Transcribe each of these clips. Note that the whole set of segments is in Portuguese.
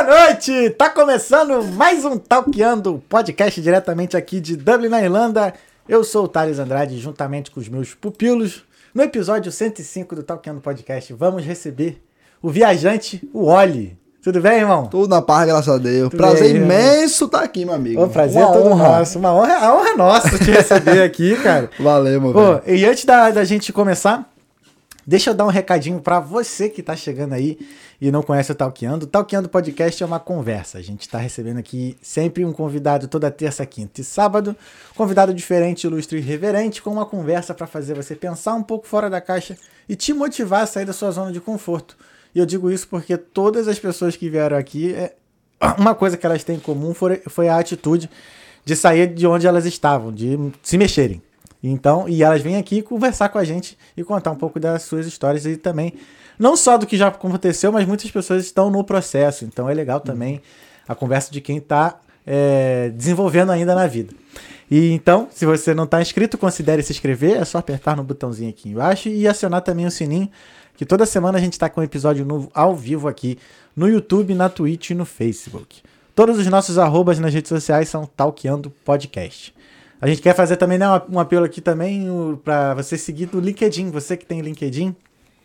Boa noite! Tá começando mais um Talkando, podcast diretamente aqui de Dublin, na Irlanda. Eu sou o Thales Andrade, juntamente com os meus pupilos. No episódio 105 do Talkando Podcast, vamos receber o viajante, o Oli. Tudo bem, irmão? Tudo na paz, graças a Deus. Tudo Prazer bem, imenso estar aqui, meu amigo. O prazer é todo nosso. Uma honra, a honra é nossa te receber aqui, cara. Valeu, meu velho. E antes da gente começar, deixa eu dar um recadinho pra você que tá chegando aí e não conhece o Talkando. O Talkando Podcast é uma conversa. A gente tá recebendo aqui sempre um convidado toda terça, quinta e sábado. Convidado diferente, ilustre e irreverente, com uma conversa pra fazer você pensar um pouco fora da caixa e te motivar a sair da sua zona de conforto. E eu digo isso porque todas as pessoas que vieram aqui, uma coisa que elas têm em comum foi a atitude de sair de onde elas estavam, de se mexerem. Então, e elas vêm aqui conversar com a gente e contar um pouco das suas histórias e também, não só do que já aconteceu, mas muitas pessoas estão no processo. Então é legal também a conversa de quem está desenvolvendo ainda na vida. E então, se você não está inscrito, considere se inscrever, é só apertar no botãozinho aqui embaixo e acionar também o sininho, que toda semana a gente está com um episódio novo ao vivo aqui no YouTube, na Twitch e no Facebook. Todos os nossos arrobas nas redes sociais são Talkando Podcast. A gente quer fazer também, né, um apelo aqui também para você seguir no LinkedIn. Você que tem LinkedIn,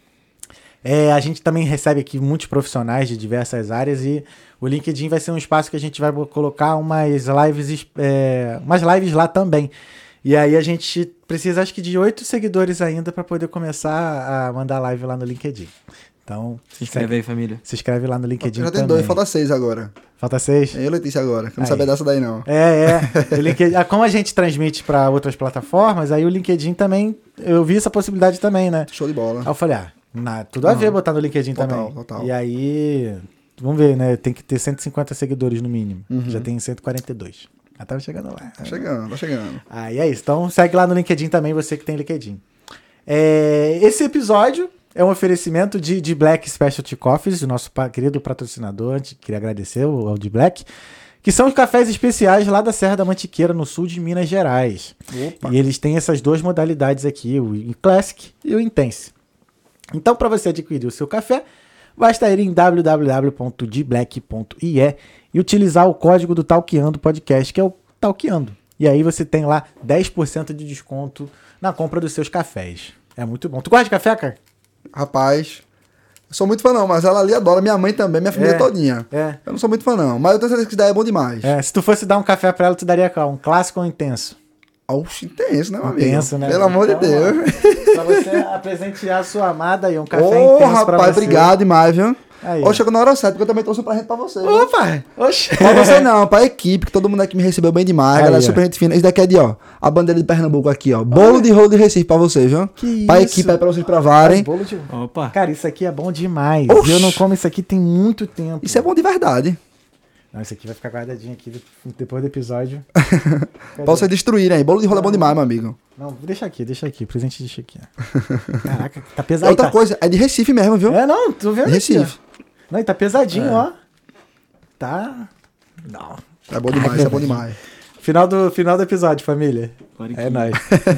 a gente também recebe aqui muitos profissionais de diversas áreas e o LinkedIn vai ser um espaço que a gente vai colocar umas lives lá também. E aí a gente precisa, acho que, de 8 seguidores ainda para poder começar a mandar live lá no LinkedIn. Então, se inscreve aí, família. Se inscreve lá no LinkedIn também. Já tem 2, falta 6 agora. Falta 6? Eu e Letícia agora, que eu não sabia dessa daí não. O LinkedIn, como a gente transmite para outras plataformas, aí o LinkedIn também, eu vi essa possibilidade também, né? Show de bola. Aí eu falei, tudo a ver botar no LinkedIn também. Total. E aí, vamos ver, né? Tem que ter 150 seguidores no mínimo. Já tem 142. Já tava chegando lá. Tá chegando. Aí é isso. Então segue lá no LinkedIn também, você que tem LinkedIn. Esse episódio é um oferecimento de Black Specialty Coffees, do nosso querido patrocinador. Queria agradecer ao de Black, que são os cafés especiais lá da Serra da Mantiqueira, no sul de Minas Gerais. Opa. E eles têm essas 2 modalidades aqui, o Classic e o Intense. Então, para você adquirir o seu café, basta ir em www.dblack.ie e utilizar o código do Talkando Podcast, que é o Talkando. E aí você tem lá 10% de desconto na compra dos seus cafés. É muito bom. Tu gosta de café, cara? Rapaz, eu sou muito fã não, mas ela ali adora. Minha mãe também, minha família todinha. Eu não sou muito fã não, mas eu tenho certeza que isso daí é bom demais. Se tu fosse dar um café pra ela, tu daria qual? Um clássico ou um intenso? Oxe, intenso, né, meu amigo? Intenso, né? Pelo amor de Deus. Pra você apresentear a sua amada aí, um café intenso rapaz, pra você. Obrigado demais, viu? Aí, chegou na hora certa, porque eu também trouxe um presente pra você. Opa! Oxe! Pra você não, pra equipe, que todo mundo aqui me recebeu bem demais, galera, super gente fina. Esse daqui é a bandeira de Pernambuco aqui, ó. Bolo de rolo de Recife pra vocês, viu? Que pra isso? equipe aí, pra vocês provarem. Opa! Cara, isso aqui é bom demais. Oxi. Eu não como isso aqui tem muito tempo. Isso é bom de verdade. Não, isso aqui vai ficar guardadinho aqui depois do episódio. Pra vocês destruírem aí. Bolo de rolo é bom demais, meu amigo. Não, deixa aqui. Presente deixa aqui. Caraca, tá pesado. Outra coisa, é de Recife mesmo, viu? Não, tô vendo de Recife. Aqui, não, e tá pesadinho, ó. Tá. Não. É bom demais, é bom demais. Final do episódio, família. É nóis.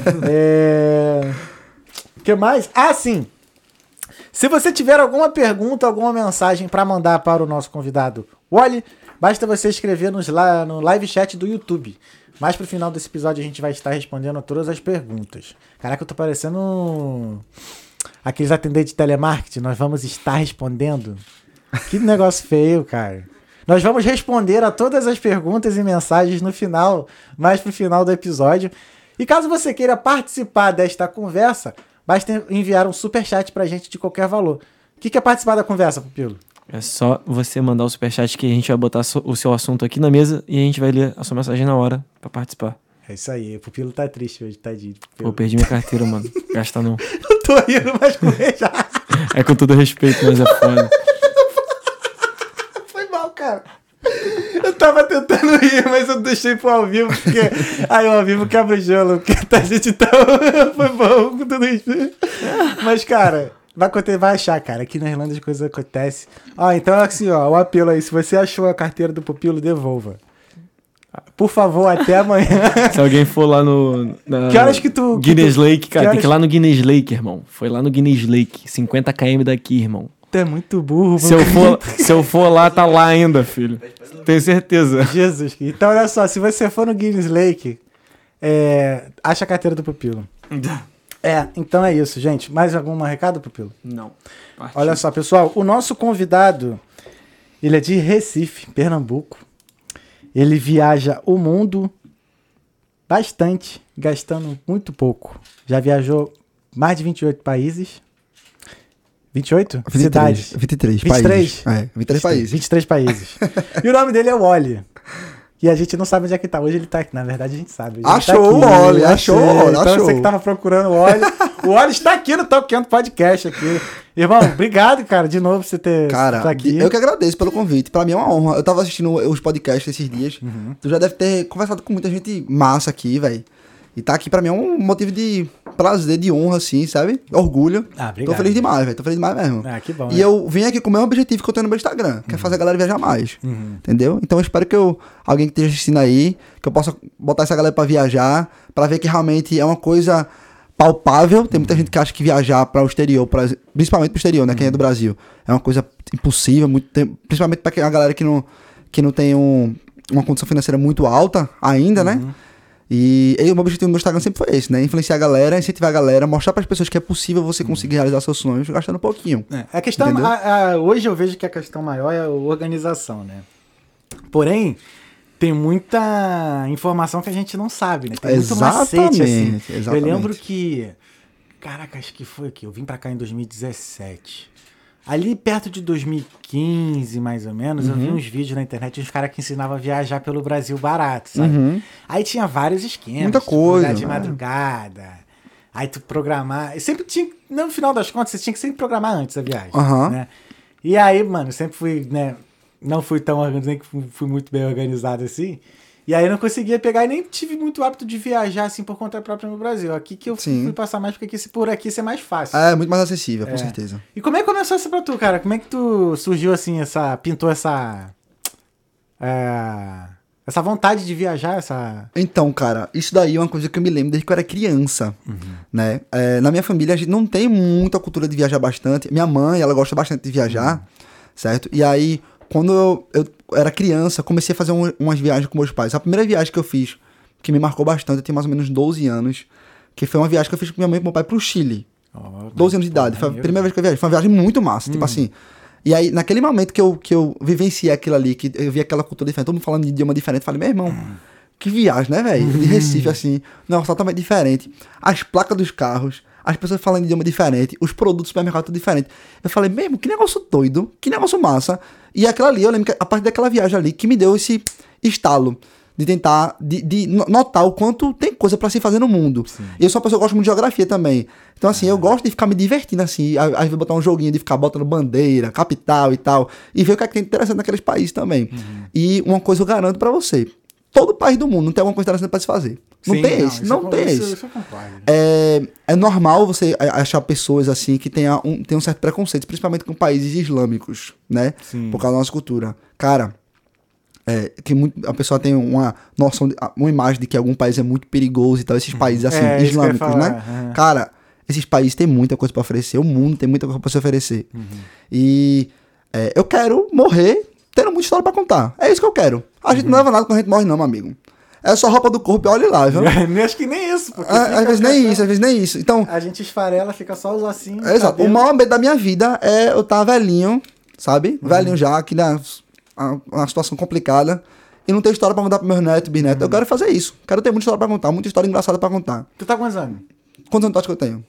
O que mais? Sim. Se você tiver alguma pergunta, alguma mensagem para mandar para o nosso convidado Wally, basta você escrever no live chat do YouTube. Mais pro final desse episódio a gente vai estar respondendo todas as perguntas. Caraca, eu tô parecendo aqueles atendentes de telemarketing. Nós vamos estar respondendo. Que negócio feio, cara. Nós vamos responder a todas as perguntas e mensagens no final, mais pro final do episódio. E caso você queira participar desta conversa, basta enviar um superchat pra gente de qualquer valor. O que é participar da conversa, Pupilo? É só você mandar o superchat que a gente vai botar o seu assunto aqui na mesa e a gente vai ler a sua mensagem na hora pra participar. É isso aí. O Pupilo tá triste hoje, tadinho. Eu perdi minha carteira, mano. Gasta não. Eu tô rindo, mas com ele já. É com todo respeito, mas é foda. Foi mal, cara. Eu tava tentando rir, mas eu deixei pro ao vivo, porque aí o ao vivo quebra o gelo, porque a gente tá... Foi bom, com tudo isso. Mas, cara, vai achar, cara. Aqui na Irlanda as coisas acontecem. Então, assim, o apelo aí, se você achou a carteira do Pupilo, devolva. Por favor, até amanhã. Se alguém for lá que horas que tu... Guinness Lake, cara, tem que ir lá no Guinness Lake, irmão. Foi lá no Guinness Lake, 50 km daqui, irmão. Tu é muito burro. Se eu for lá, tá lá ainda, filho. Tenho certeza. Jesus. Então, olha só. Se você for no Guinness Lake, acha a carteira do Pupilo. Então é isso, gente. Mais algum recado, Pupilo? Não. Partiu. Olha só, pessoal. O nosso convidado, ele é de Recife, Pernambuco. Ele viaja o mundo bastante, gastando muito pouco. Já viajou mais de 28 países. 28? 23, Cidades. 23 países. 23 países. 23 países. E o nome dele é Wally. E a gente não sabe onde é que tá. Hoje ele tá aqui. Na verdade, a gente sabe. Achou o Wally, achou. Então você que tava procurando o Wally. O Wally está aqui no Talkando Podcast aqui. Irmão, obrigado, cara, de novo por você ter tá aqui. Eu que agradeço pelo convite. Pra mim é uma honra. Eu tava assistindo os podcasts esses dias. Tu já deve ter conversado com muita gente massa aqui, velho. E tá aqui pra mim é um motivo de prazer, de honra, assim, sabe? Orgulho. Obrigado. Tô feliz demais, velho. Tô feliz demais mesmo. Que bom. E eu vim aqui com o mesmo objetivo que eu tenho no meu Instagram, que é fazer a galera viajar mais. Entendeu? Então eu espero que alguém que esteja assistindo aí, que eu possa botar essa galera pra viajar, pra ver que realmente é uma coisa palpável. Tem muita gente que acha que viajar para o exterior, principalmente pro exterior, né? Quem é do Brasil, é uma coisa impossível, principalmente pra a galera que não tem uma condição financeira muito alta ainda, né? E o meu objetivo no meu Instagram sempre foi esse, né? Influenciar a galera, incentivar a galera, mostrar para as pessoas que é possível você conseguir realizar seus sonhos gastando um pouquinho. A questão, hoje eu vejo que a questão maior é a organização, né? Porém, tem muita informação que a gente não sabe, né? Tem muito macete, assim. Exatamente. Eu lembro que... Caraca, acho que foi aqui. Eu vim pra cá em 2017. Ali perto de 2015, mais ou menos, eu vi uns vídeos na internet de uns caras que ensinavam a viajar pelo Brasil barato, sabe? Aí tinha vários esquemas. Muita coisa. Tipo, de madrugada. Aí tu programar... Sempre tinha... No final das contas, você tinha que sempre programar antes a viagem, né? E aí, mano, eu sempre fui, né... Não fui tão organizado, que fui muito bem organizado assim. E aí eu não conseguia pegar e nem tive muito hábito de viajar assim por conta própria no Brasil. Aqui que eu fui passar mais, porque por aqui isso é mais fácil. É, muito mais acessível, com certeza. E como é que começou isso pra tu, cara? Como é que tu surgiu assim, pintou essa vontade de viajar, Então, cara, isso daí é uma coisa que eu me lembro desde que eu era criança, né? Na minha família a gente não tem muita cultura de viajar bastante. Minha mãe, ela gosta bastante de viajar, certo? E aí, quando eu era criança, comecei a fazer umas viagens com meus pais. A primeira viagem que eu fiz, que me marcou bastante, eu tinha mais ou menos 12 anos, que foi uma viagem que eu fiz com minha mãe e com meu pai pro Chile. 12 anos de idade. Foi a primeira vez que eu viajei. Foi uma viagem muito massa, tipo assim. E aí, naquele momento que eu vivenciei aquilo ali, que eu vi aquela cultura diferente, todo mundo falando de idioma diferente, eu falei, meu irmão, que viagem, né, velho? De Recife, assim, não, totalmente diferente. As placas dos carros, as pessoas falando de idioma diferente, os produtos do supermercado tudo diferente. Eu falei, mesmo, que negócio doido, que negócio massa. E aquilo ali, eu lembro que a partir daquela viagem ali, que me deu esse estalo de tentar, de notar o quanto tem coisa pra se fazer no mundo. Sim. E eu sou uma pessoa que gosta muito de geografia também. Então, assim, eu gosto de ficar me divertindo, assim, às vezes botar um joguinho de ficar botando bandeira, capital e tal, e ver o que é que tem interessante naqueles países também. E uma coisa eu garanto pra você, todo país do mundo não tem alguma coisa interessante pra se fazer. Não tem esse, não tem esse. É normal você achar pessoas assim que tenham um certo preconceito, principalmente com países islâmicos, né? Sim. Por causa da nossa cultura. Cara, que a pessoa tem uma noção, uma imagem de que algum país é muito perigoso e tal, esses países assim, islâmicos, né? Cara, esses países têm muita coisa pra oferecer, o mundo tem muita coisa pra se oferecer. E eu quero morrer tendo muita história pra contar. É isso que eu quero. A gente não leva nada quando a gente morre não, meu amigo. É só roupa do corpo e olha lá, viu? Acho que nem isso. Porque às vezes nem isso. Então, a gente esfarela, fica só os ossinhos. Exato. O maior medo da minha vida é eu estar velhinho, sabe? Velhinho já, aqui uma situação complicada. E não ter história pra contar pros meus netos, bisnetos. Eu quero fazer isso. Quero ter muita história pra contar, muita história engraçada pra contar. Tu tá com quantos anos? Quantos anos tu acha que eu tenho?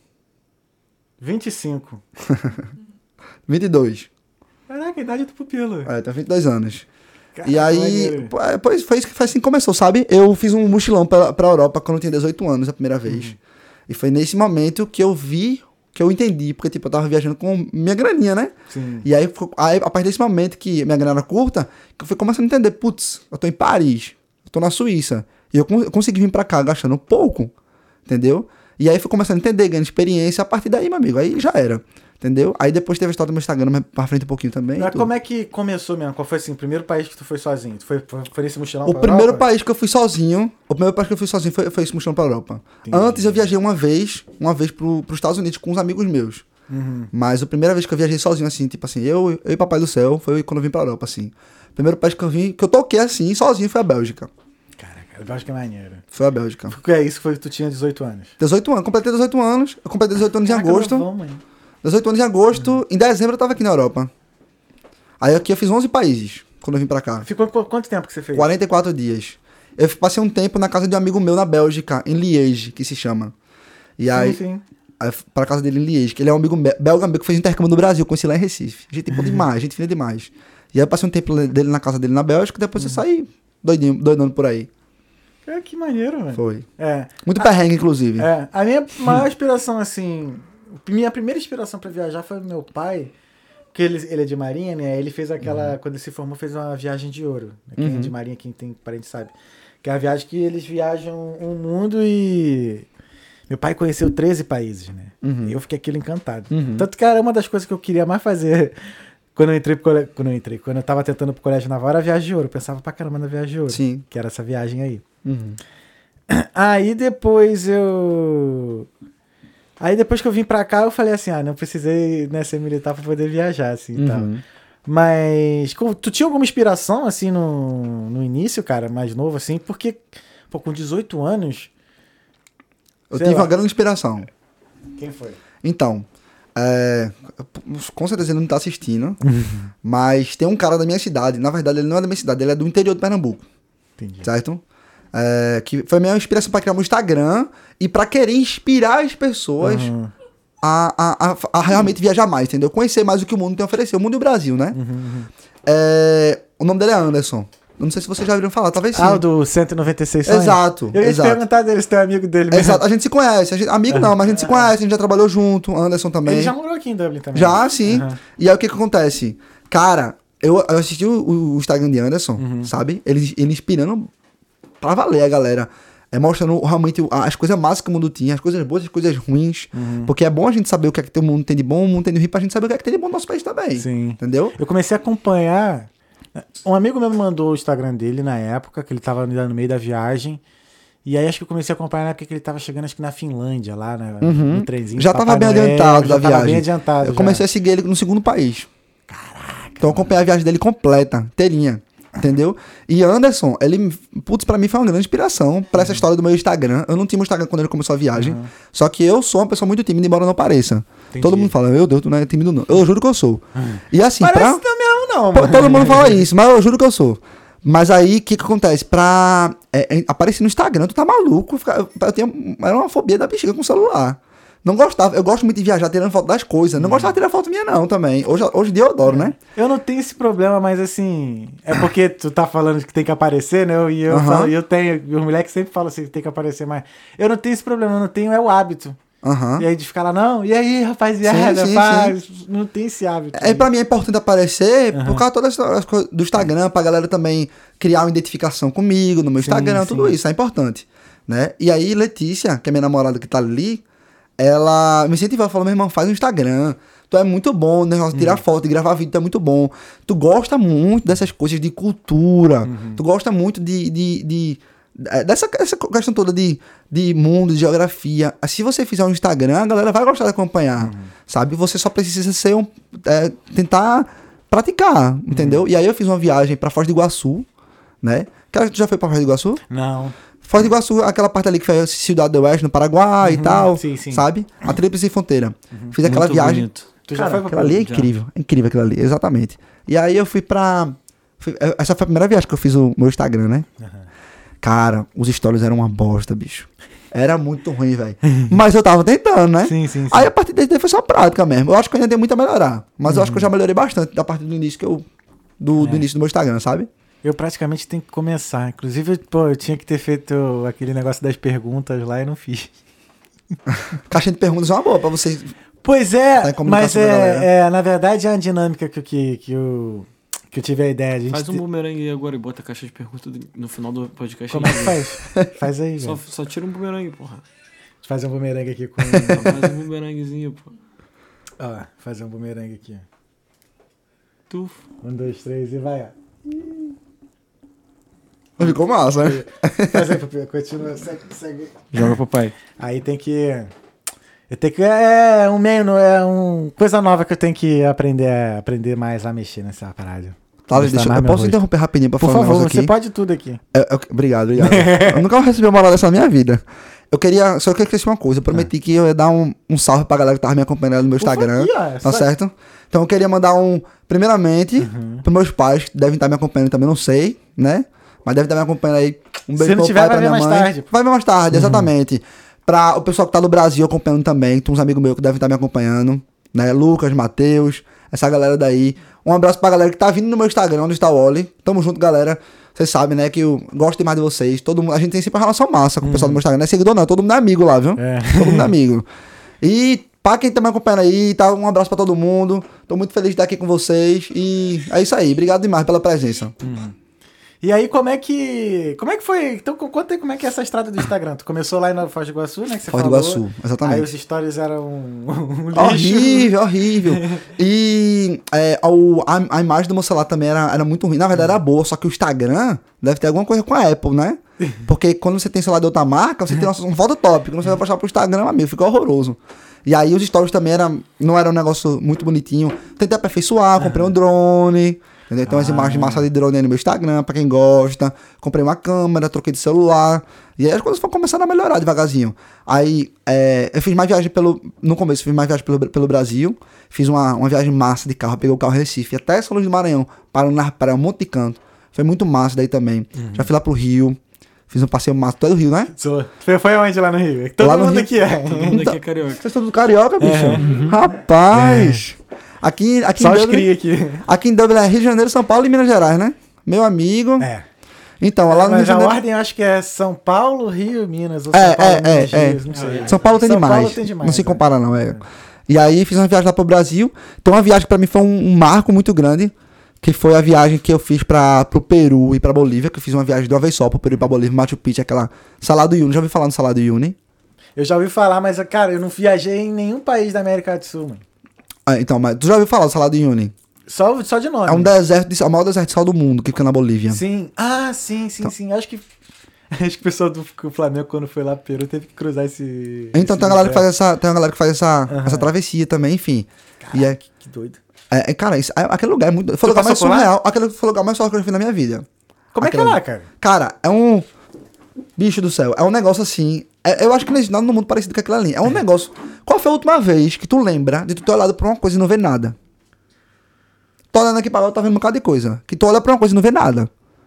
25. 22. Caraca, a idade do Pupilo. Eu tenho 22 anos. Caraca, e aí, foi assim que começou, sabe? Eu fiz um mochilão pra Europa quando eu tinha 18 anos, a primeira vez. E foi nesse momento que eu vi, que eu entendi, porque tipo, eu tava viajando com minha graninha, né? Sim. E aí, a partir desse momento que minha grana era curta, que eu fui começando a entender, putz, eu tô em Paris, eu tô na Suíça, e eu consegui vir pra cá gastando pouco, entendeu? E aí fui começando a entender, ganhando experiência, a partir daí, meu amigo, aí já era. Entendeu? Aí depois teve a história do meu Instagram, mas pra frente um pouquinho também. Mas como é que começou mesmo? Qual foi assim, o primeiro país que tu foi sozinho? Tu foi esse mochilão pra Europa? O primeiro país que eu fui sozinho foi esse mochilão pra Europa. Entendi. Antes eu viajei uma vez pros Estados Unidos com uns amigos meus. Mas a primeira vez que eu viajei sozinho, assim, tipo assim, eu e Papai do Céu, foi quando eu vim pra Europa, assim. O primeiro país que eu vim, que eu toquei assim, sozinho, foi a Bélgica. Caraca, a Bélgica é maneira. Foi a Bélgica. Porque é isso, foi que tu tinha 18 anos. 18 anos, completei 18 anos. Eu completei 18 anos em Caraca, agosto. novão, mãe. 18 anos em agosto. Em dezembro eu tava aqui na Europa. Aí aqui eu fiz 11 países, quando eu vim pra cá. Ficou quanto tempo que você fez? 44 dias. Eu passei um tempo na casa de um amigo meu na Bélgica, em Liège, que se chama. E aí, Sim. aí eu fui pra casa dele em Liège, que ele é um amigo belga meu que fez intercâmbio no Brasil, conheci lá em Recife. Gente boa demais, gente fina demais. E aí eu passei um tempo dele na casa dele na Bélgica, depois eu saí doidando por aí. É, que maneiro, velho. Foi. É. Muito perrengue, inclusive. É, a minha maior inspiração, assim... Minha primeira inspiração pra viajar foi meu pai, porque ele é de Marinha, né? Ele fez aquela... Quando ele se formou, fez uma viagem de ouro. Quem é de Marinha, quem tem parente sabe. Que é a viagem que eles viajam o mundo e... Meu pai conheceu 13 países, né? E eu fiquei aquilo encantado. Tanto que era uma das coisas que eu queria mais fazer quando eu entrei pro colégio. Quando eu tava tentando pro colégio naval, era a viagem de ouro. Eu pensava pra caramba na viagem de ouro. Sim. Que era essa viagem aí. Aí depois que eu vim pra cá, eu falei assim, não precisei, né, ser militar pra poder viajar, assim, e tal. Mas, tu tinha alguma inspiração, assim, no início, cara, mais novo, assim? Porque, pô, com 18 anos... Eu tive uma grande inspiração. Quem foi? Então, com certeza ele não tá assistindo, mas tem um cara da minha cidade, na verdade ele não é da minha cidade, ele é do interior de Pernambuco. Entendi. Certo? Que foi a minha inspiração pra criar um Instagram e pra querer inspirar as pessoas a realmente viajar mais, entendeu? Conhecer mais o que o mundo tem a oferecer, o mundo e o Brasil, né? O nome dele é Anderson. Eu não sei se vocês já ouviram falar, talvez sim. O do 196 sonhos? Exato. Eu ia te perguntar dele, se tu é amigo dele mesmo. Exato, a gente se conhece. Amigo não, mas a gente se conhece, a gente já trabalhou junto, Anderson também. Ele já morou aqui em Dublin também. Já, sim. E aí o que acontece? Cara, eu assisti o Instagram de Anderson, sabe? Ele inspirando pra valer a galera. Mostrando realmente as coisas massas que o mundo tinha, as coisas boas e as coisas ruins. Porque é bom a gente saber o que é que o mundo tem de bom, o mundo tem de ruim, pra gente saber o que é que tem de bom no nosso país também. Sim. Entendeu? Eu comecei a acompanhar... Um amigo meu me mandou o Instagram dele na época, que ele tava no meio da viagem. E aí acho que eu comecei a acompanhar na época que ele tava chegando, acho que na Finlândia, lá, né, no trenzinho. Já tava bem adiantado da viagem. Bem adiantado. Eu comecei a seguir ele no segundo país. Caraca. Então eu acompanhei a viagem dele completa, inteirinha. Entendeu? E Anderson, ele, pra mim foi uma grande inspiração pra essa história do meu Instagram. Eu não tinha um Instagram quando ele começou a viagem. Só que eu sou uma pessoa muito tímida, embora não pareça. Entendi. Todo mundo fala, meu Deus, tu não é tímido não. Eu juro que eu sou. E assim, Parece que não é mesmo, não, mano. todo mundo fala isso, mas eu juro que eu sou. Mas aí, o que acontece? Pra aparecer no Instagram, tu tá maluco. Era uma fobia da bexiga com o celular. Não gostava. Eu gosto muito de viajar tirando foto das coisas. Não gostava de tirar foto minha, não, também. Hoje em dia eu adoro, né? Eu não tenho esse problema, mas assim... É porque tu tá falando que tem que aparecer, né? E eu falo, eu tenho... E os moleques sempre falam assim, que tem que aparecer mais. Eu não tenho esse problema, eu não tenho o hábito. E aí de ficar lá, não, e aí, rapaziada, sim. Não tem esse hábito. Pra mim é importante aparecer por causa de todas as coisas do Instagram, pra galera também criar uma identificação comigo no meu Instagram, tudo isso é importante, né? E aí Letícia, que é minha namorada que tá ali, ela me incentivou, falou, meu irmão, faz um Instagram, tu é muito bom, né? Tirar foto e gravar vídeo, tu é muito bom, tu gosta muito dessas coisas de cultura, tu gosta muito dessa questão toda de mundo, de geografia. Se você fizer um Instagram, a galera vai gostar de acompanhar, sabe? Você só precisa ser tentar praticar, entendeu? E aí eu fiz uma viagem pra Foz do Iguaçu, né? Tu já foi pra Foz do Iguaçu? Não. Foz do Iguaçu, aquela parte ali que foi a Cidade do Oeste, no Paraguai e tal, sim. sabe? A Tríplice Fronteira. Fiz aquela Muito viagem. bonito. Tu já Cara, foi pra aquela ali é incrível. É incrível aquilo ali, exatamente. E aí eu fui essa foi a primeira viagem que eu fiz o meu Instagram, né? Cara, os stories eram uma bosta, bicho. Era muito ruim, velho. Mas eu tava tentando, né? Sim. Aí a partir daí foi só prática mesmo. Eu acho que eu ainda tenho muito a melhorar. Mas eu acho que eu já melhorei bastante da parte do início do início do meu Instagram, sabe? Eu praticamente tenho que começar. Inclusive, eu tinha que ter feito aquele negócio das perguntas lá e não fiz. Caixinha de perguntas é uma boa pra vocês. Pois é, Tá em mas comunicação com a galera. na verdade é uma dinâmica que eu tive a ideia. A gente Faz um bumerangue agora e bota a caixa de perguntas no final do podcast. Como é que faz? Faz aí, velho. Só tira um bumerangue, porra. Fazer um bumerangue aqui com... Faz um bumeranguezinho, pô. Ó, fazer um bumerangue aqui. Tufo. 1, 2, 3 e vai, ó. Ficou massa, né? Faz aí, papai. Continua, segue. Joga pro pai. Aí tem que... Eu tenho que. É um meio, é uma coisa nova que eu tenho que aprender mais a mexer nessa parada. Thales, eu posso interromper rapidinho pra falar um negócio aqui? Você pode tudo aqui. Obrigado. Eu nunca vou receber uma moral dessa na minha vida. Eu queria esquecer uma coisa. Eu prometi que eu ia dar um salve pra galera que tava me acompanhando no meu Instagram. Tá certo? Então eu queria mandar primeiramente, pros meus pais, que devem estar me acompanhando também, não sei, né? Mas devem estar me acompanhando aí. Um beijo pro pai, pra minha mãe. Vai ver mais tarde, exatamente. Pra o pessoal que tá no Brasil acompanhando também. Tem uns amigos meus que devem estar me acompanhando, né? Lucas, Matheus, essa galera daí. Um abraço pra galera que tá vindo no meu Instagram, onde está o Oli. Tamo junto, galera. Vocês sabem, né, que eu gosto demais de vocês. Todo mundo, a gente tem sempre uma relação massa com o pessoal do meu Instagram. Não é seguidor, não. Todo mundo é amigo lá, viu? Todo mundo é amigo. E pra quem tá me acompanhando aí, tá? Um abraço pra todo mundo. Tô muito feliz de estar aqui com vocês. E é isso aí. Obrigado demais pela presença. E aí, como é que foi? Então, conta aí como é que é essa estrada do Instagram. Tu começou lá em Foz do Iguaçu, né? Que você Foz do Iguaçu, exatamente. Aí os stories eram um lixo. Horrível. E a imagem do meu celular também era muito ruim. Na verdade, era boa, só que o Instagram deve ter alguma coisa com a Apple, né? Porque quando você tem celular de outra marca, você tem uma foto top. Quando você vai postar pro Instagram, amigo, fica horroroso. E aí os stories também não era um negócio muito bonitinho. Tentei aperfeiçoar, comprei um drone... Então as imagens massa de drone aí no meu Instagram, pra quem gosta. Comprei uma câmera, troquei de celular. E aí as coisas foram começando a melhorar devagarzinho. Aí eu fiz mais viagem no começo, fiz mais viagem pelo Brasil. Fiz uma viagem massa de carro. Peguei o carro em Recife até São Luís do Maranhão. Parando na praia, um monte de canto. Foi muito massa daí também. Já fui lá pro Rio. Fiz um passeio massa. Tu é do Rio, né? Foi onde lá no Rio? Todo mundo aqui é. Todo mundo aqui é carioca. Vocês estão do carioca, bicho? Rapaz! Aqui só os cria aqui. Aqui em Dublin é Rio de Janeiro, São Paulo e Minas Gerais, né? Meu amigo. Então, lá no Rio de Janeiro... a ordem eu acho que é São Paulo, Rio, Minas. Ou São Paulo, Minas, Rio, não sei. São Paulo tem demais. Não se compara, não. E aí fiz uma viagem lá pro Brasil. Então, uma viagem que pra mim foi um marco muito grande. Que foi a viagem que eu fiz pro Peru e pra Bolívia. Que eu fiz uma viagem de uma vez só pro Peru e pra Bolívia, Machu Picchu, aquela Salar do Uyuni. Já ouvi falar no Salar do Uyuni? Eu já ouvi falar, mas, cara, eu não viajei em nenhum país da América do Sul, mano. Então, mas tu já ouviu falar do Salar do Uyuni? Só de nome. É um deserto, é o maior deserto de sal do mundo, que fica na Bolívia. Sim. Sim. Acho que o pessoal do Flamengo, quando foi lá pro Peru, teve que cruzar esse... Então tem uma galera que faz essa travessia também, enfim. Caraca, que doido. Cara, aquele lugar é muito... Foi o lugar mais surreal. Aquele foi o lugar mais surreal que eu fiz na minha vida. Como é que é lá, cara? Cara, é um... Bicho do céu, é um negócio assim... eu acho que não existe nada no mundo parecido com aquilo ali. É um negócio... Qual foi a última vez que tu lembra de tu ter olhado pra uma coisa e não ver nada? Tô olhando aqui pra lá, tá vendo um bocado de coisa. Que tu olha pra uma coisa e não vê nada.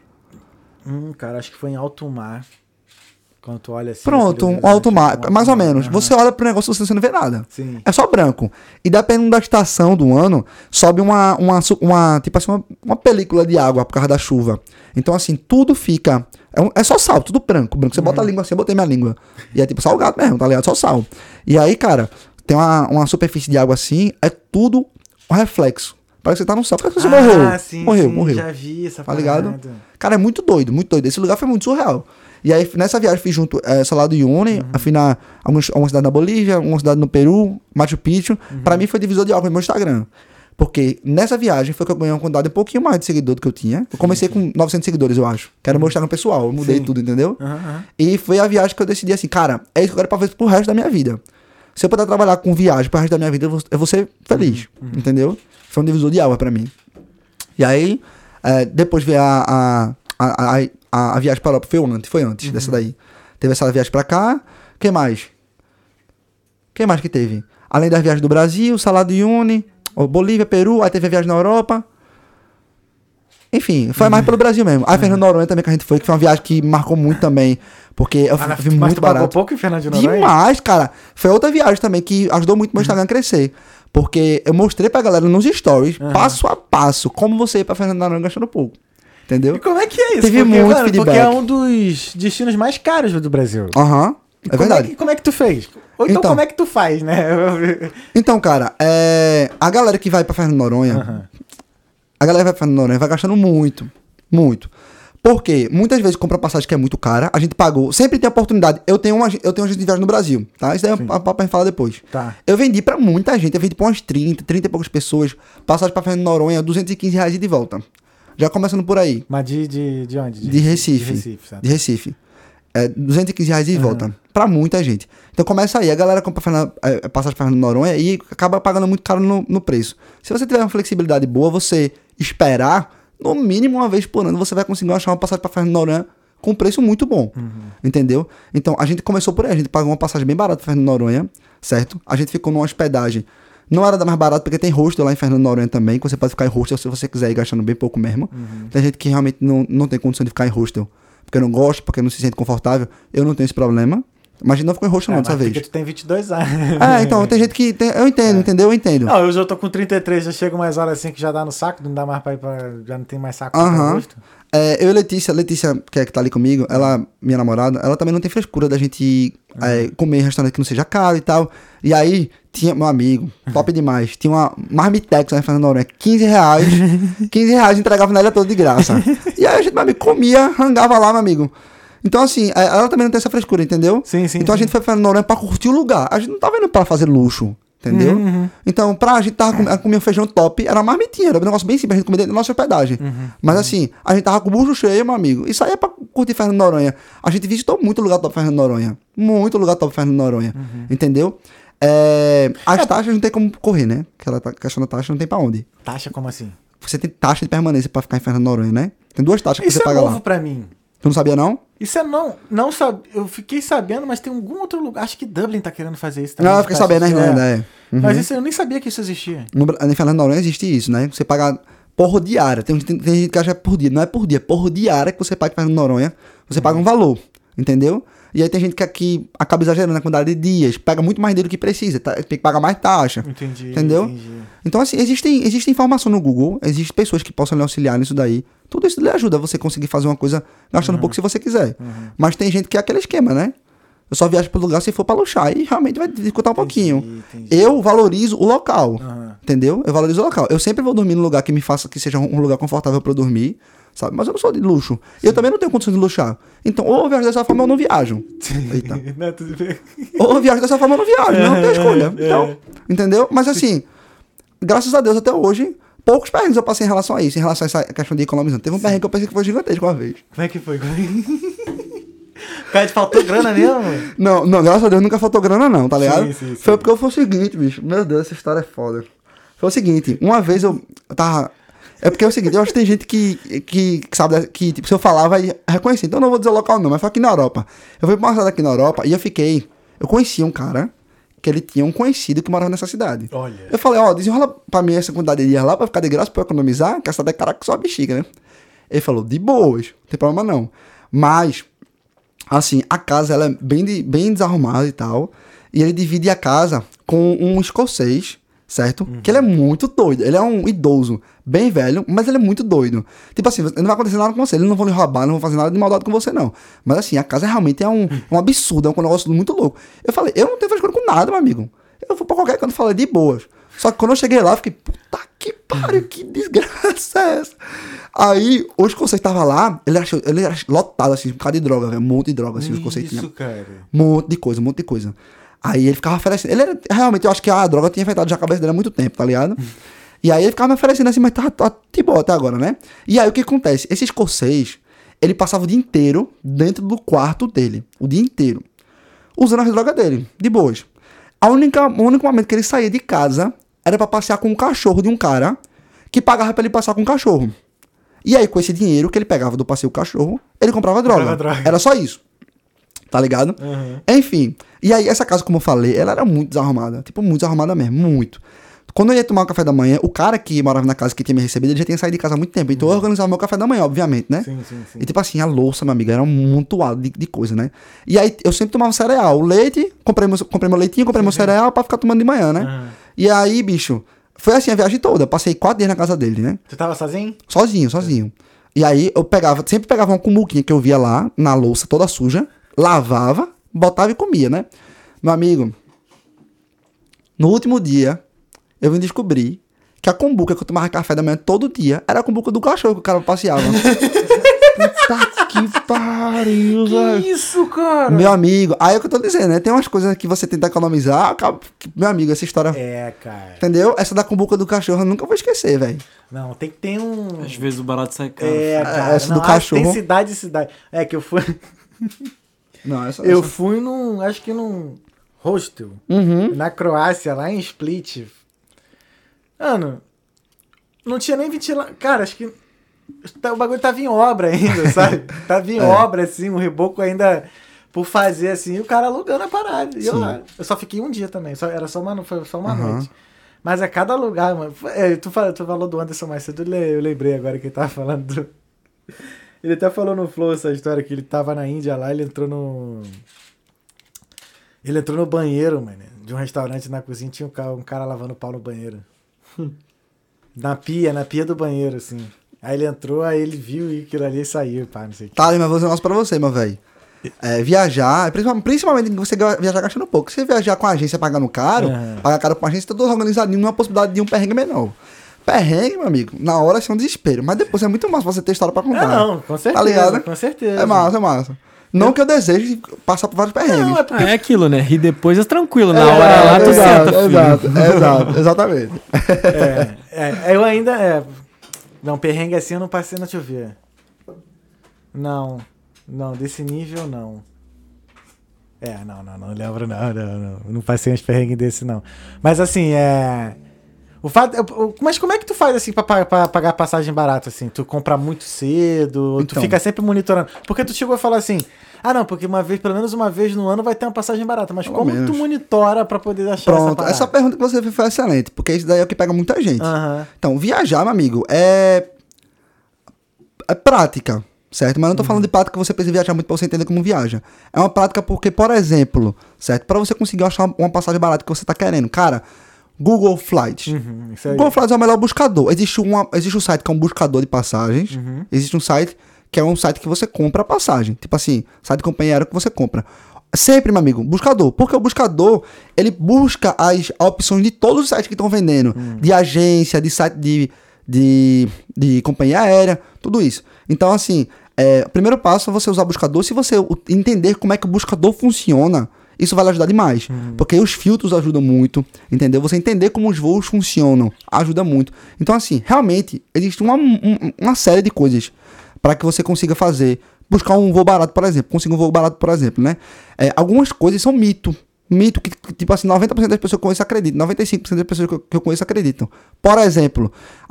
Cara, acho que foi em alto mar. Quando tu olha assim... Pronto, um alto mar. Mais ou menos. Você olha pro negócio e você não vê nada. Sim. É só branco. E dependendo da estação do ano, sobe tipo assim, uma película de água por causa da chuva. Então, assim, tudo fica... É só sal, tudo branco. Você bota a língua assim, eu botei minha língua. E é tipo salgado mesmo, tá ligado? Só sal. E aí, cara, tem uma superfície de água assim, é tudo um reflexo. Parece que você tá no céu. Por que você morreu? Sim, morreu. Já vi essa parada. Tá ligado? Cara, é muito doido, muito doido. Esse lugar foi muito surreal. E aí, nessa viagem, fui junto Salar do Uyuni, fui uma cidade na Bolívia, uma cidade no Peru, Machu Picchu. Pra mim, foi divisor de água no meu Instagram. Porque nessa viagem foi que eu ganhei uma quantidade um pouquinho mais de seguidor do que eu tinha. Eu comecei com 900 seguidores, eu acho. Que era o meu Instagram pessoal. Eu mudei tudo, entendeu? E foi a viagem que eu decidi assim, cara, é isso que eu quero pra fazer pro resto da minha vida. Se eu puder trabalhar com viagem pro resto da minha vida, eu vou ser feliz. Entendeu? Foi um divisor de água pra mim. E aí, depois veio a viagem para a Europa. Foi antes dessa daí. Teve essa viagem pra cá. Quem mais? Quem mais que teve? Além das viagens do Brasil, Salar do Uyuni, Bolívia, Peru, aí teve a viagem na Europa. Enfim, foi mais pelo Brasil mesmo. Aí Fernando de Noronha também que a gente foi, que foi uma viagem que marcou muito também. Porque eu vi muito barato. Pouco em Fernando de Noronha? Demais, cara. Foi outra viagem também que ajudou muito o meu Instagram a crescer. Porque eu mostrei pra galera nos stories, passo a passo, como você ir pra Fernando de Noronha gastando pouco. Entendeu? E como é que é isso? Teve muito feedback. Porque é um dos destinos mais caros do Brasil. É verdade. Como é que tu fez? Ou então como é que tu faz, né? Então, cara, a galera que vai pra Fernando de Noronha, a galera que vai pra Fernando de Noronha vai gastando muito, muito. Porque muitas vezes compra passagem que é muito cara, a gente pagou, sempre tem oportunidade. Eu tenho uma agência de viagem no Brasil, tá? Isso daí é um papo pra gente falar depois. Tá. Eu vendi pra muita gente, eu vendi pra umas 30 e poucas pessoas, passagem pra Fernando de Noronha, R$215 e de volta. Já começando por aí. Mas de onde? De Recife. De Recife, sabe? De Recife. R$215 de volta. Pra muita gente. Então começa aí. A galera compra passagem pra Fernando de Noronha e acaba pagando muito caro no preço. Se você tiver uma flexibilidade boa, você esperar, no mínimo uma vez por ano, você vai conseguir achar uma passagem pra Fernando de Noronha com um preço muito bom. Entendeu? Então a gente começou por aí. A gente pagou uma passagem bem barata pra Fernando de Noronha, certo? A gente ficou numa hospedagem. Não era da mais barata, porque tem hostel lá em Fernando de Noronha também, que você pode ficar em hostel se você quiser ir gastando bem pouco mesmo. Tem gente que realmente não tem condição de ficar em hostel, porque não gosta, porque não se sente confortável. Eu não tenho esse problema. Mas a gente não ficou em hostel não dessa vez. Porque tu tem 22 anos. Então, tem gente que... Eu entendo, entendeu? Eu entendo. Não, eu já tô com 33, já chego mais horas assim que já dá no saco, não dá mais pra ir já não tem mais saco pra gosto. Eu e Letícia, que é que tá ali comigo, ela, minha namorada, ela também não tem frescura da gente comer em restaurante que não seja caro e tal. E aí, tinha meu amigo, top demais, tinha uma Marmitex lá em Fernando de Noronha, R$15. R$15 entregava na ilha toda de graça. E aí a gente, meu amigo, comia, rangava lá, meu amigo. Então, assim, ela também não tem essa frescura, entendeu? Sim. Então a gente foi pra Fernando de Noronha pra curtir o lugar. A gente não tava indo pra fazer luxo. Entendeu? Então, pra gente comer um feijão top, era uma marmitinha, era um negócio bem simples, a gente comia dentro da nossa hospedagem. Mas assim, a gente tava com o bucho cheio, meu amigo. Isso aí é pra curtir Fernando de Noronha. A gente visitou muito lugar top Fernando de Noronha. Muito lugar top Fernando de Noronha. Entendeu? As taxas não tem como correr, né? Aquela questão da taxa não tem pra onde. Taxa como assim? Você tem taxa de permanência pra ficar em Fernando de Noronha, né? Tem 2 taxas que Isso você paga lá. Isso é novo pra mim. Tu não sabia, não? Isso é não sabe. Eu fiquei sabendo, mas tem algum outro lugar. Acho que Dublin tá querendo fazer isso também. Não, eu fiquei sabendo na Irlanda, Mas isso eu nem sabia que isso existia. Em Fernando de Noronha existe isso, né? Você paga por diária. Tem gente que acha que é por dia. Não é por dia, é por diária que você paga em Fernando de Noronha. Você paga um valor, entendeu? E aí tem gente que acaba exagerando na quantidade de dias, pega muito mais dinheiro do que precisa, tem que pagar mais taxa. Entendi. Entendeu? Então, assim, existe informação no Google, existem pessoas que possam lhe auxiliar nisso daí. Tudo isso lhe ajuda a você conseguir fazer uma coisa gastando pouco se você quiser. Mas tem gente que é aquele esquema, né? Eu só viajo pro lugar se for pra luxar. E realmente vai dificultar um pouquinho. Eu valorizo o local. Entendeu? Eu valorizo o local. Eu sempre vou dormir num lugar que me faça que seja um lugar confortável pra eu dormir. Sabe? Mas eu não sou de luxo. Eu também não tenho condição de luxar. Então, ou eu viajo dessa forma ou eu não viajo. Eita. Ou eu viajo dessa forma ou eu não viajo. Não tenho escolha. Então, entendeu? Mas assim, graças a Deus até hoje, poucos perrengues eu passei em relação a isso, em relação a essa questão de economizando. Teve um perrengue que eu pensei que foi gigantesco uma vez. Como é que foi? Cara, te faltou grana mesmo? Não, graças a Deus nunca faltou grana não, tá ligado? Sim. Foi porque foi o seguinte, bicho. Meu Deus, essa história é foda. Foi o seguinte, uma vez eu tava... É porque é o seguinte, eu acho que tem gente que sabe, que tipo, se eu falar vai reconhecer. Então eu não vou dizer o local não, mas foi aqui na Europa. Eu fui pra uma cidade aqui na Europa e eu conheci um cara que ele tinha um conhecido que morava nessa cidade. Olha. Eu falei, desenrola pra mim essa quantidade de dias lá pra ficar de graça, pra eu economizar, que essa cidade é cara que só bexiga, né? Ele falou, de boas, não tem problema não. Mas, assim, a casa ela é bem desarrumada e tal, e ele divide a casa com um escocês, certo? Que ele é muito doido. Ele é um idoso, bem velho, mas ele é muito doido. Tipo assim, não vai acontecer nada com você. Eles não vão lhe roubar, não vão fazer nada de maldade com você, não. Mas assim, a casa realmente é um absurdo, é um negócio muito louco. Eu falei, eu não tenho frescura com nada, meu amigo. Eu vou pra qualquer canto e falei de boas. Só que quando eu cheguei lá, eu fiquei, puta que pariu, que desgraça é essa? Aí, o escocês tava lá, ele era lotado, assim, um bocado de droga, velho. Um monte de droga, assim, o escocês tinha. Isso, cara. Um monte de coisa. Aí ele ficava oferecendo. Ele era, realmente, eu acho que a droga tinha afetado já a cabeça dele há muito tempo, tá ligado? E aí ele ficava me oferecendo assim, mas tá de boa até agora, né? E aí o que acontece? Esse escocês, ele passava o dia inteiro dentro do quarto dele. O dia inteiro. Usando as drogas dele, de boas. O único momento que ele saía de casa era pra passear com um cachorro de um cara que pagava pra ele passear com um cachorro. E aí, com esse dinheiro que ele pegava do passeio com o cachorro, ele comprava droga. Era só isso. Tá ligado? Enfim. E aí, essa casa, como eu falei, ela era muito desarrumada. Tipo, muito desarrumada mesmo. Muito. Quando eu ia tomar o café da manhã, o cara que morava na casa que tinha me recebido, ele já tinha saído de casa há muito tempo. Então eu organizava meu café da manhã, obviamente, né? Sim. E tipo assim, a louça, meu amigo, era um montoado de coisa, né? E aí eu sempre tomava cereal. O leite, comprei meu leitinho, comprei meu cereal pra ficar tomando de manhã, né? E aí, bicho, foi assim a viagem toda. Passei 4 dias na casa dele, né? Tu tava sozinho? Sozinho. E aí eu sempre pegava uma cumbuquinha que eu via lá, na louça toda suja, lavava, botava e comia, né? Meu amigo, no último dia, eu vim descobrir que a cumbuca que eu tomava café da manhã todo dia era a cumbuca do cachorro que o cara passeava. Puta que pariu, velho. Que isso, cara? Meu amigo, aí é o que eu tô dizendo, né? Tem umas coisas que você tenta economizar, acaba... Meu amigo, essa história... É, cara. Entendeu? Essa da cumbuca do cachorro eu nunca vou esquecer, velho. Não, tem que ter um... Às vezes o barato sai caro. É, cara. Essa do cachorro. Tem cidade. É que eu fui... Não, essa... Eu fui acho que num hostel, na Croácia, lá em Split. Mano, não tinha nem ventilador. Cara, acho que o bagulho tava em obra ainda, sabe? Tava em obra, assim, um reboco ainda por fazer, assim, e o cara alugando a parada. E eu só fiquei um dia também, foi só uma noite. Mas a cada lugar, mano... Tu falou do Anderson mais cedo, eu lembrei agora que ele tava falando do... Ele até falou no Flow essa história, que ele tava na Índia lá, ele entrou no banheiro, mano, de um restaurante na cozinha, tinha um cara lavando o pau no banheiro. Na pia do banheiro, assim. Aí ele entrou, aí ele viu aquilo ali e saiu, pá, não sei o que. Tá, mas vou dizer um negócio pra você, meu velho. Viajar, principalmente você viajar gastando pouco. Se você viajar com a agência pagando caro, pagar caro com a agência, tá tudo organizadinho, não é uma possibilidade de um perrengue menor. Perrengue, meu amigo, na hora é um desespero. Mas depois é muito massa você ter história pra contar. Não, com certeza. Tá ligado? Com certeza. É massa. Não que eu deseje passar por vários perrengues. Não, É aquilo, né? E depois é tranquilo. Na hora lá tu senta, filho. Exatamente. Eu ainda... Não, perrengue assim eu não passei, deixa eu ver. Não, desse nível não. Não lembro não. Não passei uns perrengues desse não. Mas assim, o fato, mas como é que tu faz assim pra pagar passagem barata assim? Tu compra muito cedo, então, tu fica sempre monitorando? Porque tu chegou a falar assim, porque pelo menos uma vez no ano vai ter uma passagem barata, mas como tu monitora pra poder achar Pronto, essa pergunta que você fez foi excelente, porque isso daí é o que pega muita gente. Então, viajar, meu amigo, é prática, certo? Mas não tô falando de prática que você precisa viajar muito pra você entender como viaja. É uma prática porque, por exemplo, certo? Pra você conseguir achar uma passagem barata que você tá querendo, cara... Google Flights. Google Flights é o melhor buscador. Existe um site que é um buscador de passagens. Existe um site que é um site que você compra a passagem. Tipo assim, site de companhia aérea que você compra. Sempre, meu amigo, buscador. Porque o buscador, ele busca as opções de todos os sites que estão vendendo. De agência, de site de companhia aérea, tudo isso. Então, assim, o primeiro passo é você usar o buscador. Se você entender como é que o buscador funciona... Isso vai lhe ajudar demais, porque os filtros ajudam muito, entendeu? Você entender como os voos funcionam ajuda muito. Então, assim, realmente, existe uma série de coisas para que você consiga fazer. Buscar um voo barato, por exemplo. Conseguir um voo barato, por exemplo, né? Algumas coisas são mito. Mito que, tipo assim, 90% das pessoas que eu conheço acreditam. 95% das pessoas que eu conheço acreditam. Por exemplo,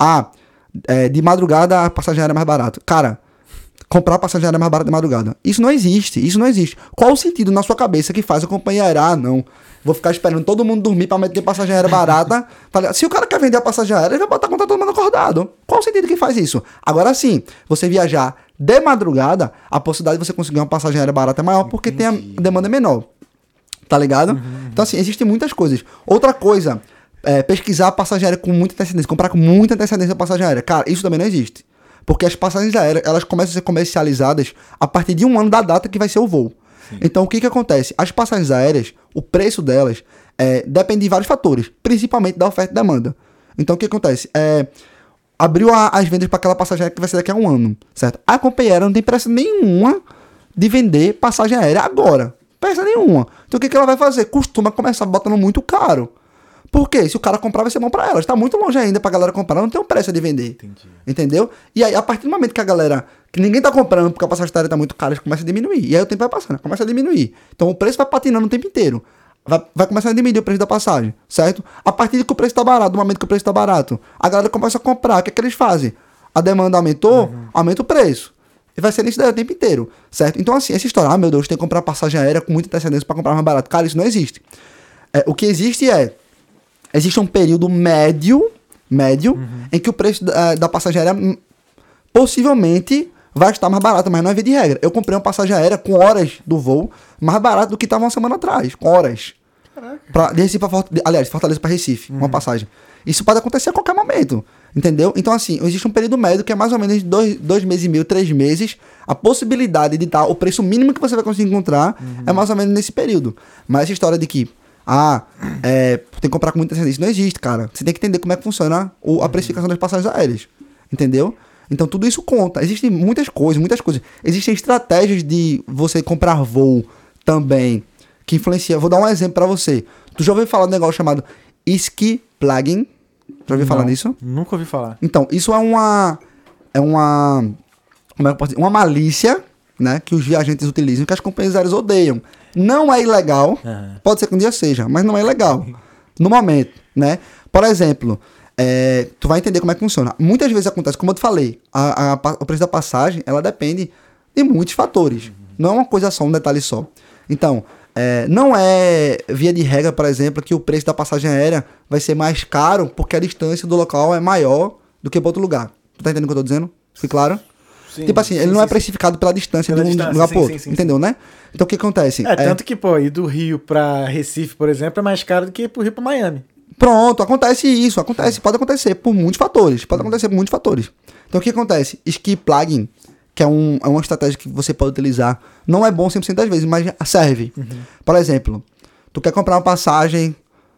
de madrugada a passagem aérea é mais barato. Cara... Comprar passagem aérea mais barata de madrugada. Isso não existe. Qual o sentido na sua cabeça que faz a companhia aérea? Não. Vou ficar esperando todo mundo dormir pra meter passagem aérea barata. Se o cara quer vender a passagem aérea, ele vai botar conta todo mundo acordado. Qual o sentido que faz isso? Agora sim, você viajar de madrugada, a possibilidade de você conseguir uma passagem aérea barata é maior porque tem a demanda menor. Tá ligado? Então assim, existem muitas coisas. Outra coisa, pesquisar a passagem aérea com muita antecedência. Comprar com muita antecedência a passagem aérea. Cara, isso também não existe. Porque as passagens aéreas, elas começam a ser comercializadas a partir de um ano da data que vai ser o voo. Sim. Então, o que acontece? As passagens aéreas, o preço delas depende de vários fatores, principalmente da oferta e demanda. Então, o que acontece? Abriu as vendas para aquela passagem aérea que vai ser daqui a um ano, certo? A companhia aérea não tem pressa nenhuma de vender passagem aérea agora. Pressa nenhuma. Então, o que ela vai fazer? Costuma começar botando muito caro. Por quê? Se o cara comprar, vai ser bom pra ela. Está muito longe ainda pra galera comprar. Não tem pressa de vender. Entendi. Entendeu? E aí, a partir do momento que a galera... Que ninguém tá comprando porque a passagem aérea tá muito cara, começa a diminuir. E aí o tempo vai passando. Começa a diminuir. Então o preço vai patinando o tempo inteiro. Vai começar a diminuir o preço da passagem. Certo? A partir de que o preço tá barato, do momento que o preço tá barato, a galera começa a comprar. O que é que eles fazem? A demanda aumentou, aumenta o preço. E vai ser nisso daí o tempo inteiro. Certo? Então assim, essa história... meu Deus, tem que comprar passagem aérea com muita antecedência pra comprar mais barato. Cara, isso não existe. O que existe existe um período médio em que o preço da passagem aérea possivelmente vai estar mais barato, mas não é via de regra. Eu comprei uma passagem aérea com horas do voo mais barato do que estava uma semana atrás, com horas. De Recife aliás, Fortaleza para Recife, uma passagem. Isso pode acontecer a qualquer momento, entendeu? Então, assim, existe um período médio que é mais ou menos 2 meses e meio, 3 meses. A possibilidade de dar o preço mínimo que você vai conseguir encontrar é mais ou menos nesse período. Mas essa história de que tem que comprar com muita antecedência. Não existe, cara. Você tem que entender como é que funciona a precificação das passagens aéreas. Entendeu? Então tudo isso conta. Existem muitas coisas. Existem estratégias de você comprar voo também que influencia. Vou dar um exemplo pra você. Tu já ouviu falar de um negócio chamado Ski Plugin? Já ouviu falar nisso? Nunca ouvi falar. Então, isso é uma como é que eu posso dizer? Uma malícia né, que os viajantes utilizam, que as companhias aéreas odeiam. Não é ilegal, pode ser que um dia seja, mas não é ilegal no momento, né? Por exemplo, tu vai entender como é que funciona. Muitas vezes acontece, como eu te falei, o preço da passagem, ela depende de muitos fatores. Não é uma coisa só, um detalhe só. Então, não é via de regra, por exemplo, que o preço da passagem aérea vai ser mais caro porque a distância do local é maior do que para outro lugar. Tu tá entendendo o que eu tô dizendo? Foi claro? Sim, Tipo assim, ele não é precificado pela distância de um lugar pro outro. Entendeu, né? Então o que acontece? Tanto que, pô, ir do Rio pra Recife, por exemplo, é mais caro do que ir pro Rio pra Miami. Pronto, acontece isso. Pode acontecer por muitos fatores. Então o que acontece? Ski plugin, que é uma estratégia que você pode utilizar, não é bom 100% das vezes, mas serve. Por exemplo, tu quer comprar uma passagem,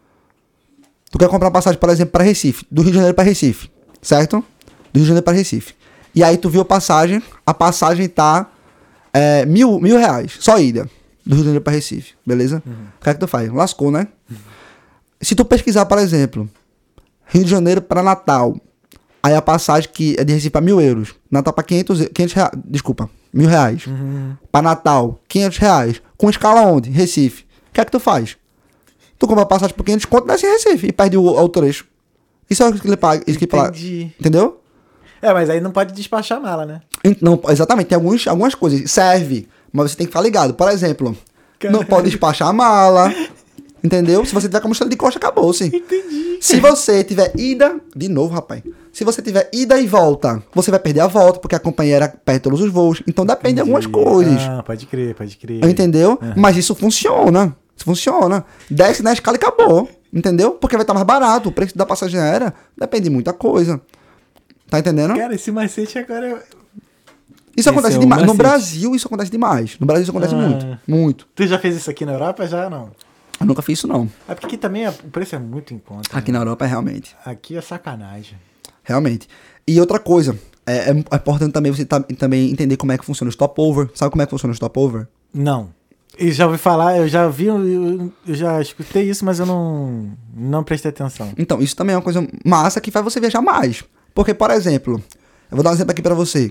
por exemplo, para Recife, do Rio de Janeiro para Recife, certo? Do Rio de Janeiro para Recife. E aí tu viu a passagem tá R$1.000, só ida, do Rio de Janeiro para Recife, beleza? O que é que tu faz? Lascou, né? Se tu pesquisar, por exemplo, Rio de Janeiro para Natal, aí a passagem que é de Recife para €1.000, Natal para 500 reais, desculpa, R$1.000. Para Natal, R$500, com escala onde? Recife. O que é que tu faz? Tu compra a passagem por 500 conto, desce em Recife e perde o trecho. Isso é o que ele paga. Entendi. Entendeu? Mas aí não pode despachar mala, né? Não, exatamente, tem algumas coisas. Serve, mas você tem que ficar ligado. Por exemplo, não pode despachar a mala. Entendeu? Se você tiver com a mochila de costa, acabou-se. Entendi. Se você tiver ida... De novo, rapaz. Se você tiver ida e volta, você vai perder a volta, porque a companheira perde todos os voos. Então depende de algumas coisas. Pode crer. Entendeu? Mas isso funciona. Desce na escala e acabou. Entendeu? Porque vai estar mais barato. O preço da passagem aérea depende de muita coisa. Tá entendendo? Cara, esse macete agora... Isso acontece demais. No Brasil, isso acontece demais. No Brasil, isso acontece muito. Tu já fez isso aqui na Europa? Já não? Eu nunca fiz isso, não. Porque aqui também o preço é muito em conta. Aqui na Europa, realmente. Aqui é sacanagem. Realmente. E outra coisa, é importante também você também entender como é que funciona o stopover. Sabe como é que funciona o stopover? Não. Eu já ouvi falar, eu já vi, eu já escutei isso, mas eu não prestei atenção. Então, isso também é uma coisa massa que faz você viajar mais. Porque, por exemplo, eu vou dar um exemplo aqui pra você.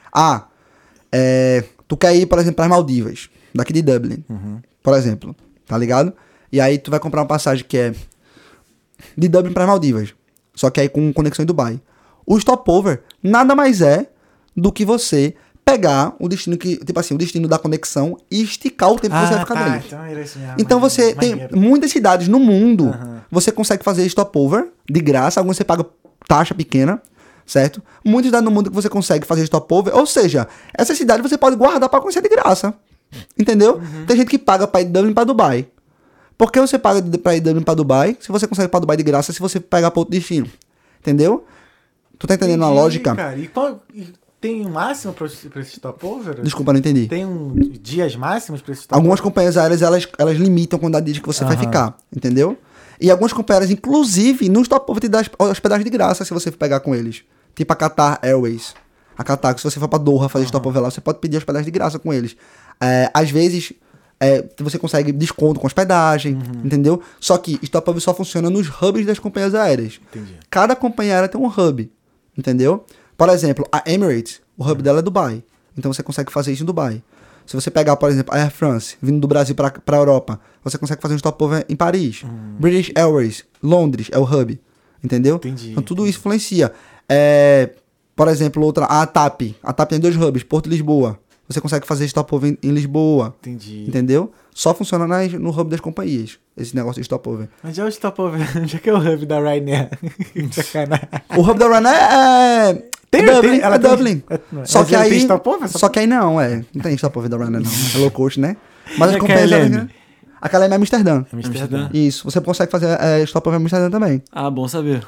Tu quer ir, por exemplo, para as Maldivas, daqui de Dublin, por exemplo, tá ligado? E aí tu vai comprar uma passagem que é de Dublin para as Maldivas, só que aí com conexão em Dubai. O stopover nada mais é do que você pegar o destino o destino da conexão e esticar o tempo que você vai ficar dele. Então era isso mesmo. Então você tem muitas cidades no mundo, você consegue fazer stopover de graça, alguns você paga taxa pequena, certo? Muitas cidades no mundo que você consegue fazer stopover, ou seja, essa cidade você pode guardar para conhecer de graça, entendeu? Tem gente que paga para ir de Dublin para Dubai. Por que você paga para ir de Dublin para Dubai se você consegue para Dubai de graça se você pegar para outro destino? Entendeu? Tu tá entendendo a lógica? Cara. E tem um máximo para esse stopover? Desculpa, não entendi. Tem dias máximos para esse stopover? Algumas companhias aéreas, elas limitam a quantidade de dias que você vai ficar, entendeu? E algumas companhias, inclusive, no stopover te dá hospedagem de graça se você for pegar com eles. Tipo a Qatar Airways. A Qatar, se você for pra Doha fazer stopover lá, você pode pedir hospedagem de graça com eles. Às vezes, você consegue desconto com hospedagem, entendeu? Só que stopover só funciona nos hubs das companhias aéreas. Entendi. Cada companhia aérea tem um hub, entendeu? Por exemplo, a Emirates, o hub dela é Dubai. Então você consegue fazer isso em Dubai. Se você pegar, por exemplo, a Air France, vindo do Brasil pra Europa, você consegue fazer um stopover em Paris. British Airways, Londres é o hub, entendeu? Entendi. Então tudo isso influencia. Por exemplo, a TAP. A TAP tem 2 hubs, Porto e Lisboa. Você consegue fazer stopover em Lisboa. Entendi. Entendeu? Só funciona no hub das companhias, esse negócio de stopover. Mas já é o stopover, onde é que é o hub da Ryanair? Sacanagem. O hub da Ryanair é Dublin. Só que aí não tem stopover da Ryanair não. É low cost, né? Mas as companhias aéreas... Aquela é Amsterdã. Amsterdã. Isso. Você consegue fazer stopover em Amsterdã também. Ah, bom saber.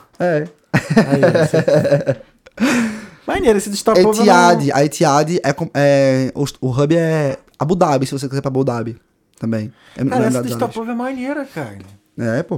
Maneiro, esse do stopover. A Etihad o hub é Abu Dhabi, se você quiser pra Abu Dhabi também. Cara, esse do stopover é maneira, cara. Pô.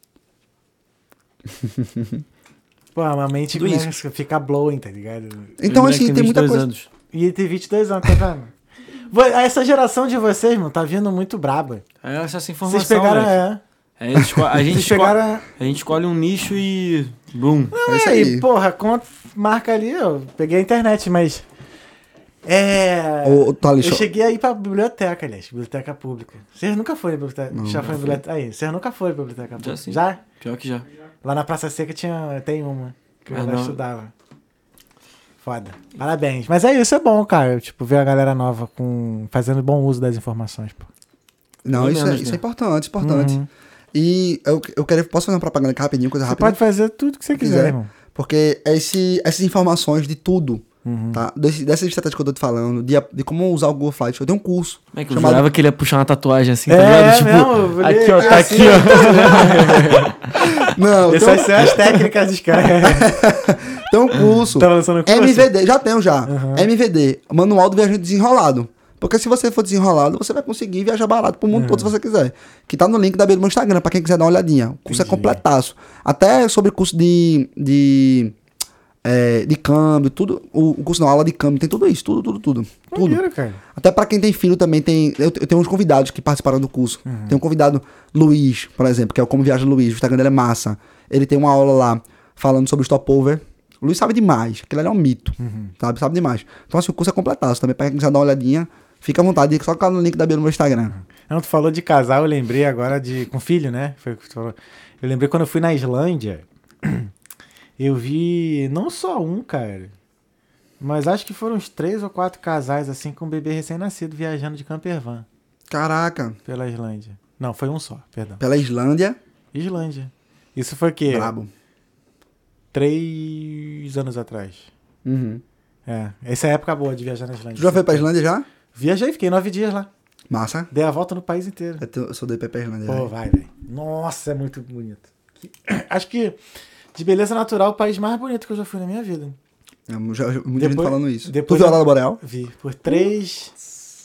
Pô, a mente fica blowing, tá ligado? Então, assim, tem muita coisa. Anos. E ele tem 22 anos, tá vendo? Essa geração de vocês, mano, tá vindo muito braba. Essa informação, vocês pegaram, a gente escolhe um nicho e... Boom. Não, aí, porra, marca ali, eu peguei a internet, mas... Ou tá ali Eu cheguei a ir pra biblioteca, aliás, biblioteca pública. Vocês nunca foram em biblioteca? Não, Já foi em biblioteca? Aí, vocês nunca foram em biblioteca pública? sim. Já? Pior que já. Lá na Praça Seca tem uma, que eu Ah, lá não. estudava. Foda. Parabéns. Mas é isso, é bom, cara. Tipo, ver a galera nova fazendo bom uso das informações, pô. Não, Pelo isso menos, é né? importante, importante. Uhum. E posso fazer uma propaganda aqui rapidinho, coisa Você rápida? pode fazer tudo que você quiser, irmão. Porque essas informações de tudo, Uhum. tá? Dessas estratégias que eu tô te falando, de como usar o Google Flights, eu tenho um curso. Como é que eu chamado- jurava que ele ia puxar uma tatuagem assim, tá É, ligado? Tipo, mesmo, eu falei, aqui, ó, tá assim, aqui, ó. Não, Essas são as técnicas dos caras. tem um curso. Tá lançando curso? MVD, já tenho já. Uhum. MVD, Manual do Viajante Desenrolado. Porque se você for desenrolado, você vai conseguir viajar barato pro mundo todo se você quiser. Que tá no link da bio do meu Instagram, pra quem quiser dar uma olhadinha. O curso é completaço. Até sobre curso de câmbio, tudo. O curso não, aula de câmbio, tem tudo isso, tudo. Maneiro, cara. Até pra quem tem filho também tem. Eu tenho uns convidados que participaram do curso. Tem um convidado, Luiz, por exemplo, que é o Como Viaja Luiz. O Instagram dele é massa. Ele tem uma aula lá falando sobre stopover. O Luiz sabe demais. Aquele ali é um mito. Sabe demais. Então, assim, o curso é completaço também. Pra quem quiser dar uma olhadinha, fica à vontade. Só clicar no link da bio no meu Instagram. Não, tu falou de casal, eu lembrei agora com filho, né? Foi o que tu falou. Eu lembrei quando eu fui na Islândia, eu vi não só um, cara, mas acho que foram uns 3 ou 4 casais, assim, com um bebê recém-nascido viajando de campervan Caraca. pela Islândia. Não, foi um só, perdão. Pela Islândia. Islândia. Isso foi o quê? Brabo. 3 anos atrás. Uhum. Essa é a época boa de viajar na Islândia. Tu já foi pra Islândia já? Viajei, fiquei 9 dias lá. Massa. Dei a volta no país inteiro. Eu sou doido pra ir pra Islândia. Pô, velho. vai, velho. Nossa, é muito bonito. Acho que de beleza natural, o país mais bonito que eu já fui na minha vida. Muita gente falando isso. Tu depois viu a Aurora Boreal? Vi. Por 3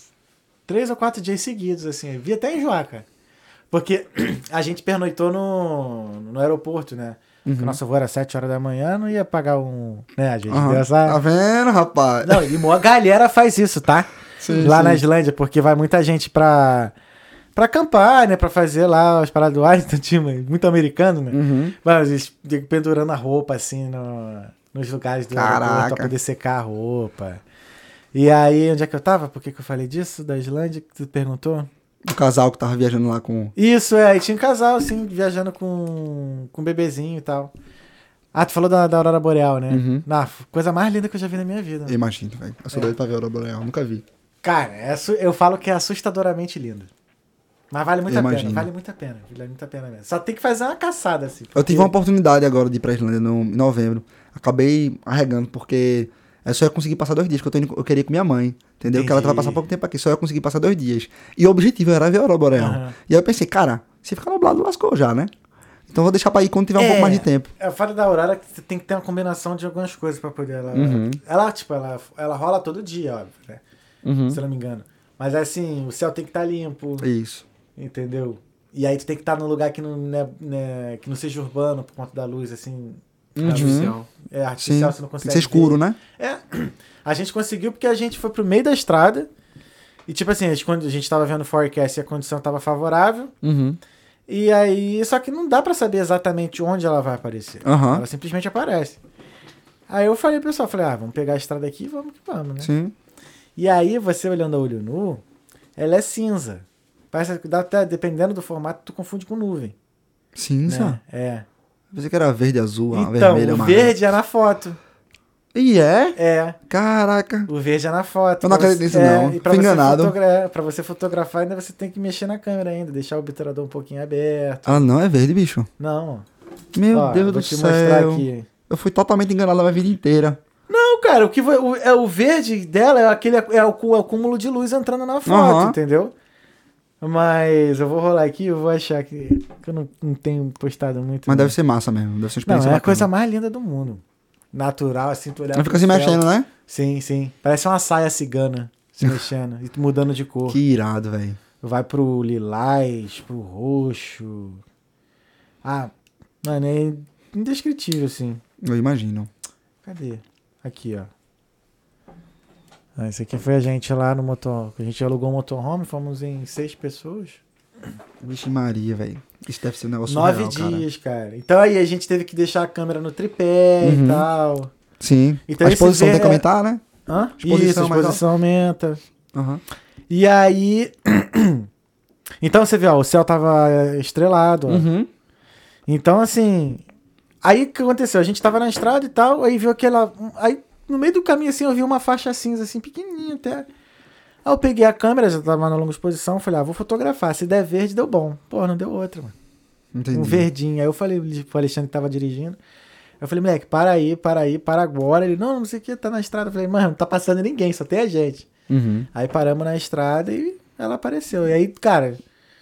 ou 4 dias seguidos, assim. Vi até enjoar, cara. Porque a gente pernoitou no aeroporto, né? Porque o nosso voo era 7 horas da manhã, não ia pagar um... Né, a gente deu essa... Tá vendo, rapaz? Não, e a galera faz isso, tá? Sim, lá sim. na Islândia, porque vai muita gente pra acampar, né? Pra fazer lá as paradas do Einstein, tinha muito americano, né? Uhum. Mas eles ficam pendurando a roupa, assim, nos lugares do aeroporto Caraca. pra poder secar a roupa. E aí, onde é que eu tava? Por que eu falei disso? Da Islândia, que tu perguntou? O casal que tava viajando lá com... Isso, aí tinha um casal, assim, viajando com um bebezinho e tal. Ah, tu falou da Aurora Boreal, né? Uhum. Coisa mais linda que eu já vi na minha vida. Eu imagino, velho. Eu sou doido pra ver a Aurora Boreal. Nunca vi. Cara, eu falo que é assustadoramente lindo. Mas vale muito Eu a pena, imagino. vale muito a pena. Vale muito a pena mesmo. Só tem que fazer uma caçada, assim. Eu tive uma oportunidade agora de ir pra Islândia em novembro. Acabei arregando, porque eu só ia conseguir passar 2 dias, que eu queria ir com minha mãe. Entendeu? Que ela Entendi. tava passando pouco tempo aqui, só ia conseguir passar 2 dias. E o objetivo era ver a Aurora Boreal. Aham. E aí eu pensei, cara, se ficar nublado, lascou já, né? Então eu vou deixar pra ir quando tiver um pouco mais de tempo. É, o fato da Aurora é que você tem que ter uma combinação de algumas coisas pra poder ela... Uhum. Ela rola todo dia, óbvio, né? Uhum. Se eu não me engano. Mas assim, o céu tem que estar limpo, Isso. entendeu? E aí tu tem que estar num lugar que não, que não seja urbano por conta da luz, assim... Artificial. É artificial, Sim. você não Tem consegue que ser escuro, né? É, a gente conseguiu porque a gente foi pro meio da estrada e tipo assim, quando a gente tava vendo o forecast e a condição tava favorável, Uhum. e aí, só que não dá pra saber exatamente onde ela vai aparecer. Aham. Ela simplesmente aparece. Aí eu falei pro pessoal, vamos pegar a estrada aqui e vamos que vamos, né? Sim. E aí, você olhando a olho nu, ela é cinza. Parece que até, dependendo do formato, tu confunde com nuvem. Cinza? Né? É. Pensei que era verde, azul, Então, vermelho, o amarelo. verde é na foto. E é? É. Caraca. O verde é na foto. Eu não Pra acredito nisso, você- não. e pra Fui você enganado. Pra você fotografar, ainda você tem que mexer na câmera ainda, deixar o obturador um pouquinho aberto. Ah, não, é verde, bicho. Não. Meu Ó, Deus vou do te mostrar céu. aqui. Eu fui totalmente enganado a minha vida inteira. Não, cara, o verde dela é o cúmulo de luz entrando na foto, Aham. entendeu? Mas eu vou rolar aqui, eu vou achar que eu não tenho postado muito. Mas não. deve ser massa mesmo. Deve ser uma Não, experiência é a bacana. coisa mais linda do mundo. Natural, assim, tu olhar Ela fica pro se céu. mexendo, né? Sim, sim. Parece uma saia cigana se mexendo e mudando de cor. Que irado, velho. Vai pro lilás, pro roxo. Ah, mano, é indescritível, assim. Eu imagino. Cadê? Aqui, ó. Ah, esse aqui foi a gente lá no motor. A gente alugou um motorhome, fomos em 6 pessoas. Vixe Maria, velho. Isso deve ser um negócio 9 surreal, cara. dias, cara. Então aí a gente teve que deixar a câmera no tripé Uhum. e tal. Sim. Então a esse exposição ver- tem que aumentar, né? Hã? Exposição, Isso, a exposição aumenta. Aham. E aí... Então você vê, ó, o céu tava estrelado, ó. Uhum. Então, assim... Aí o que aconteceu? A gente tava na estrada e tal, aí viu aquela... Aí no meio do caminho, assim, eu vi uma faixa cinza, assim, pequenininha até. Aí eu peguei a câmera, já tava na longa exposição, falei, vou fotografar. Se der verde, deu bom. Pô, não deu outra, mano. Entendi. Um verdinho. Aí eu falei pro Alexandre que tava dirigindo. Eu falei, moleque, para aí, para agora. Ele, não sei o que, tá na estrada. Eu falei, mano, não tá passando ninguém, só tem a gente. Uhum. Aí paramos na estrada e ela apareceu. E aí, cara...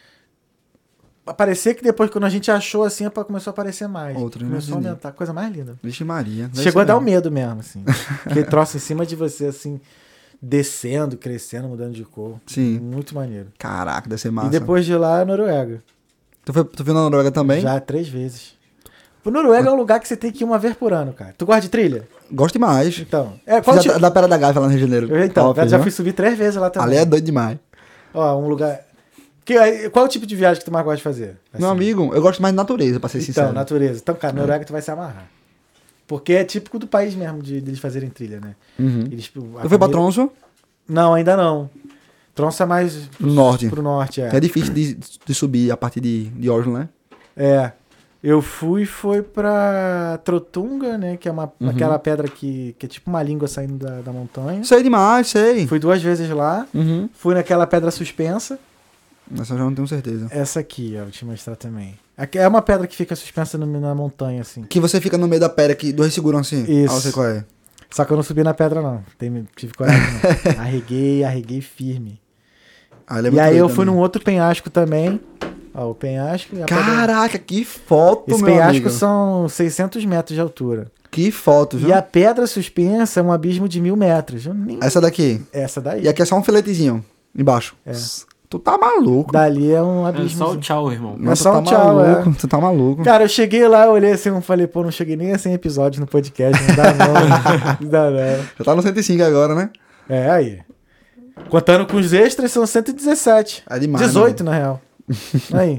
Aparecer que depois, quando a gente achou assim, começou a aparecer mais. Outra, começou a entendi. aumentar. Coisa mais linda. Vixe Maria. Deve Chegou ser a dar um mesmo. medo mesmo, assim. Aquele troço em cima de você, assim, descendo, crescendo, mudando de cor. Sim. Muito maneiro. Caraca, deve ser massa. E depois de lá, a Noruega. Tu viu na Noruega também? Já 3 vezes. O Noruega é um lugar que você tem que ir uma vez por ano, cara. Tu gosta de trilha? Gosto demais. Então. Qual Fiz tipo... da Pedra da Gávea lá no Rio de Janeiro. Então, Top, já viu? fui subir 3 vezes lá também. Ali é doido demais. Ó, um lugar... Qual é o tipo de viagem que tu mais gosta de fazer? Meu amigo, eu gosto mais de natureza, pra ser Então, sincero. natureza. Então, cara, Noruega tu vai se amarrar. Porque é típico do país mesmo, de eles fazerem trilha, né? Uhum. Eles, Tu foi pra Tromsø? Não, ainda não. Tromsø é mais No norte. pro norte, É difícil de subir a partir de Oslo, né? É. Eu foi pra Trotunga, né? Que é aquela pedra que é tipo uma língua saindo da montanha. Sei demais, sei. Fui 2 vezes lá. Uhum. Fui naquela pedra suspensa. Essa eu já não tenho certeza. Essa aqui, ó, vou te mostrar também. Aqui é uma pedra que fica suspensa na montanha, assim. Que você fica no meio da pedra que dois seguram assim. Isso. Ah, eu sei qual é. Só que eu não subi na pedra, não. Tive coragem, não. Arreguei firme. Ah, ele é E muito aí doido eu fui também. num outro penhasco também. Ó, o penhasco. E a pedra... Caraca, que foto, Esse meu penhasco amigo. são 600 metros de altura. Que foto, viu? E a pedra suspensa é um abismo de 1000 metros. Eu nem... Essa daqui. Essa daí. E aqui é só um filetezinho embaixo. É. Tu tá maluco. Dali é um É abismo. só o tchau, irmão. É só tu um tá tchau, maluco. é. Tu tá maluco. Cara, eu cheguei lá, eu olhei assim, eu falei, pô, não cheguei nem a 100 episódios no podcast, não dá não. Não dá não. Já tá no 105 agora, né? É, aí. Contando com os extras, são 117. É demais. 18, na real. Aí.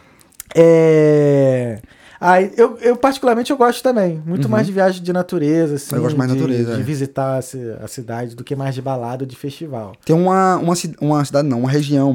Aí, eu particularmente eu gosto também. Muito mais de viagem de natureza, assim. Eu gosto mais de natureza, De é. visitar a cidade do que mais de balada ou de festival. Tem uma cidade, não, uma região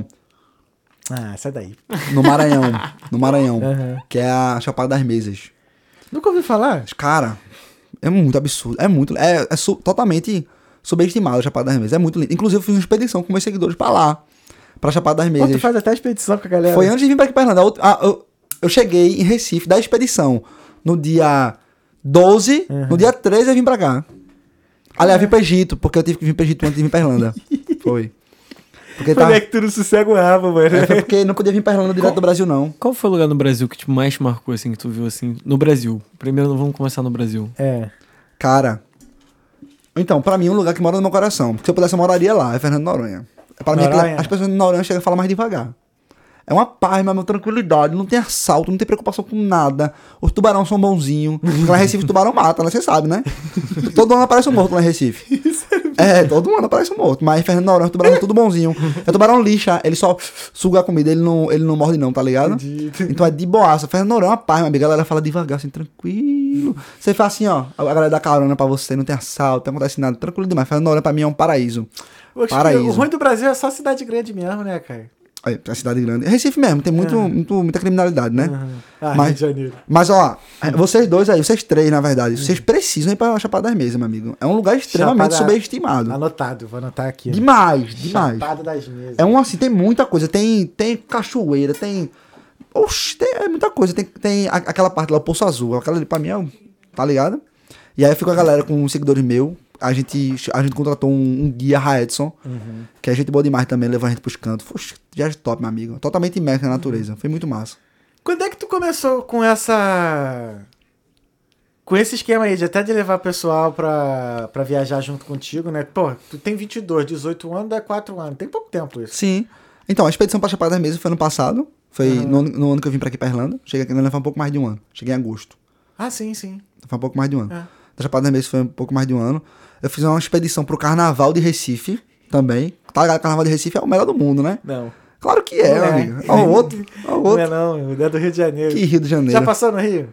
Ah, sai daí. no Maranhão. No Maranhão. Aham. Que é a Chapada das Mesas. Nunca ouvi falar? Cara, é muito absurdo. É muito. Totalmente subestimado a Chapada das Mesas. É muito lindo. Inclusive, eu fiz uma expedição com meus seguidores pra lá. Pra Chapada das Pô, tu Mesas. faz até expedição com a galera. Foi antes de vir pra aqui pra Irlanda. Eu cheguei em Recife da expedição no dia 12. No dia 13 eu vim pra cá. Aliás, eu vim pro Egito, porque eu tive que vir pro Egito antes de vir pra Irlanda. Foi. Porque Como tá. é que tu não sossega o rabo, mano? Foi porque não podia vir pra Irlanda direto do Brasil, não. Qual foi o lugar no Brasil que tipo, mais te marcou, assim, que tu viu, assim, no Brasil? Primeiro, vamos começar no Brasil. É. Cara. Então, pra mim, um lugar que mora no meu coração. Porque se eu pudesse, eu moraria lá. É Fernando de Noronha. Pra mim, Noronha? as pessoas de Noronha chegam a falar mais devagar. É uma paz, mas uma tranquilidade. Não tem assalto, não tem preocupação com nada. Os tubarões são bonzinhos. Lá em Recife, o tubarão mata, né? Você sabe, né? Todo ano aparece um morto lá em Recife. Todo ano aparece um morto. Mas em Fernando de Noronha, o tubarão é tudo bonzinho. O tubarão lixa, ele só suga a comida, ele não morde não, tá ligado? Entendi. Então é de boaça. Fernando de Noronha é uma paz, minha amiga. A galera fala devagar, assim, tranquilo. Você fala assim, ó, a galera dá carona pra você, não tem assalto, não acontece nada. Tranquilo demais. Fernando de Noronha pra mim é um paraíso. O ruim do Brasil é só cidade grande mesmo, né, cara? É cidade grande. Recife mesmo, tem muita criminalidade, né? Ah, Mas- Rio de Janeiro. Mas, ó, vocês dois aí, vocês três, na verdade, vocês precisam ir pra Chapada das Mesas, meu amigo. É um lugar extremamente Chapada- subestimado. Anotado, vou anotar aqui. Demais. Chapada das Mesas. É um assim, tem muita coisa. Tem cachoeira, tem. Oxi, é muita coisa. Tem aquela parte lá, o Poço Azul. Aquela ali pra mim é. Tá ligado? E aí eu fico com a galera, com os seguidores meus. A gente contratou um guia, Edson, que é gente boa demais também, levou a gente pros cantos. Oxi, viagem top, meu amigo. Totalmente imerso na natureza. Foi muito massa. Quando é que tu começou com esse esquema aí de até de levar o pessoal pra viajar junto contigo, né? Pô, tu tem 22, 18 anos, dá 4 anos. Tem pouco tempo isso. Sim. Então, a expedição pra Chapada das Mesas foi ano passado. Foi no ano que eu vim pra aqui pra Irlanda. Cheguei aqui, não foi um pouco mais de um ano. Cheguei em agosto. Ah, sim, sim. Foi um pouco mais de um ano. É. Da Chapada das Mesas foi um pouco mais de um ano. Eu fiz uma expedição pro Carnaval de Recife também. Tá ligado? O Carnaval de Recife é o melhor do mundo, né? Não. Claro que é, Não meu é. amigo. Olha o outro. Olha o Não outro. é não, é do Rio de Janeiro. Que Rio de Janeiro. Já passou no Rio?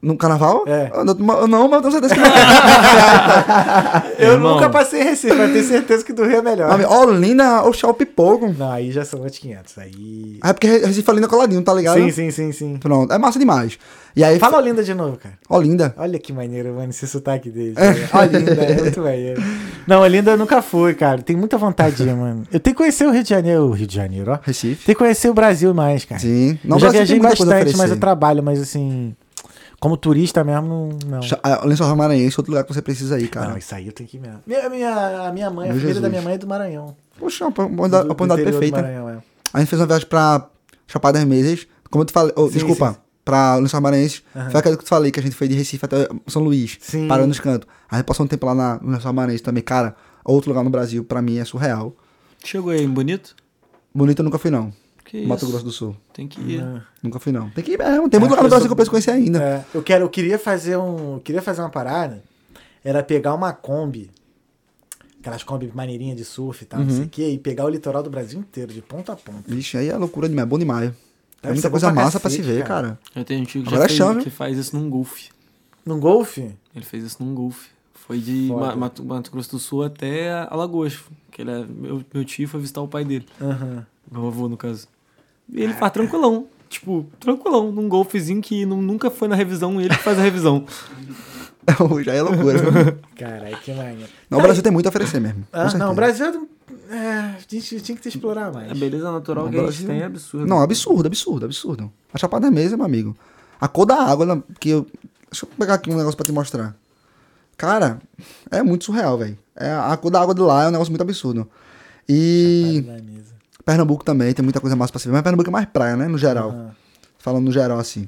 No carnaval? É. Não, mas eu tenho certeza que não. Eu Irmão. nunca passei em Recife, mas tenho certeza que do Rio é melhor. Amigo, Olinda, o chá, o pipoco. Não, aí já são outros 500. Aí. É porque Recife e Olinda é coladinho, tá ligado? Sim. Pronto, é massa demais. E aí, Fala Olinda de novo, cara. Olinda. Olha que maneiro, mano, esse sotaque dele. Olinda, é muito maneiro. Não, Olinda eu nunca fui, cara. Tenho muita vontade de ir, mano. Eu tenho que conhecer o Rio de Janeiro. O Rio de Janeiro, ó. Recife. Tem que conhecer o Brasil mais, cara. Sim. Eu já o Brasil viajei tem muita coisa a bastante, mas eu oferecer. trabalho, mas assim. Como turista mesmo, não. Lençóis Maranhense, outro lugar que você precisa ir, Não, cara. isso aí eu tenho que ir mesmo. A minha mãe, a Meu família da Jesus. minha mãe é do Maranhão. Poxa, uma Do oportunidade interior do perfeita. Maranhão, é. A gente fez uma viagem pra Chapada das Mesas. Como eu te falei. Sim, Desculpa. sim. Pra Lençóis Maranhenses. Aham. Foi aquilo que eu te falei, que a gente foi de Recife até São Luís. Sim. Parando nos cantos. A gente passou um tempo lá no Lençóis Maranhenses também. Cara, outro lugar no Brasil, pra mim, é surreal. Chegou aí, bonito? Bonito eu nunca fui, não. Que Mato isso? Grosso do Sul. Tem que ir. Nunca fui, não. Tem que ir mesmo. Tem muito lugar no eu Brasil sou- que eu penso conhecer ainda. É, eu queria fazer uma parada, era pegar uma Kombi, aquelas Kombi maneirinhas de surf e tal, não sei o quê, e pegar o litoral do Brasil inteiro, de ponta a ponta. Vixe, aí é loucura demais. É bom demais. É Deve muita ser coisa bom pra massa pra se cacete, ver, cara. cara. Eu tenho um tio que, Agora é chão, viu? que faz isso num Golfe. Num golfe? Ele fez isso num Golfe. Foi de Foda. Mato Grosso do Sul até Alagoas. Que ele é, meu tio foi visitar o pai dele. Aham. Meu avô, no caso. E ele faz tranquilão. Tipo, tranquilão. Num golfezinho que nunca foi na revisão. Ele que faz a revisão. Já é loucura. Caralho, que maneiro. Não, o Brasil tem muito a oferecer mesmo. Com certeza. Não, o Brasil a gente tinha que te explorar mais. A beleza natural No que a gente Brasil- tem é absurda. Não, absurdo. A Chapada Mesa, meu amigo. A cor da água, deixa eu pegar aqui um negócio pra te mostrar. Cara, é muito surreal, velho. A cor da água de lá é um negócio muito absurdo. E Chapada da mesa. Pernambuco também tem muita coisa massa pra se ver. Mas Pernambuco é mais praia, né? No geral. Aham. Falando no geral, assim.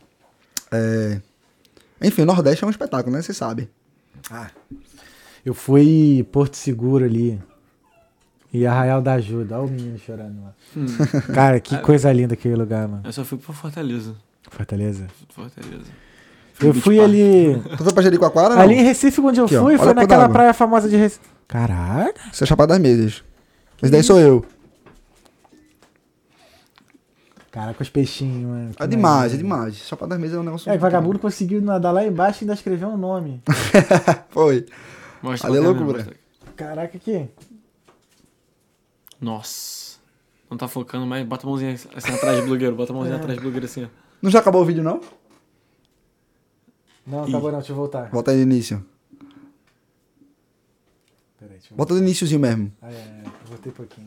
Enfim, o Nordeste é um espetáculo, né? Você sabe. Ah, eu fui Porto Seguro ali. E Arraial da Ajuda. Olha o menino chorando lá. Cara, que coisa linda aquele lugar, mano. Eu só fui pra Fortaleza. Fortaleza. Fortaleza. Eu Beach fui Park. ali. Tu foi pra Jericoacoara, não? Ali em Recife, onde eu Aqui, ó. fui, Olha foi a cor naquela d'água. praia famosa de Recife. Caraca. Isso é Chapada das Mesas. Esse daí sou eu. Caraca, os peixinhos, mano. É demais, é demais. Chapada das Mesas é um negócio... É, vagabundo conseguiu nadar lá embaixo e ainda escrever um nome. Foi. Mostra Ali é pra câmera, loucura. mostra. Caraca, aqui. Nossa. Não tá focando, mas bota a mãozinha assim atrás do blogueiro. Bota a mãozinha atrás do blogueiro assim, ó. Não já acabou o vídeo, não? Não, acabou não, deixa eu voltar. Volta aí do início. Peraí, deixa eu Bota do iníciozinho mesmo. eu voltei um pouquinho.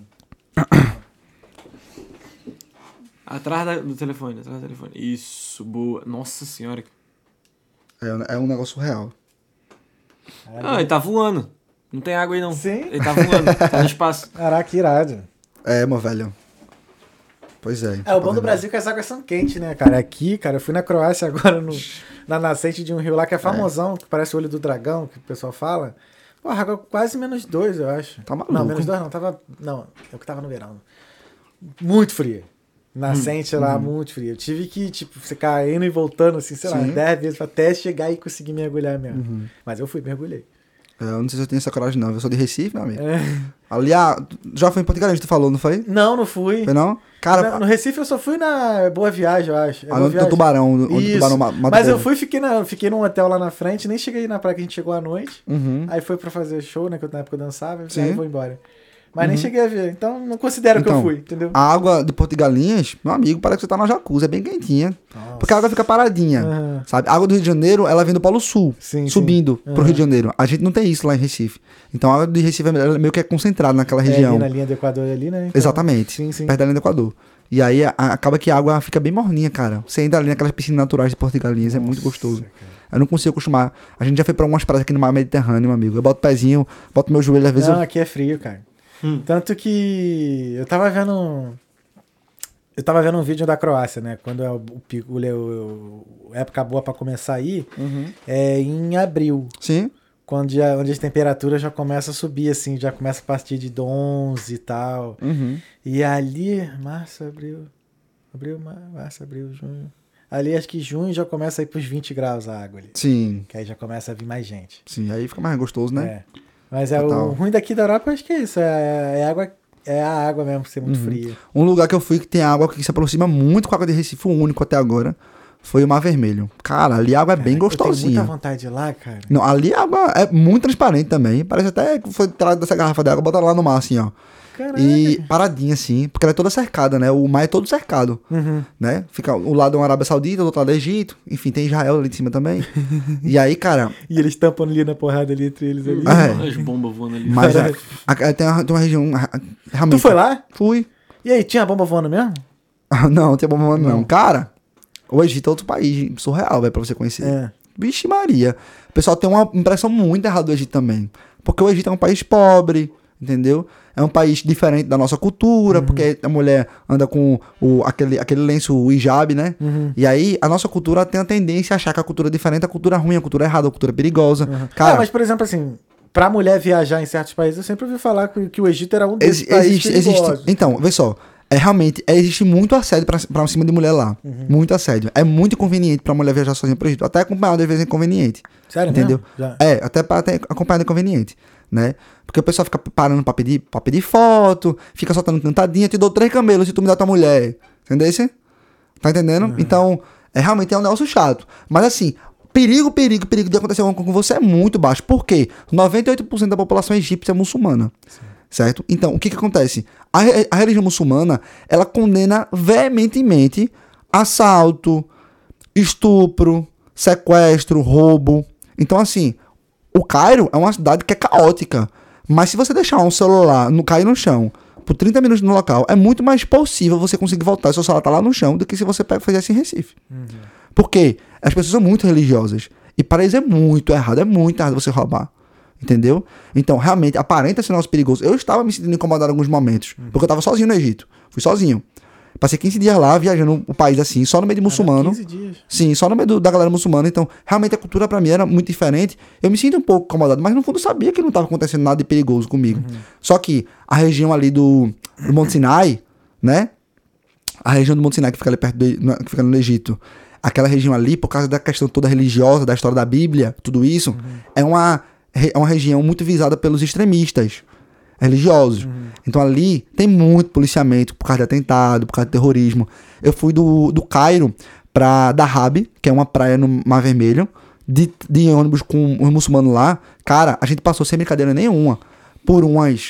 Atrás do telefone, atrás do telefone. Isso, boa. Nossa senhora. É um negócio surreal. Ah, ele tá voando. Não tem água aí não. Sim. Ele tá voando, tá no espaço. Caraca, irado. É, meu velho. Pois é. É, o bom do Brasil é que as águas são quentes, né, cara? Aqui, cara, eu fui na Croácia agora, na nascente de um rio lá que é famosão, que parece o olho do dragão, que o pessoal fala. Pô, água quase -2, eu acho. Tá maluco. Não, -2 não, tava... Não, eu que tava no verão. Muito fria. Nascente lá, muito fria. Eu tive que, tipo, ficar indo e voltando, assim, sei lá, Sim. 10 vezes até chegar e conseguir mergulhar mesmo. Mas eu fui, mergulhei. Eu não sei se eu tenho essa coragem, não. Eu sou de Recife, meu amigo. É. Ali, já foi em Ponte Grande, tu falou, não foi? Não fui. Foi não? Cara, No Recife eu só fui na Boa Viagem, eu acho. É Boa onde tem o Viagem. Tubarão, onde o Isso. Tubarão mata o Mas eu povo. fiquei num hotel lá na frente, nem cheguei na praia que a gente chegou à noite. Uhum. Aí foi pra fazer show, né? Que na época eu dançava, Sim. aí eu vou embora. Mas nem cheguei a ver, então não considero que eu Então, fui, entendeu? A água de Porto de Galinhas, meu amigo, parece que você tá na jacuzzi, é bem quentinha. Nossa. Porque a água fica paradinha, Aham. sabe? A água do Rio de Janeiro, ela vem do Polo Sul, Sim, subindo sim. pro Rio de Janeiro. A gente não tem isso lá em Recife. Então a água de Recife ela meio que é concentrada naquela É, região. ali na linha do Equador ali, né? Então, Exatamente. Sim, sim. Perto da linha do Equador. E aí acaba que a água fica bem morninha, cara. Você entra ali naquelas piscinas naturais de Porto de Galinhas, é muito gostoso. Cara. Eu não consigo acostumar. A gente já foi pra algumas praias aqui no mar Mediterrâneo, meu amigo. Eu boto o pezinho, boto meu joelho, às vezes Não, eu... aqui é frio, cara. Tanto que eu tava vendo um vídeo da Croácia, né? Quando é a época boa pra começar a ir, é em abril. Sim. Onde as temperaturas já começam a subir, assim, já começa a partir de 11 e tal. Uhum. E ali, março, abril, junho. Ali acho que junho já começa a ir pros 20 graus a água ali. Sim. Que aí já começa a vir mais gente. Sim, aí fica mais gostoso, né? É. Mas Total. o ruim daqui da Europa, acho que é isso. É a água mesmo, ser muito fria. Um lugar que eu fui que tem água que se aproxima muito com a água de Recife, o único até agora, foi o Mar Vermelho. Cara, ali a água é bem Eu tenho gostosinha. muita vontade de ir lá, cara. Não, ali a água é muito transparente também. Parece até que foi tirado dessa garrafa de água, botaram lá no mar, assim, ó. Caraca. E paradinha, assim, porque ela é toda cercada, né? O mar é todo cercado, né? Fica o lado da Arábia Saudita, do outro lado do Egito. Enfim, tem Israel ali de cima também. E aí, cara... E eles tampam ali na porrada ali entre eles ali. É, As bombas voando ali. mas tem uma região... Realmente, Tu foi lá? Fui. E aí, tinha bomba voando mesmo? Não, não tem bomba não. Cara, o Egito é outro país surreal, velho, pra você conhecer. É. Vixe Maria. O pessoal tem uma impressão muito errada do Egito também. Porque o Egito é um país pobre, entendeu? É um país diferente da nossa cultura, porque a mulher anda com aquele lenço, o hijab, né? E aí, a nossa cultura tem a tendência a achar que a cultura é diferente, a cultura é ruim, a cultura é errada, a cultura é perigosa. Cara, Mas, por exemplo, assim, pra mulher viajar em certos países, eu sempre ouvi falar que o Egito era um desses países perigosos. Então, vê só. Realmente, existe muito assédio pra cima de mulher lá. Muito assédio. É muito inconveniente pra mulher viajar sozinha pro Egito. Até acompanhada, às vezes, é inconveniente. Sério Entendeu? mesmo? Já. Até pra ter acompanhado é inconveniente, né? Porque o pessoal fica parando pra pedir foto, fica soltando cantadinha, te dou 3 camelos se tu me dá tua mulher. Entendeu? Tá entendendo? Então, realmente é um negócio chato. Mas assim, perigo de acontecer alguma coisa com você é muito baixo. Por quê? 98% da população egípcia é muçulmana. Sim. Certo? Então, o que acontece? A religião muçulmana, ela condena veementemente assalto, estupro, sequestro, roubo. Então, assim, o Cairo é uma cidade que é caótica. Mas se você deixar um celular cair no chão por 30 minutos no local, é muito mais possível você conseguir voltar e seu celular tá lá no chão do que se você fizesse em Recife. Porque as pessoas são muito religiosas. E para eles é muito errado você roubar. Entendeu? Então, realmente, aparenta ser um negócio perigoso. Eu estava me sentindo incomodado em alguns momentos. Porque eu estava sozinho no Egito. Fui sozinho. Passei 15 dias lá, viajando o país assim, só no meio de muçulmano. 15 dias. Sim, só no meio da galera muçulmana. Então, realmente, a cultura pra mim era muito diferente. Eu me sinto um pouco incomodado, mas no fundo eu sabia que não estava acontecendo nada de perigoso comigo. Só que a região ali do Monte Sinai, né? A região do Monte Sinai que fica ali perto que fica no Egito. Aquela região ali, por causa da questão toda religiosa, da história da Bíblia, tudo isso, é uma região muito visada pelos extremistas religiosos. Então ali tem muito policiamento por causa de atentado, por causa de terrorismo. Eu fui do Cairo pra Dahab, que é uma praia no Mar Vermelho, de ônibus com os muçulmanos lá. Cara, a gente passou sem brincadeira nenhuma por umas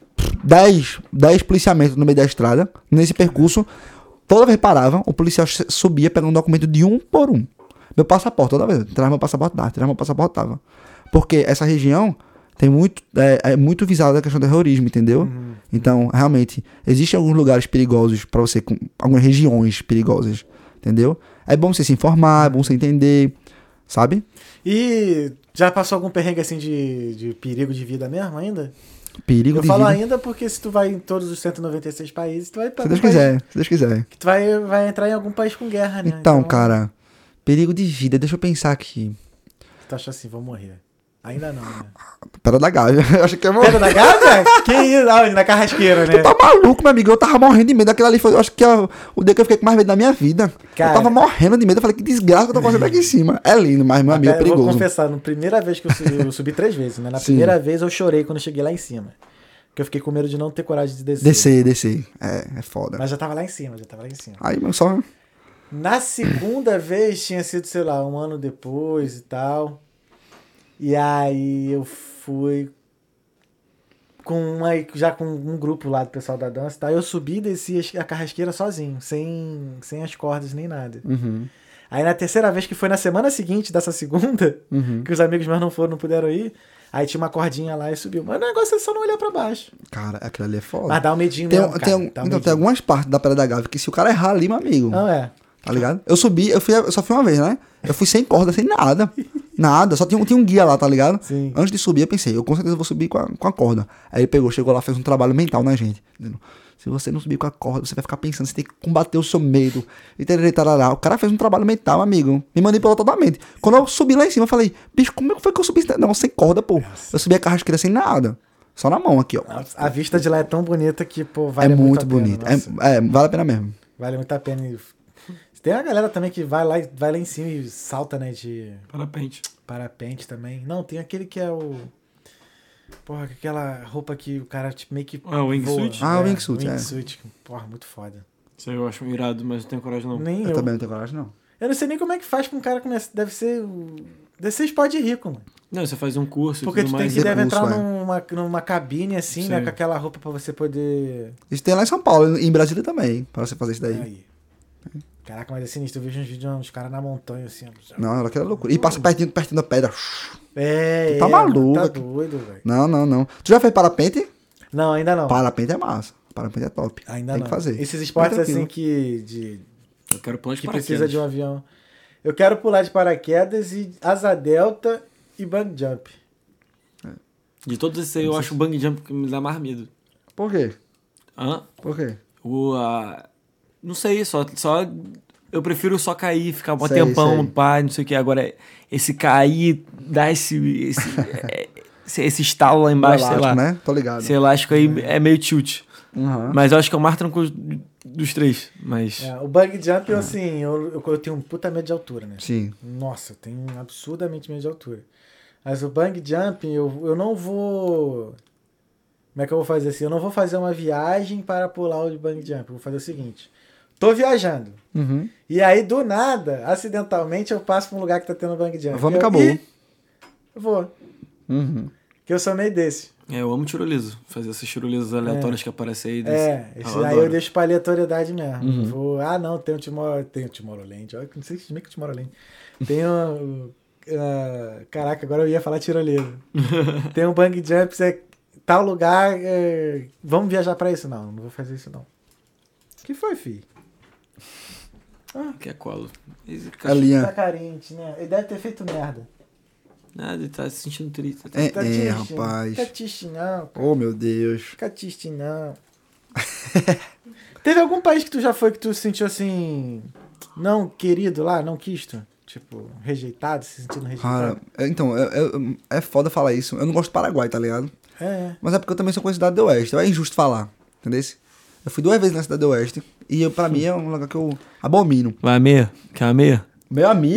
10 policiamentos no meio da estrada. Nesse percurso, toda vez paravam, o policial subia pegando um documento de um por um. Meu passaporte, toda vez. Traz meu passaporte, tava. Porque essa região tem é muito visada a questão do terrorismo, entendeu? Então, realmente, existem alguns lugares perigosos pra você, algumas regiões perigosas, entendeu? É bom você se informar, é bom você entender, sabe? E já passou algum perrengue assim de perigo de vida mesmo ainda? Perigo Eu de falo vida. ainda porque se tu vai em todos os 196 países, tu vai pra Se Deus algum país, quiser, se Deus quiser. que tu vai entrar em algum país com guerra, né? Então, cara, perigo de vida, deixa eu pensar aqui. Tu acha assim, vou morrer. Ainda não, né? Pedra da Gávea, eu achei que ia morrer. Pedra da Gávea? Que isso? Ah, na carrasqueira, né? Tu tá maluco, meu amigo? Eu tava morrendo de medo. Aquilo ali foi, eu acho que o dia que eu fiquei com mais medo da minha vida. Cara, eu tava morrendo de medo. Eu falei, que desgraça que eu tô fazendo aqui em cima. É lindo, mas meu amigo é eu perigoso. vou confessar, na primeira vez que eu subi 3 vezes, né? Na Sim. primeira vez eu chorei quando eu cheguei lá em cima. Porque eu fiquei com medo de não ter coragem de descer. Descer. É foda. Mas já tava lá em cima. Aí, mas só... Na segunda vez tinha sido, sei lá, 1 ano depois e tal. E aí eu fui já com um grupo lá do pessoal da dança, tá? Eu subi e desci a carrasqueira sozinho, sem as cordas nem nada. Aí na terceira vez, que foi na semana seguinte dessa segunda, que os amigos meus não puderam ir, aí tinha uma cordinha lá e subiu. Mas o negócio é só não olhar pra baixo. Cara, aquilo ali é foda. Mas dá um medinho mesmo, cara. Tem algumas partes da Pedra da Gávea que se o cara errar ali, meu amigo... Não é. Tá ligado? Eu só fui uma vez, né? Eu fui sem corda, sem nada. Nada, só tinha um guia lá, tá ligado? Sim. Antes de subir, eu pensei, eu com certeza vou subir com a corda. Aí ele chegou lá, fez um trabalho mental na gente. Dizendo, se você não subir com a corda, você vai ficar pensando, você tem que combater o seu medo. E tarará. O cara fez um trabalho mental, amigo. Me manipulou totalmente. Quando eu subi lá em cima, eu falei, bicho, como é que foi que eu subi? Não, sem corda, pô. Eu subi a carrasqueira sem nada. Só na mão aqui, ó. A vista de lá é tão bonita que, pô, vale muito muito a pena. bonito. Nossa. Vale a pena mesmo. Vale muito a pena. Tem a galera também que vai lá em cima e salta, né, de parapente também. Não, tem aquele que é o... Porra, aquela roupa que o cara tipo, meio que o wingsuit? O wingsuit, wingsuit. Porra, muito foda. Isso aí eu acho irado, mas não tenho coragem não. Nem Eu eu. também não tenho coragem, não. Eu não sei nem como é que faz pra um cara começar. Deve ser esporte de rico, mano. Não, você faz um curso Porque e tudo tu tem mais. que deve Recurso, entrar numa cabine assim, né? Sim. Com aquela roupa pra você poder. Isso tem lá em São Paulo, e em Brasília também, pra você fazer isso daí. Aí. Caraca, mas é sinistro. Eu vejo uns vídeos de uns caras na montanha assim. Ó. Não, ela quer loucura. E passa pertinho da pedra. É, Tu tá maluco, Tá velho. doido, velho. Não. Tu já fez parapente? Não, ainda não. Parapente é massa. Parapente é top. Ainda tem não. que fazer. Esses esportes Bem assim tranquilo. Eu quero pular de que paraquedas. precisa de um avião. Eu quero pular de paraquedas e asa delta e bungee jump. De todos esses aí, eu acho o bungee jump que me dá mais medo. Por quê? Hã? Por quê? Não sei, só eu prefiro só cair, ficar um Sei, tempão, sei. pá, não sei o que. Agora, esse cair, dar esse estalo lá embaixo, sei Elástico, lá. né? Tô ligado. Esse elástico aí é meio tilt. Uhum. Mas eu acho que é o mais tranquilo dos três. Mas. O bungee jump, assim, eu tenho um puta medo de altura, né? Sim. Nossa, eu tenho absurdamente medo de altura. Mas o bungee jump, eu não vou... Como é que eu vou fazer assim? Eu não vou fazer uma viagem para pular o bungee jump. Eu vou fazer o seguinte. Tô viajando. Uhum. E aí, do nada, acidentalmente, eu passo pra um lugar que tá tendo bungee jump. Vamos, acabou. Eu vou. Uhum. Que eu sou meio desse. Eu amo tiroliso. Fazer essas tirolisos aleatórias que aparecem aí. Esse daí eu deixo pra aleatoriedade mesmo. Vou, não, tem o Tomorrowland. Olha, não sei se é que o Tomorrowland. Tem o... caraca, agora eu ia falar tirolesa. Tem um bungee jump, tal lugar, vamos viajar pra isso? Não vou fazer isso não. O que foi, filho? Que é colo. Esse A cachorro linha. Tá carente, né? Ele deve ter feito merda. nada, ele tá se sentindo triste. É, Tá triste, rapaz. Fica triste não, cara. Oh, meu Deus. Fica triste não. Teve algum país que tu já foi que tu se sentiu assim, não querido lá, não quisto? Tipo, rejeitado, se sentindo rejeitado? Cara, então, é foda falar isso. Eu não gosto do Paraguai, tá ligado? Mas é porque eu também sou com a Cidade do Oeste. É injusto falar, entendeu? Eu fui 2 vezes na Cidade do Oeste. E pra mim é um lugar que eu abomino. Vai, meia? Quer uma meia? Meu amigo!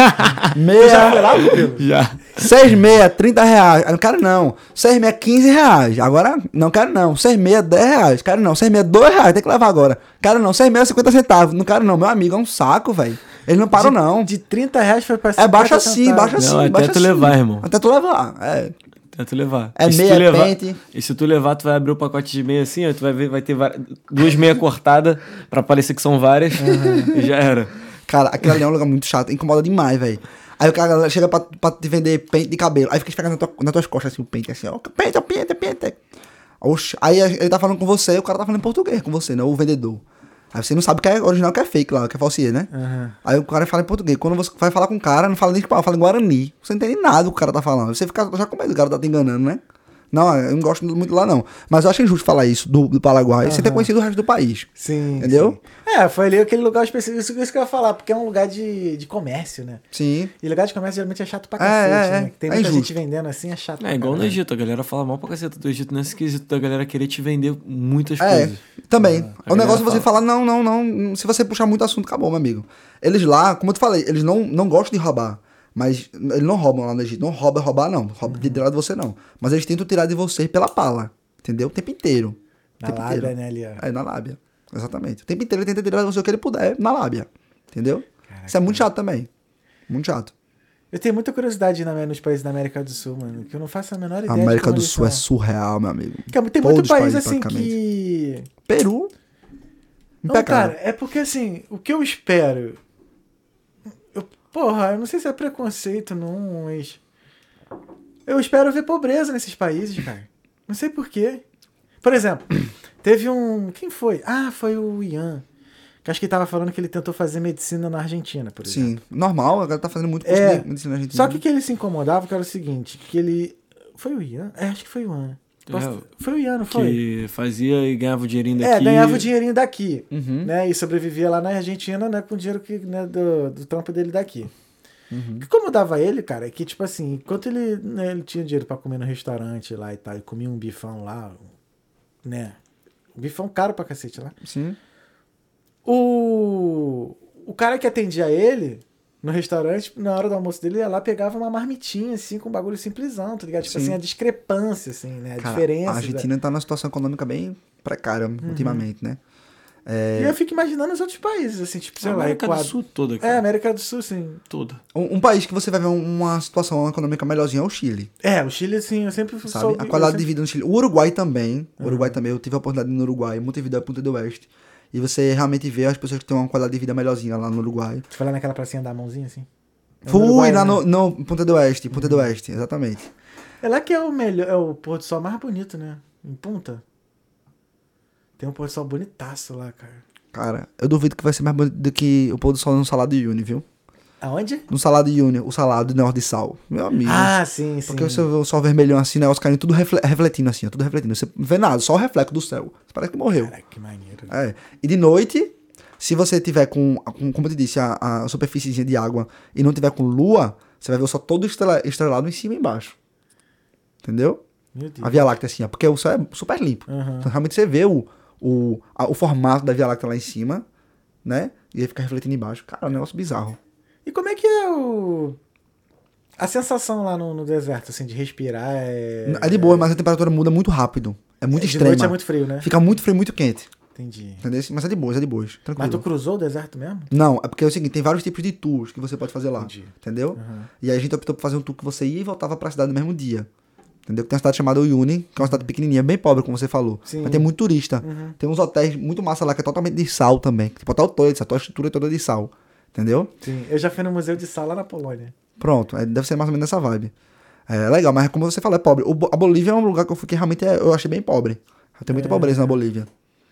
Já foi lá, Já. 6 meia, 30 reais. Eu não quero não. 6 meia, 15 reais. Agora, não quero não. 6 meia, 10 reais. Quero não. 6 meia, 2 reais. Tem que levar agora. Quero não. 6 meia, 50 centavos. Não quero não. Meu amigo, é um saco, velho. Eles não param não. De 30 reais foi pra 50 É baixo assim, centavos. baixo assim. Não, até baixo tu assim. levar, irmão. Até tu levar. É. Tenta levar. É E se meia, tu levar, pente. E se tu levar, tu vai abrir o pacote de meia assim, ó, tu vai ver, vai ter 2 meias cortadas pra parecer que são várias. E já era. Cara, aquele ali é um lugar muito chato. Incomoda demais, velho. Aí o cara chega pra te vender pente de cabelo. Aí fica esfregando nas tuas costas assim o pente. Assim, ó. Pente. Oxe. Aí ele tá falando com você e o cara tá falando em português com você, né? O vendedor. Aí você não sabe o que é original, o que é fake lá, o que é falsiê, né? Aí o cara fala em português. Quando você vai falar com o cara, não fala nem espanhol, fala em Guarani. Você não entende nada do que o cara tá falando. Você fica já com medo do cara tá te enganando, né? Não, eu não gosto muito lá, não. Mas eu acho injusto falar isso do Paraguai sem ter conhecido o resto do país. Sim. Entendeu? Sim. Foi ali aquele lugar específico. Isso que eu ia falar, porque é um lugar de comércio, né? Sim. E lugar de comércio geralmente é chato pra cacete, né? Tem muita injusto. gente vendendo assim, é chato. É igual no caralho. Egito, a galera fala mal pra caceta do Egito nesse quesito da galera querer te vender muitas É, coisas. também. A O negócio é galera você falar, não. Se você puxar muito assunto, acabou, meu amigo. Eles lá, como eu te falei, eles não gostam de roubar. Mas eles não roubam lá no Egito. Não roubar, não. Rouba de tirar de você, não. Mas eles tentam tirar de você pela pala. Entendeu? O tempo inteiro. O Na tempo lábia, inteiro. né, ali, ó. É, na lábia. Exatamente. O tempo inteiro ele tenta tirar de você o que ele puder na lábia. Entendeu? Caraca, isso é muito chato também. Muito chato. Eu tenho muita curiosidade nos países da América do Sul, mano. Que eu não faço a menor A ideia de América como do eles Sul é são. surreal, meu amigo. Tem muito Todos os país países, assim praticamente. que... Peru. Não, Impecável. cara, é porque assim, o que eu espero... eu não sei se é preconceito, não, mas... Eu espero ver pobreza nesses países, cara. Não sei porquê. Por exemplo, teve um... Quem foi? Foi o Ian. Que acho que ele tava falando que ele tentou fazer medicina na Argentina, por exemplo. Sim. Normal, a galera tá fazendo muito curso de medicina argentina. Só que ele se incomodava, que era o seguinte, que ele... Foi o Ian? Acho que foi o Ian. Foi o Ian, não foi? Que fazia e ganhava o dinheirinho daqui. Ganhava o dinheirinho daqui, Uhum. né? E sobrevivia lá na Argentina, né? Com o dinheiro que, né, do trampo dele daqui. Uhum. O que incomodava ele, cara, é que, tipo assim, enquanto ele tinha dinheiro pra comer no restaurante lá e tal, e comia um bifão lá, né? Um bifão caro pra cacete lá. Sim. O cara que atendia ele no restaurante, na hora do almoço dele, ia lá, pegava uma marmitinha, assim, com um bagulho simplesão, tá ligado? Tipo Sim. assim, a discrepância, assim, né? A Cara, diferença. a Argentina tá numa situação econômica bem precária ultimamente, né? E eu fico imaginando os outros países, assim, tipo, sei lá, América do Equador. Sul toda, cara. América do Sul, sim. Toda. Um país que você vai ver uma situação econômica melhorzinha é o Chile. O Chile, assim, eu sempre Sabe? soube... A qualidade de vida no Chile. O Uruguai também. Eu tive a oportunidade de ir no Uruguai, Montevideo é Punta do Oeste. E você realmente vê as pessoas que têm uma qualidade de vida melhorzinha lá no Uruguai. Tu foi lá naquela pracinha da mãozinha, assim? Fui Uruguai, lá né? no Punta do Oeste, Punta do Oeste, exatamente. É lá que é o melhor, é o pôr do sol mais bonito, né? Em Punta. Tem um pôr do sol bonitaço lá, cara. Cara, eu duvido que vai ser mais bonito do que o pôr do sol no Salado Uni, viu? Aonde? No Salado Uni, o salado de Norte de Sal. Meu amigo. Ah, sim, sim. Porque você vê o sol vermelhão assim, né? Os caindo tudo refletindo assim, ó, tudo refletindo. Você não vê nada, só o reflexo do céu. Você parece que morreu. Caraca, que maneiro. É. E de noite, se você tiver como eu te disse, a superfície de água e não tiver com lua, você vai ver o sol todo estrelado em cima e embaixo. Entendeu? Meu Deus. A Via Láctea assim, ó, porque o céu é super limpo. Uhum. Então realmente você vê o formato da Via Láctea lá em cima, né? E aí fica refletindo embaixo. Cara, é um negócio bizarro. E como é que é a sensação lá no deserto, assim, de respirar? É de boa, mas a temperatura muda muito rápido. É muito De extrema. noite é muito frio, né? Fica muito frio e muito quente. Entendi. Entendeu? Mas é de boas, Mas tranquilo. tu cruzou o deserto mesmo? Não, é porque é o seguinte, tem vários tipos de tours que você pode fazer lá. Entendi. Entendeu? Uhum. E aí a gente optou por fazer um tour que você ia e voltava pra cidade no mesmo dia. Entendeu? Que tem uma cidade chamada Uyuni, que é uma cidade pequenininha, bem pobre, como você falou. Sim. Mas tem muito turista. Uhum. Tem uns hotéis muito massa lá, que é totalmente de sal também. Tipo, hotel todo, a tua estrutura é toda de sal. Entendeu? Sim. Eu já fui no Museu de Sal lá na Polônia. Pronto, deve ser mais ou menos nessa vibe. É legal, mas como você falou, é pobre. A Bolívia é um lugar que eu fui que realmente eu achei bem pobre. Tem muita pobreza na Bolívia.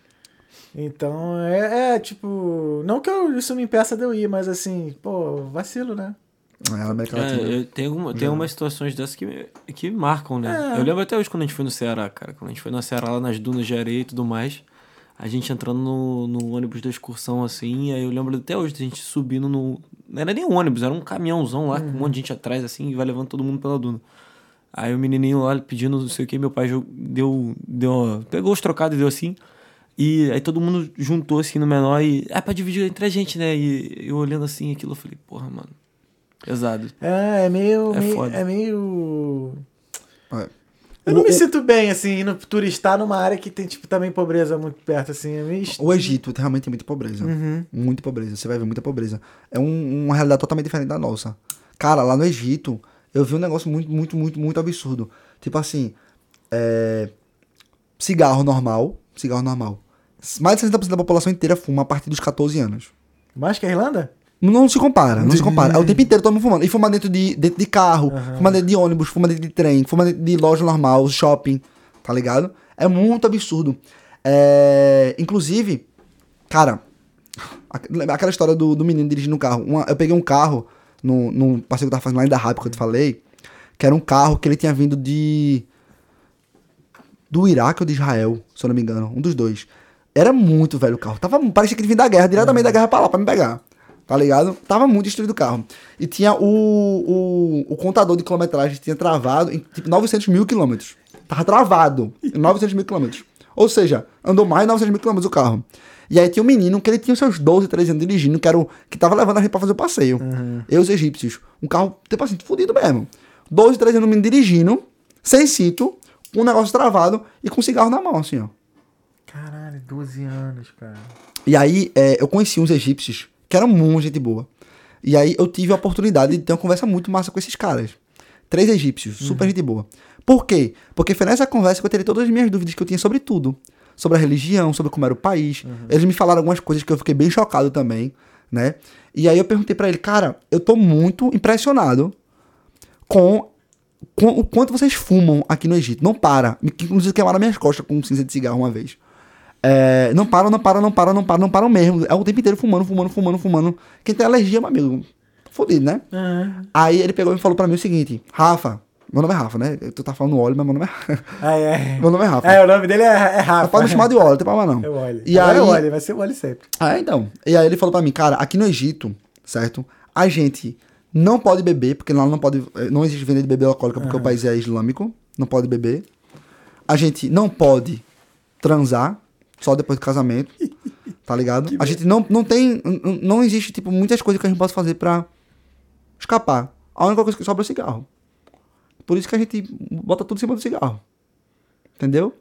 Então, tipo... Não que isso me impeça de eu ir, mas assim, pô, vacilo, né? É, a América Latina. Tem algumas situações dessas que marcam, né? Eu lembro até hoje quando a gente foi no Ceará, cara. Quando a gente foi no Ceará, lá nas dunas de areia e tudo mais. A gente entrando no ônibus da excursão, assim. Aí eu lembro até hoje da gente subindo no... Não era nem um ônibus, era um caminhãozão lá com um monte de gente atrás, assim. E vai levando todo mundo pela duna. Aí o menininho lá pedindo não sei o que. Meu pai pegou os trocados e deu assim. E aí todo mundo juntou assim no menor e... pra dividir entre a gente, né? E eu olhando assim aquilo, eu falei, porra, mano. Pesado. É meio... foda. É meio... É. Eu não me sinto bem, assim, indo turistar numa área que tem, tipo, também pobreza muito perto, assim. É meio... O Egito realmente tem muita pobreza. Muita pobreza. Você vai ver muita pobreza. É uma realidade totalmente diferente da nossa. Cara, lá no Egito, eu vi um negócio muito, muito, muito, muito absurdo. Tipo assim, cigarro normal. Mais de 60% da população inteira fuma a partir dos 14 anos. Mais que a Irlanda? Não se compara. É o tempo inteiro todo mundo fumando. E fuma dentro de carro, fuma dentro de ônibus, fuma dentro de trem, fuma dentro de loja normal, shopping, tá ligado? É muito absurdo. Inclusive, cara, aquela história do menino dirigindo um carro. Eu peguei um carro no passeio que eu tava fazendo lá em Dahab, que eu te falei, que era um carro que ele tinha vindo do Iraque ou de Israel, se eu não me engano, um dos dois. Era muito velho o carro. Parecia que ele vinha da guerra, diretamente da guerra pra lá, pra me pegar. Tá ligado? Tava muito destruído o carro. E tinha o contador de quilometragem tinha travado em tipo 900 mil quilômetros. Tava travado em 900 mil quilômetros. Ou seja, andou mais de 900 mil quilômetros o carro. E aí tinha um menino que ele tinha os seus 12, 13 anos dirigindo, que tava levando a gente pra fazer o passeio. Eu, os egípcios. Um carro, tipo assim, fudido mesmo. 12, 13 anos, um menino dirigindo, sem cinto, com um negócio travado e com um cigarro na mão, assim, ó. Caralho, 12 anos, cara. E aí, eu conheci uns egípcios que eram muito gente boa. E aí eu tive a oportunidade de ter uma conversa muito massa com esses caras. 3 egípcios, super gente boa. Por quê? Porque foi nessa conversa que eu terei todas as minhas dúvidas que eu tinha sobre tudo. Sobre a religião, sobre como era o país. Eles me falaram algumas coisas que eu fiquei bem chocado também, né? E aí eu perguntei pra ele, cara, eu tô muito impressionado com o quanto vocês fumam aqui no Egito. Não para. Inclusive queimaram minhas costas com cinza de cigarro uma vez. Não param mesmo. É o tempo inteiro fumando. Quem tem alergia, meu amigo, fodido, né? Aí ele pegou e falou pra mim o seguinte: Rafa, meu nome é Rafa, né? Tu tá falando óleo, mas meu nome é... Meu nome é Rafa. O nome dele é Rafa. Pode me chamar de óleo, não tem problema não. É o óleo. E aí... é o óleo, vai ser o óleo sempre. Então. E aí ele falou pra mim, cara, aqui no Egito, certo? A gente não pode beber, porque lá não existe venda de bebida alcoólica, porque o país é islâmico, não pode beber. A gente não pode transar, só depois do casamento, tá ligado? A gente não existe, tipo, muitas coisas que a gente pode fazer pra escapar. A única coisa que sobra é o cigarro. Por isso que a gente bota tudo em cima do cigarro. Entendeu?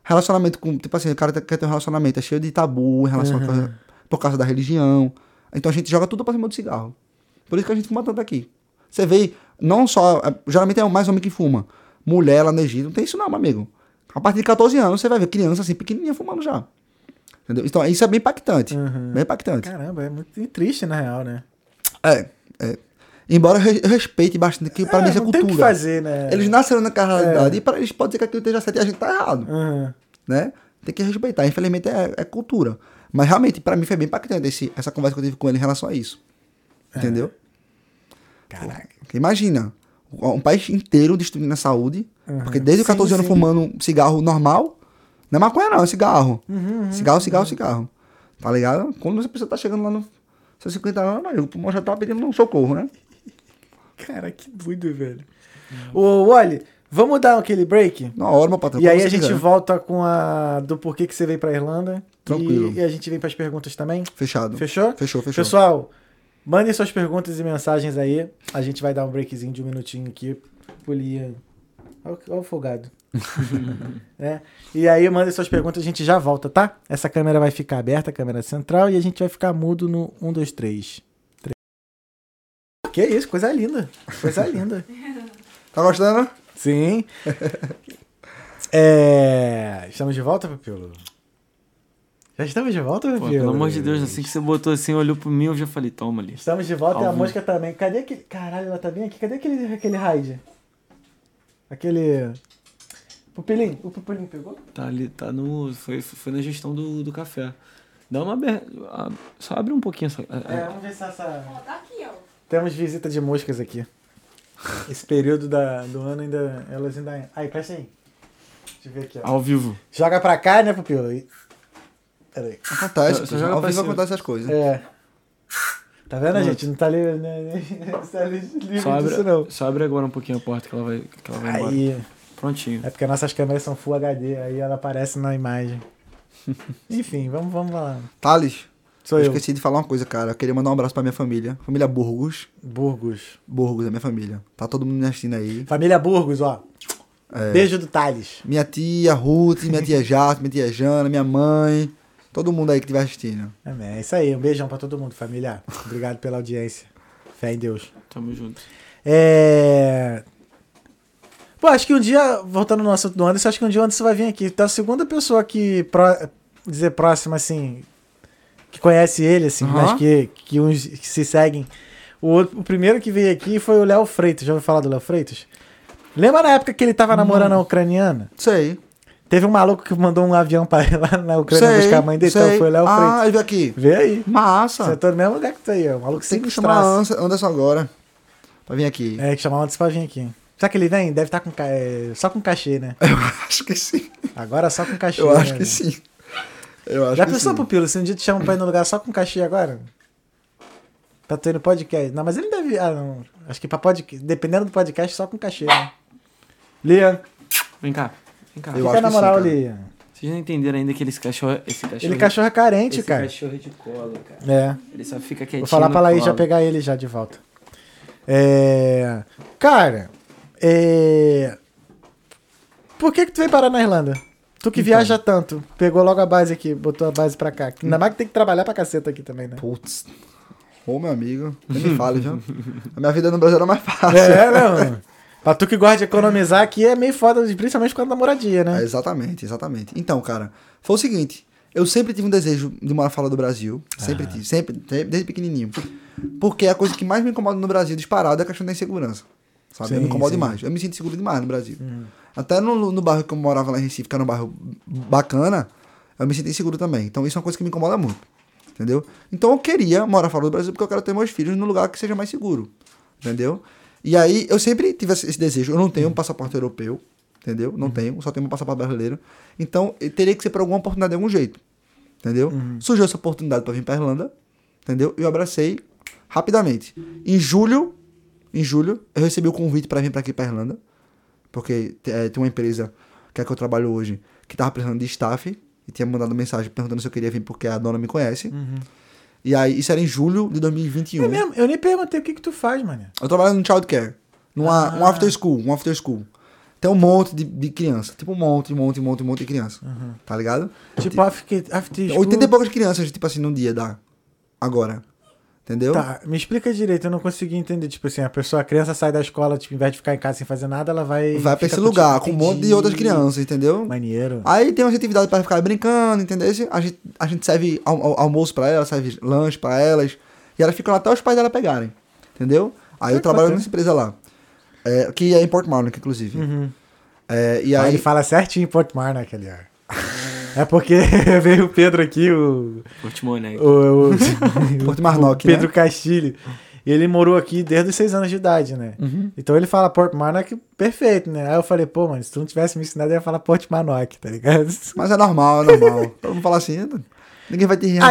Relacionamento com... Tipo assim, o cara quer ter um relacionamento, é cheio de tabu em relação por causa da religião. Então a gente joga tudo pra cima do cigarro. Por isso que a gente fuma tanto aqui. Você vê, não só... Geralmente é mais homem que fuma. Mulher lá no Egito, não tem isso não, meu amigo. A partir de 14 anos, você vai ver criança assim, pequenininha fumando já. Entendeu? Então isso é bem impactante. Bem impactante. Caramba, é muito triste, na real, né? É. Embora eu respeite bastante, que para mim isso é cultura. Tem o que fazer, né? Eles nasceram naquela realidade e para eles pode ser que aquilo esteja certo e a gente tá errado. Né? Tem que respeitar. Infelizmente é cultura. Mas realmente, para mim foi bem impactante essa conversa que eu tive com ele em relação a isso. Entendeu? Caraca. Imagina, um país inteiro destruindo a saúde, porque desde os 14 anos fumando um cigarro normal, não é maconha não, é cigarro. Cigarro. Tá ligado? Quando você precisa tá chegando lá no seus 50 anos, o pulmão já tá pedindo um socorro, né? Cara, que doido, velho. Ô, Wally, vamos dar aquele break? Na hora, meu patrão. E aí a gente volta com a do porquê que você veio pra Irlanda. Tranquilo. E a gente vem pras perguntas também. Fechado. Fechou? Fechou. Pessoal, mandem suas perguntas e mensagens aí. A gente vai dar um breakzinho de um minutinho aqui. Polia. Olha o folgado. E aí, mandem suas perguntas, a gente já volta, tá? Essa câmera vai ficar aberta, a câmera central, e a gente vai ficar mudo no 1, 2, 3. Que isso, coisa linda. Coisa linda. Tá gostando? Sim. Estamos de volta, Pepilo? Já estamos de volta, Pepilo? Pelo amor de Deus, assim que você botou assim, olhou pro mim, eu já falei, toma ali. Estamos de volta e a mosca também. Cadê aquele... Caralho, ela tá bem aqui. Cadê aquele raid? Aquele... Pupilinho. O Pupilinho pegou? Tá ali, tá no... Foi na gestão do café. Dá uma aberta... Só abre um pouquinho. Vamos ver se essa... Ó, tá aqui, ó. Temos visita de moscas aqui. Esse período do ano ainda... Elas ainda... Aí, presta aí. Deixa eu ver aqui, ó. Ao vivo. Joga pra cá, né, Pupilo? Acontece. Só joga Ao pra vivo cima. acontece essas coisas. Tá vendo, gente? Não tá livre, né? Não tá livre disso, não. Só abre agora um pouquinho a porta que ela vai embora. Aí... Prontinho. É porque nossas câmeras são Full HD, aí ela aparece na imagem. Enfim, vamos lá. Thales, Sou eu. esqueci de falar uma coisa, cara. Eu queria mandar um abraço pra minha família. Família Burgos. Burgos, é minha família. Tá todo mundo me assistindo aí. Família Burgos, ó. Beijo do Thales. Minha tia Ruth, minha tia Jato, minha tia Jana, minha mãe. Todo mundo aí que estiver assistindo. É isso aí, um beijão pra todo mundo, família. Obrigado pela audiência. Fé em Deus. Tamo junto. Pô, acho que um dia, voltando no assunto do Anderson, acho que um dia o Anderson vai vir aqui. Então, a segunda pessoa que, dizer próxima, assim, que conhece ele, assim, mas que uns que se seguem. O primeiro que veio aqui foi o Léo Freitas. Já ouviu falar do Léo Freitas? Lembra na época que ele tava namorando a ucraniana? Sei. Teve um maluco que mandou um avião pra ele lá na Ucrânia buscar a mãe dele, então foi o Léo Freitas. ele veio aqui. Vê aí. Massa. Você tá no mesmo lugar que tu aí, ó. O maluco Tem sem que traço. chamar Anderson agora. Pra vir aqui. Que chamar o Anderson pra vir aqui. Será que ele vem? Deve estar só com cachê, né? Eu acho que sim. Agora só com cachê. Eu acho né, que velho? sim. Eu acho Já que pensou, sim. Pupilo, se um dia te chamam pra ir no lugar só com cachê agora? Pra tu ir no podcast. Não, mas ele deve... Ah, não. Acho que pra podcast... Dependendo do podcast, só com cachê, né? Liam. Vem cá. Eu Fica acho na que moral, sim, cara. Liam. Vocês não entenderam ainda que esse cachorro Ele cachorro é carente, esse cara. cachorro é de colo, cara. É. Ele só fica quietinho. Vou falar pra no Laís colo. já pegar ele já de volta. Cara, por que tu veio parar na Irlanda? Tu que viaja tanto, pegou logo a base aqui, botou a base pra cá. Ainda mais que tem que trabalhar pra caceta aqui também, né? Putz. Ô, meu amigo. Nem me fale, viu? A minha vida no Brasil era mais fácil. Não. Pra tu que gosta de economizar aqui é meio foda, principalmente por causa da moradia, né? Exatamente. Então, cara, foi o seguinte. Eu sempre tive um desejo de morar fora do Brasil. Sempre tive. Sempre, desde pequenininho. Porque a coisa que mais me incomoda no Brasil, disparado, é a questão da insegurança. Sabe? Sim, Eu me incomodo sim. demais. Eu me sinto seguro demais no Brasil. Até no bairro que eu morava lá em Recife, que era um bairro bacana, eu me senti inseguro também. Então isso é uma coisa que me incomoda muito. Entendeu? Então eu queria morar fora do Brasil porque eu quero ter meus filhos num lugar que seja mais seguro. Entendeu? E aí eu sempre tive esse desejo. Eu não tenho um passaporte europeu. Entendeu? Não tenho. Só tenho um passaporte brasileiro. Então teria que ser por alguma oportunidade de algum jeito. Entendeu? Surgiu essa oportunidade para vir para Irlanda. Entendeu? Eu abracei rapidamente. Em julho, eu recebi o convite para vir para aqui para Irlanda. Porque tem uma empresa que é que eu trabalho hoje que tava precisando de staff e tinha mandado mensagem perguntando se eu queria vir porque a dona me conhece. E aí, isso era em julho de 2021. É mesmo? Eu nem perguntei o que tu faz, mano. Eu trabalho no childcare, um after school. tem um monte de criança. Tipo, um monte de criança. Tá ligado? Tipo, after school... 80 e poucas crianças, tipo assim, num dia dá. Agora. Entendeu? Tá, me explica direito, eu não consegui entender. Tipo assim, a criança sai da escola, tipo, em vez de ficar em casa sem fazer nada, ela vai... Vai pra esse lugar, com um monte de outras crianças, entendeu? Maneiro. Aí tem umas atividades pra ficar brincando, entendeu? A gente serve almoço pra elas, serve lanche pra elas. E elas ficam lá até os pais dela pegarem. Entendeu? Aí eu trabalho nessa empresa lá. Que é em Port Marnock, inclusive. E aí... Ele fala certinho em Port Marnock, ali, ó. É porque veio o Pedro aqui, Portimonense. Porto Marnock, Pedro né? Castilho. E ele morou aqui desde os 6 anos de idade, né? Então ele fala Port Marnock perfeito, né? Aí eu falei, pô, mano, se tu não tivesse me ensinado, eu ia falar Port Marnock, tá ligado? Mas é normal. Todo mundo fala assim, ninguém vai te rir.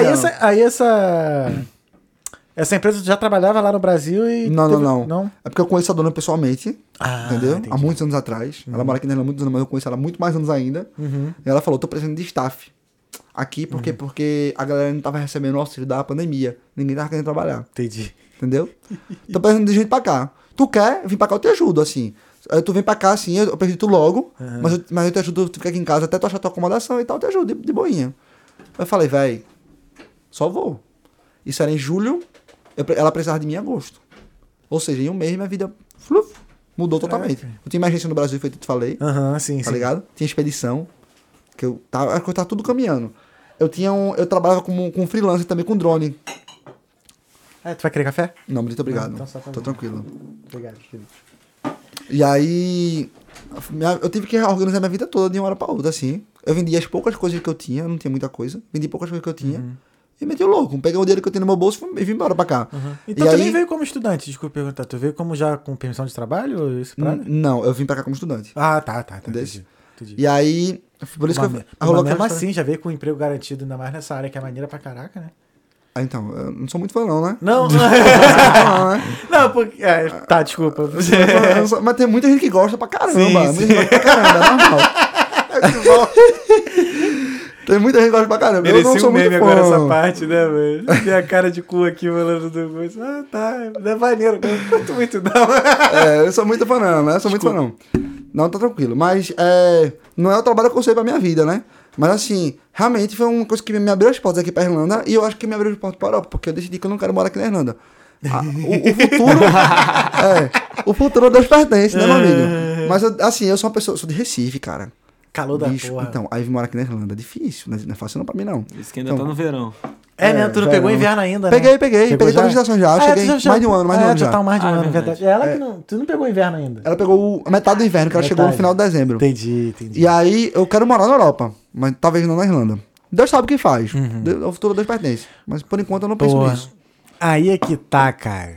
Essa empresa já trabalhava lá no Brasil e... Não. É porque eu conheço a dona pessoalmente, entendeu? Entendi. Há muitos anos atrás. Ela mora aqui na Irlanda há muitos anos, mas eu conheço ela há muito mais anos ainda. E ela falou, tô precisando de staff aqui, porque a galera não tava recebendo o auxílio da pandemia. Ninguém tava querendo trabalhar. Entendi. Entendeu? Tô precisando de gente pra cá. Tu quer vir pra cá, eu te ajudo, assim. Tu vem pra cá, assim, eu preciso tu logo, mas eu te ajudo, tu fica aqui em casa até tu achar tua acomodação e tal, eu te ajudo, de boinha. Eu falei, véi, só vou. Isso era em julho, ela precisava de mim em agosto. Ou seja, em um mês minha vida mudou totalmente. Eu tinha emergência no Brasil, foi o que eu te falei. Sim, Tá ligado? Tinha expedição, que eu tava tudo caminhando. Eu trabalhava com freelancer também, com drone. Tu vai querer café? Não, muito obrigado. Não, então só pra tô mim. tranquilo. Obrigado, querido. E aí, eu tive que organizar minha vida toda de uma hora pra outra, assim. Eu vendi as poucas coisas que eu tinha, não tinha muita coisa. Vendi poucas coisas que eu tinha. E meti o louco. Peguei o dinheiro que eu tinha no meu bolso e vim embora pra cá. Então e tu aí, nem veio como estudante, desculpa perguntar. Tu veio como já com permissão de trabalho? Ou isso pra... Não, eu vim pra cá como estudante. Tá. Entendeu? Entendi. E aí, por isso que eu... Mas mesmo assim, já veio com emprego garantido, ainda mais nessa área que é maneira pra caraca, né? Então, eu não sou muito fã não, né? Não, não, porque... tá, desculpa. Mas tem muita gente que gosta pra caramba. Muita gente gosta pra caramba, é normal. Tem muita gente que gosta pra caramba. Eu não sou muito fã. Agora essa parte, né, velho? Tem a cara de cu aqui falando do coisa. Tá, é maneiro. Não curto muito, não. Eu sou muito fã não, né? Sou muito fã não. Não, tá tranquilo. Mas não é o trabalho que eu sei pra minha vida, né? Mas assim, realmente foi uma coisa que me abriu as portas aqui pra Irlanda e eu acho que me abriu as portas pra Europa, porque eu decidi que eu não quero morar aqui na Irlanda. O futuro... o futuro Deus pertence, né, meu amigo? Mas assim, eu sou uma pessoa... Sou de Recife, cara. Calor da porra. Então, aí vim morar aqui na Irlanda. É difícil, não é fácil não pra mim, não. Isso que ainda tá no verão. Né? Tu não pegou inverno ainda, né? Peguei todas as estações já. Cheguei mais de um ano, já. Tá mais de um ano, verdade. verdade. Ela que não... Tu não pegou inverno ainda. Ela pegou a metade do inverno, que ela chegou no final de dezembro. Entendi. E aí, eu quero morar na Europa, mas talvez não na Irlanda. Deus sabe o que faz. O futuro Deus pertence. Mas por enquanto eu não penso nisso. Aí é que tá, cara.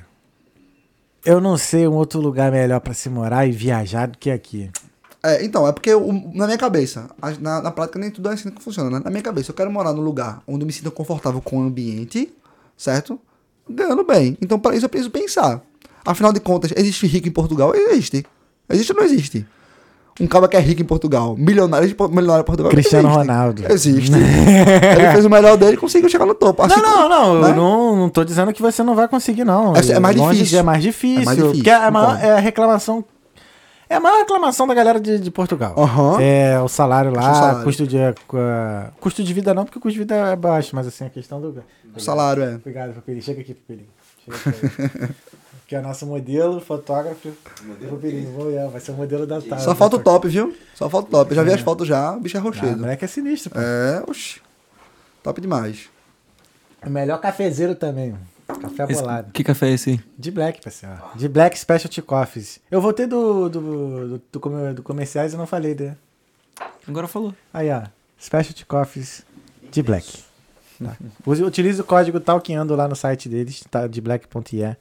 Eu não sei um outro lugar melhor pra se morar e viajar do que aqui. Então, é porque na minha cabeça, na prática nem tudo é assim que funciona, né? Na minha cabeça, eu quero morar num lugar onde eu me sinta confortável com o ambiente, certo? Ganhando bem. Então, para isso eu preciso pensar. Afinal de contas, existe rico em Portugal? Existe. Existe ou não existe? Um cara que é rico em Portugal, milionário em Portugal. Cristiano existe. Ronaldo. Existe. Ele fez o melhor dele e conseguiu chegar no topo. Assim Não. Né? Eu não tô dizendo que você não vai conseguir, não. É mais difícil. É mais difícil. Porque é a reclamação. É a maior reclamação da galera de Portugal. É o salário lá, custo de vida não, porque o custo de vida é baixo, mas assim, a questão do... O salário Obrigado, Papelinho. Chega aqui, Papelinho. Que é o nosso modelo, fotógrafo. Papelinho, vai ser o modelo da tarde. Só falta o top, viu? Só falta o top. Eu já vi as fotos já, o bicho é rochedo. O moleque é sinistro, pô. Oxi. Top demais. O melhor cafezeiro também, café bolado. Que café é esse aí? De Black, pessoal. De Black Specialty Coffees. Eu voltei do comerciais e não falei, né? Agora falou. Aí, ó. Specialty Coffees de Black. Tá. Utilize o código Talkando lá no site deles, tá, de black.ie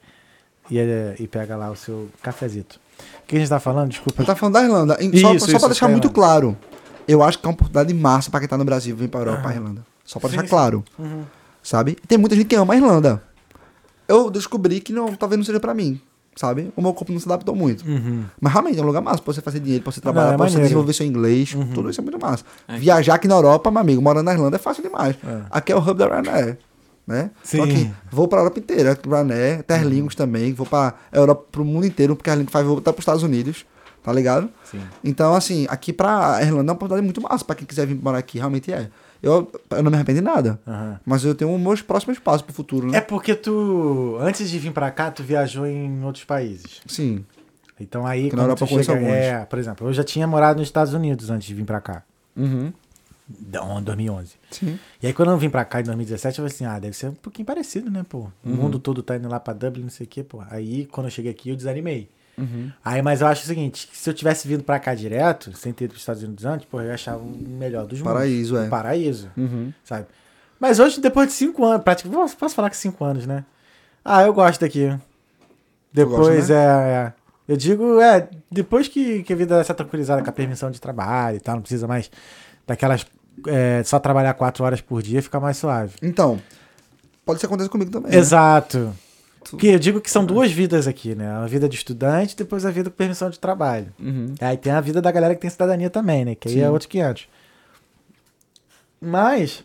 e pega lá o seu cafezito. O que a gente tá falando? Desculpa. Eu tava falando da Irlanda. Só pra deixar muito claro. Eu acho que é uma oportunidade massa pra quem tá no Brasil vir pra Europa, pra Irlanda. Só pra deixar claro. Sabe? Tem muita gente que ama a Irlanda. Eu descobri que talvez não seja pra mim, sabe? O meu corpo não se adaptou muito. Mas realmente é um lugar massa pra você fazer dinheiro, pra você trabalhar, pra você desenvolver seu inglês. Tudo isso é muito massa. Viajar aqui na Europa, meu amigo, morando na Irlanda é fácil demais. Aqui é o hub da Ryanair, né? Sim. Só que vou pra Europa inteira, Ryanair, Terlingus também, vou pra Europa, pro mundo inteiro, porque a gente faz voo até pros Estados Unidos, tá ligado? Sim. Então, assim, aqui pra Irlanda é uma oportunidade muito massa, pra quem quiser vir morar aqui, realmente é. Eu não me arrependo de nada, mas eu tenho meus próximos passos pro futuro, né? É porque tu, antes de vir pra cá, tu viajou em outros países. Sim. Então aí, Porque na Europa eu conheço alguns. por exemplo, eu já tinha morado nos Estados Unidos antes de vir pra cá. Uhum. Em 2011. Sim. E aí quando eu vim pra cá em 2017, eu falei assim, deve ser um pouquinho parecido, né, pô? O mundo todo tá indo lá pra Dublin, não sei o quê, pô. Aí, quando eu cheguei aqui, eu desanimei. Aí, mas eu acho o seguinte, que se eu tivesse vindo pra cá direto, sem ter ido pros Estados Unidos antes, pô, eu achava o melhor dos Paraíso, mundos. é. Um paraíso, sabe? Mas hoje, depois de 5 anos, praticamente, posso falar que 5 anos, né? Eu gosto daqui. Depois, gosta, né? Eu digo, depois que a vida está tranquilizada com a permissão de trabalho e tal, não precisa mais daquelas, só trabalhar 4 horas por dia, fica mais suave. Então, pode ser que aconteça comigo também, né? Exato. Porque eu digo que são 2 vidas aqui, né? A vida de estudante e depois a vida com permissão de trabalho. Aí tem a vida da galera que tem cidadania também, né? Que aí é outros 500. Mas,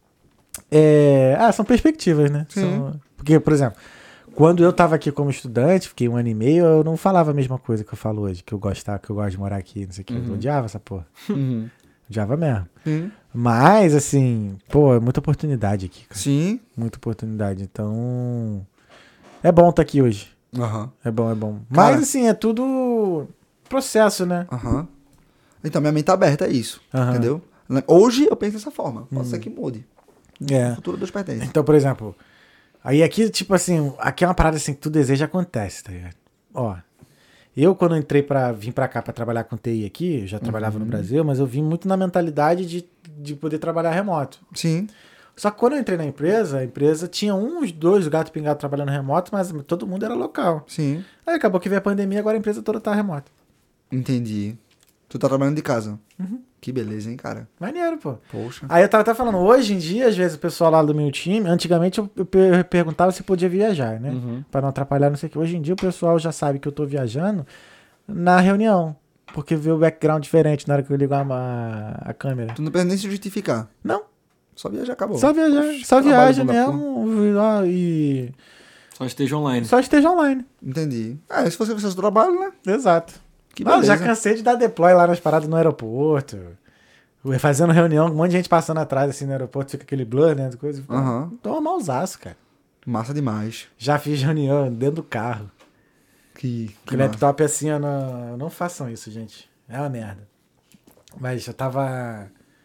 são perspectivas, né? Porque, por exemplo, quando eu tava aqui como estudante, fiquei 1 ano e meio, eu não falava a mesma coisa que eu falo hoje, que eu gosto de morar aqui, não sei o que. Eu odiava essa porra. Odiava mesmo. Mas, assim, pô, é muita oportunidade aqui, cara. Sim. Muita oportunidade. Então, é bom estar aqui hoje. É bom. Cara, mas, assim, é tudo processo, né? Então, minha mente tá aberta a isso, entendeu? Hoje eu penso dessa forma. Pode ser que mude. O futuro Deus pertence. Então, por exemplo, aí aqui, tipo assim, aqui é uma parada assim que tu deseja acontece, tá ligado? Ó, eu quando entrei vim pra cá pra trabalhar com TI aqui, eu já trabalhava no Brasil, mas eu vim muito na mentalidade de poder trabalhar remoto. Sim. Só que quando eu entrei na empresa, a empresa tinha uns 2 gato pingado trabalhando remoto, mas todo mundo era local. Sim. Aí acabou que veio a pandemia, agora a empresa toda tá remota. Entendi. Tu tá trabalhando de casa. Que beleza, hein, cara? Maneiro, pô. Poxa. Aí eu tava até falando, hoje em dia, às vezes o pessoal lá do meu time, antigamente eu perguntava se podia viajar, né? Pra não atrapalhar, não sei o que. Hoje em dia o pessoal já sabe que eu tô viajando na reunião, porque vê o background diferente na hora que eu ligo a câmera. Tu não precisa nem se justificar. Não. Só viajar, acabou. Só viajar. Só viaja mesmo e... Só esteja online. Só esteja online. Entendi. Se você fizer o seu trabalho, né? Exato. Que beleza. Já cansei de dar deploy lá nas paradas no aeroporto. Fazendo reunião, um monte de gente passando atrás assim no aeroporto, fica aquele blur, né? Coisa. Tô um mausaço, cara. Massa demais. Já fiz reunião dentro do carro. Que laptop assim, não façam isso, gente. É uma merda. Mas eu tava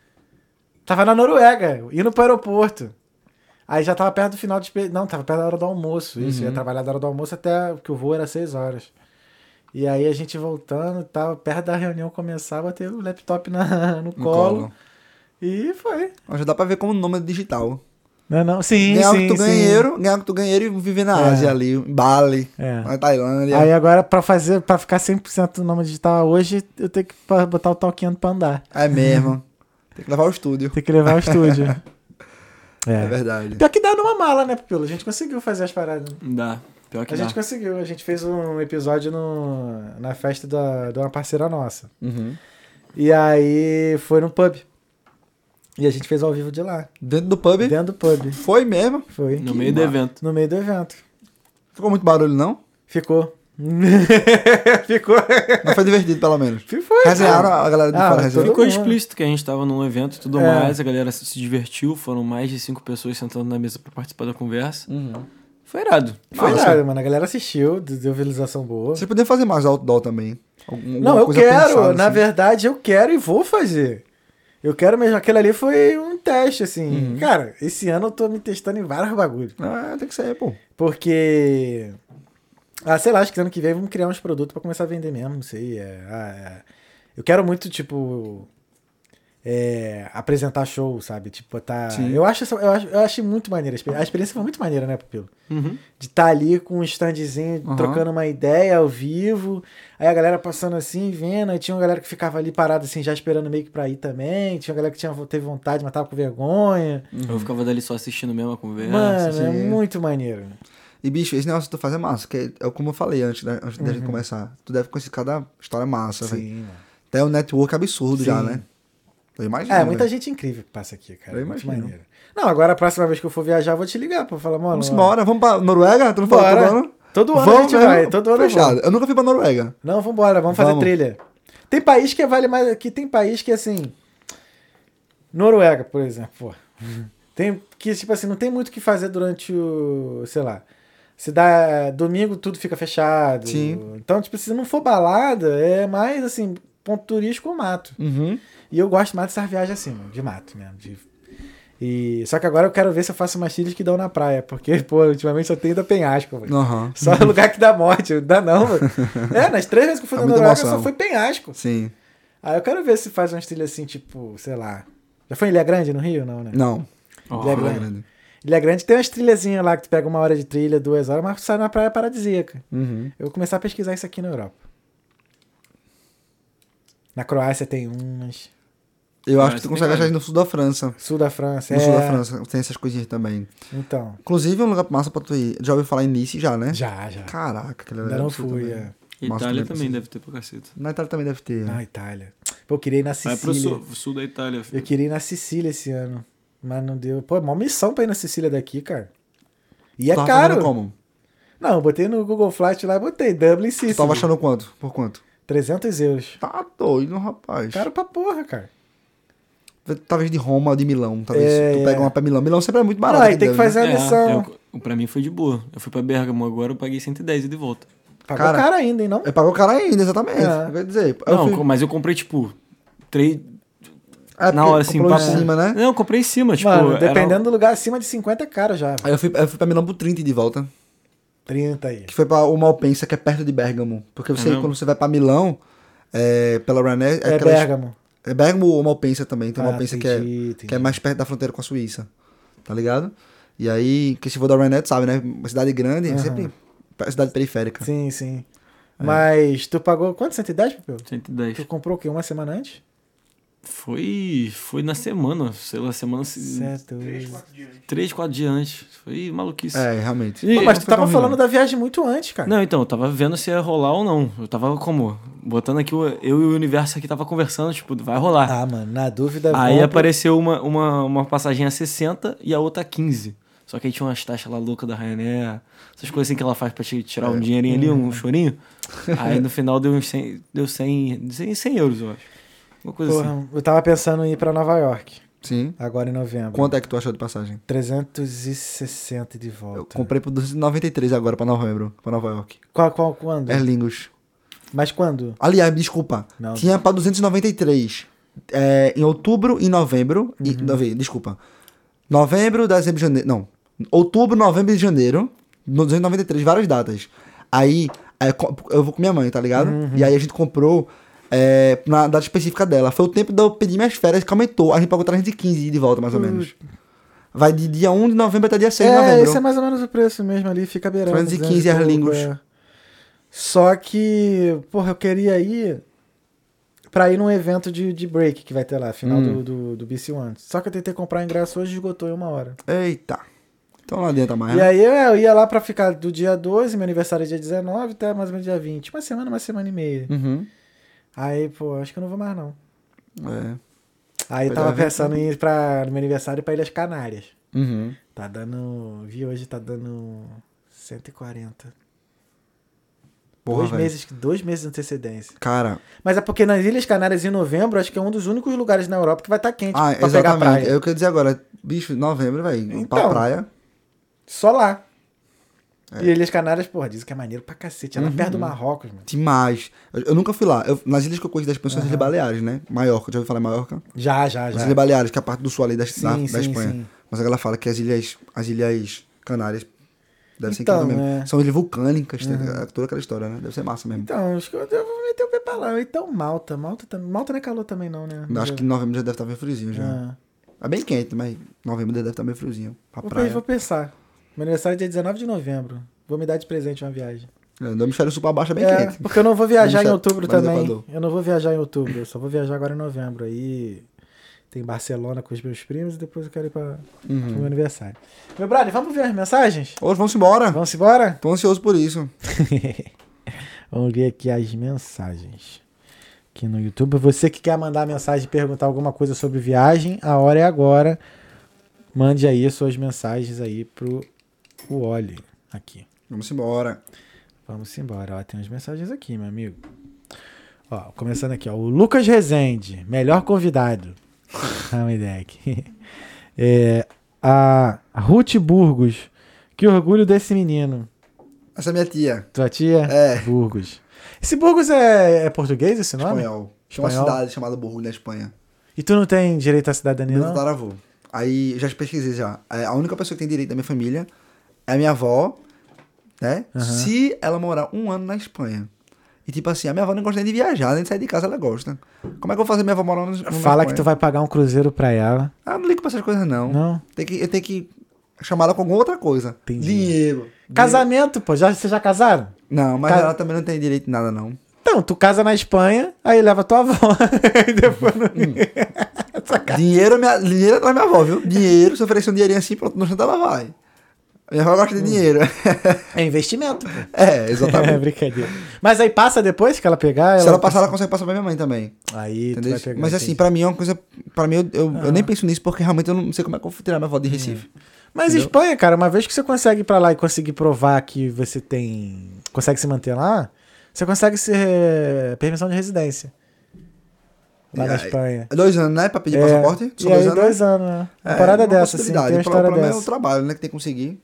na Noruega, indo pro aeroporto. Aí já tava perto do final não, tava perto da hora do almoço. Isso, ia trabalhar da hora do almoço até que o voo era 6 horas. E aí a gente voltando, tava perto da reunião começar, botei o laptop no colo. E foi. Já dá pra ver como nômade digital. Não? Sim, ganhar sim, ganhar o que tu ganheiro e viver na Ásia ali, em Bali, na Tailândia. Aí agora pra ficar 100% no nômade digital hoje, eu tenho que botar o Talkando pra andar. É mesmo. Tem que levar o estúdio. É verdade. Pior que dá numa mala, né, Pupilo? A gente conseguiu fazer as paradas. Dá. Pior que a gente conseguiu. A gente fez um episódio na festa de uma parceira nossa. E aí foi no pub. E a gente fez ao vivo de lá. Dentro do pub? Dentro do pub. Foi mesmo? Foi. No meio do evento. No meio do evento. Ficou muito barulho, não? Ficou. Ficou. Mas foi divertido, pelo menos. Foi. Resenharam a galera de fora. Ficou explícito que a gente tava num evento e tudo mais. A galera se divertiu. Foram mais de 5 pessoas sentando na mesa pra participar da conversa. Foi irado. Foi irado, mano. A galera assistiu, deu visualização boa. Vocês poderiam fazer mais outdoor também. Não, eu quero. Na verdade, eu quero e vou fazer. Eu quero mesmo. Aquele ali foi um teste, assim. Cara, esse ano eu tô me testando em vários bagulhos. Tem que ser, pô. Porque... sei lá, acho que ano que vem vamos criar uns produtos pra começar a vender mesmo, não sei. Eu quero muito, tipo... apresentar show, sabe? Tipo, eu achei muito maneiro. A experiência foi muito maneira, né, Pupilo? De estar ali com um standzinho, trocando uma ideia ao vivo. Aí a galera passando assim, vendo. Aí tinha uma galera que ficava ali parada assim, já esperando meio que pra ir também. Tinha uma galera que teve vontade, mas tava com vergonha. Eu ficava dali só assistindo mesmo a conversa. Mano, é muito maneiro. E, bicho, esse negócio que tu faz é massa. Que é como eu falei antes da gente começar. Tu deve conhecer cada história massa, velho. Sim, mano. Tem um network absurdo já, né? Eu imagino. Muita gente incrível que passa aqui, cara. Eu imagino. Maneiro. Não, agora a próxima vez que eu for viajar, eu vou te ligar pra falar, mano. Vamos embora, vamos pra Noruega? Tu não falou? Todo ano a gente vai, todo ano fechado. Eu nunca fui pra Noruega. Não, vambora, vamos fazer trilha. Tem país que vale mais aqui, tem país que assim... Noruega, por exemplo, pô. Tem que, tipo assim, não tem muito o que fazer durante o, sei lá, se dá domingo tudo fica fechado. Sim. Então, tipo, se não for balada, é mais assim, ponto turístico ou mato. Uhum. E eu gosto mais dessas viagens assim, mano, de mato mesmo. Só que agora eu quero ver se eu faço umas trilhas que dão na praia, porque, pô, ultimamente só tenho ido a penhasco, velho. Uhum. Só lugar que dá morte, não dá não, velho. Nas 3 vezes que eu fui na Noruega, só foi penhasco. Sim. Aí eu quero ver se faz umas trilhas assim, tipo, sei lá. Já foi em Ilha Grande, no Rio? Não, né? Não. Ilha Grande. Ilha Grande tem umas trilhazinhas lá que tu pega 1 hora de trilha, 2 horas, mas tu sai na praia paradisíaca. Uhum. Eu vou começar a pesquisar isso aqui na Europa. Na Croácia tem umas. Eu acho que tu consegue achar no sul da França. Sul da França, No sul da França tem essas coisinhas também. Então. Inclusive é um lugar massa pra tu ir. Já ouviu falar em Nice já, né? Já. Caraca, aquele Ainda não fui, Itália também deve ter pra caceta. Na Itália também deve ter. Na Itália. Pô, eu queria ir na Sicília. Vai pro sul da Itália, filho. Eu queria ir na Sicília esse ano. Mas não deu. Pô, é uma missão pra ir na Sicília daqui, cara. E é caro. Como? Não, eu botei no Google Flight lá e botei Dublin Sicília. Tu tava achando quanto? Por quanto? 300 euros. Tá doido, rapaz. Caro pra porra, cara. Talvez de Roma ou de Milão. Talvez tu pega uma pra Milão. Milão sempre é muito barato. Não, aí tem que fazer a missão. Pra mim foi de boa. Eu fui pra Bergamo agora, eu paguei 110 e de volta. Pagou caro ainda, hein, não? Pagou caro ainda, exatamente. Quer dizer. Não, mas eu comprei, tipo, 3... na hora, assim, pra cima, né? Não, eu comprei em cima, tipo... Mano, dependendo do lugar, acima de 50 é caro já. Aí eu fui pra Milão por 30 e de volta. 30 aí. Que foi pra o Malpensa, que é perto de Bergamo. Porque você, quando você vai pra Milão, pela Ryanair... É Bergamo. É Bergamo ou Malpensa também. Tem uma Malpensa entendi. Que é mais perto da fronteira com a Suíça. Tá ligado? E aí, que se for da Ryanair, tu sabe, né? Uma cidade grande, é sempre cidade periférica. Sim. Mas tu pagou quanto? 110, Pepeu? 110. Tu comprou o quê? Uma semana antes? Foi na semana, sei lá, semana... Certo. 3, 4 dias antes. Foi maluquice. Realmente. Pô, mas tu tava falando da viagem muito antes, cara. Não, então, eu tava vendo se ia rolar ou não. Eu tava como? Botando aqui, eu e o Universo aqui tava conversando, tipo, vai rolar. Ah, mano, na dúvida... Aí apareceu uma passagem a 60 e a outra a 15. Só que aí tinha umas taxas lá loucas da Ryanair, essas coisas assim que ela faz pra te tirar um dinheirinho ali, um chorinho. Aí no final deu uns 100 euros, eu acho. Uma coisa assim. Eu tava pensando em ir pra Nova York. Sim. Agora em novembro. Quanto é que tu achou de passagem? 360 de volta. Eu comprei por 293 agora pra novembro, pra Nova York. Quando? Aer Lingus. Mas quando? Aliás, desculpa. Não. Tinha pra 293 em outubro e novembro. Desculpa. Novembro, dezembro, janeiro. Não. Outubro, novembro e janeiro. 293, várias datas. Aí eu vou com minha mãe, tá ligado? E aí a gente comprou na data específica dela. Foi o tempo de eu pedir minhas férias que aumentou. A gente pagou 315 de volta, mais ou menos. Vai de dia 1 de novembro até dia 6 de novembro. Esse é mais ou menos o preço mesmo ali, fica beirando. 315 Aer Lingus. Só que, porra, eu queria ir pra ir num evento de break que vai ter lá, final do BC One. Só que eu tentei comprar ingresso hoje e esgotou em 1 hora. Eita. Então não adianta mais. E aí eu ia lá pra ficar do dia 12, meu aniversário é dia 19, até mais ou menos dia 20. Uma semana e meia. Aí, pô, acho que eu não vou mais não. Aí eu tava pensando em ir no meu aniversário pra Ilhas Canárias. Tá dando... Vi hoje, tá dando 140. Porra, 2 meses de antecedência. Cara... Mas é porque nas Ilhas Canárias em novembro, acho que é um dos únicos lugares na Europa que vai estar quente pra exatamente. pegar praia. Eu queria dizer agora, bicho, novembro, velho, pra praia. Só lá. E Ilhas Canárias, porra, dizem que é maneiro pra cacete. É lá perto do Marrocos, mano. Demais. Eu nunca fui lá. Nas ilhas que eu conheço das Pensões Ilhas Baleares, né? Maiorca, já ouviu falar em Maiorca? Já. As Ilhas Baleares, que é a parte do sul ali da Espanha. Sim. Mas ela fala que as ilhas Canárias devem ser então, incríveis mesmo. São ilhas vulcânicas, tem toda aquela história, né? Deve ser massa mesmo. Então, acho que eu vou meter o pé pra lá. Então, Malta. Malta não é calor também, não, né? Acho que em novembro já deve estar meio friozinho já. É bem quente, mas novembro deve estar meio friozinho. Pra praia. Vou pensar. Meu aniversário é dia 19 de novembro. Vou me dar de presente uma viagem. No hemisfério sul pra baixo é bem quente. Porque eu não vou viajar em outubro também. Equador. Eu não vou viajar em outubro. Eu só vou viajar agora em novembro. Aí tem Barcelona com os meus primos e depois eu quero ir pro meu aniversário. Meu brother, vamos ver as mensagens? Hoje vamos embora. Vamos embora? Tô ansioso por isso. Vamos ver aqui as mensagens. Aqui no YouTube. Você que quer mandar mensagem e perguntar alguma coisa sobre viagem, a hora é agora. Mande aí suas mensagens aí pro Oli. Aqui. Vamos embora. Vamos embora. Ó, tem umas mensagens aqui, meu amigo. Ó, começando aqui, ó. O Lucas Rezende, melhor convidado. Uma ideia aqui. A Ruth Burgos. Que orgulho desse menino. Essa é minha tia. Tua tia? É. Burgos. Esse Burgos é português, esse nome? Espanhol. Tem uma cidade chamada Burgos na Espanha. E tu não tem direito à cidadania, Meu não? tataravô. Aí, já pesquisei já. A única pessoa que tem direito da minha família é a minha avó, né? Se ela morar 1 ano na Espanha. E tipo assim, a minha avó não gosta nem de viajar, nem de sair de casa, ela gosta. Como é que eu vou fazer minha avó morar na Espanha? Fala que tu vai pagar um cruzeiro pra ela. Ah, não ligo pra essas coisas, não. Não? Eu tenho que chamar ela com alguma outra coisa. Entendi. Dinheiro. Casamento, pô. Vocês já casaram? Não, mas ela também não tem direito de nada, não. Então, tu casa na Espanha, aí leva tua avó. E depois não... Dinheiro é da minha avó, viu? Dinheiro, se oferecer um dinheirinho assim, pronto, no chão ela vai. Minha avó gosta de dinheiro. É investimento, pô. É, exatamente. É brincadeira. Mas aí passa depois que ela pegar... Se ela passar, ela consegue passar pra minha mãe também. Aí tu Entendeu? vai pegar. Mas assim, pra mim é uma coisa... Pra mim, eu nem penso nisso, porque realmente eu não sei como é que eu vou tirar minha avó de Recife. Mas Entendeu? Espanha, cara, uma vez que você consegue ir pra lá e conseguir provar que você tem... Consegue se manter lá, você consegue ser permissão de residência. Lá na Espanha. 2 anos, né? Pra pedir passaporte? E aí 2 anos, né? Uma parada dessa, assim, tem uma história O problema é o dessa. trabalho, né? Que tem que conseguir.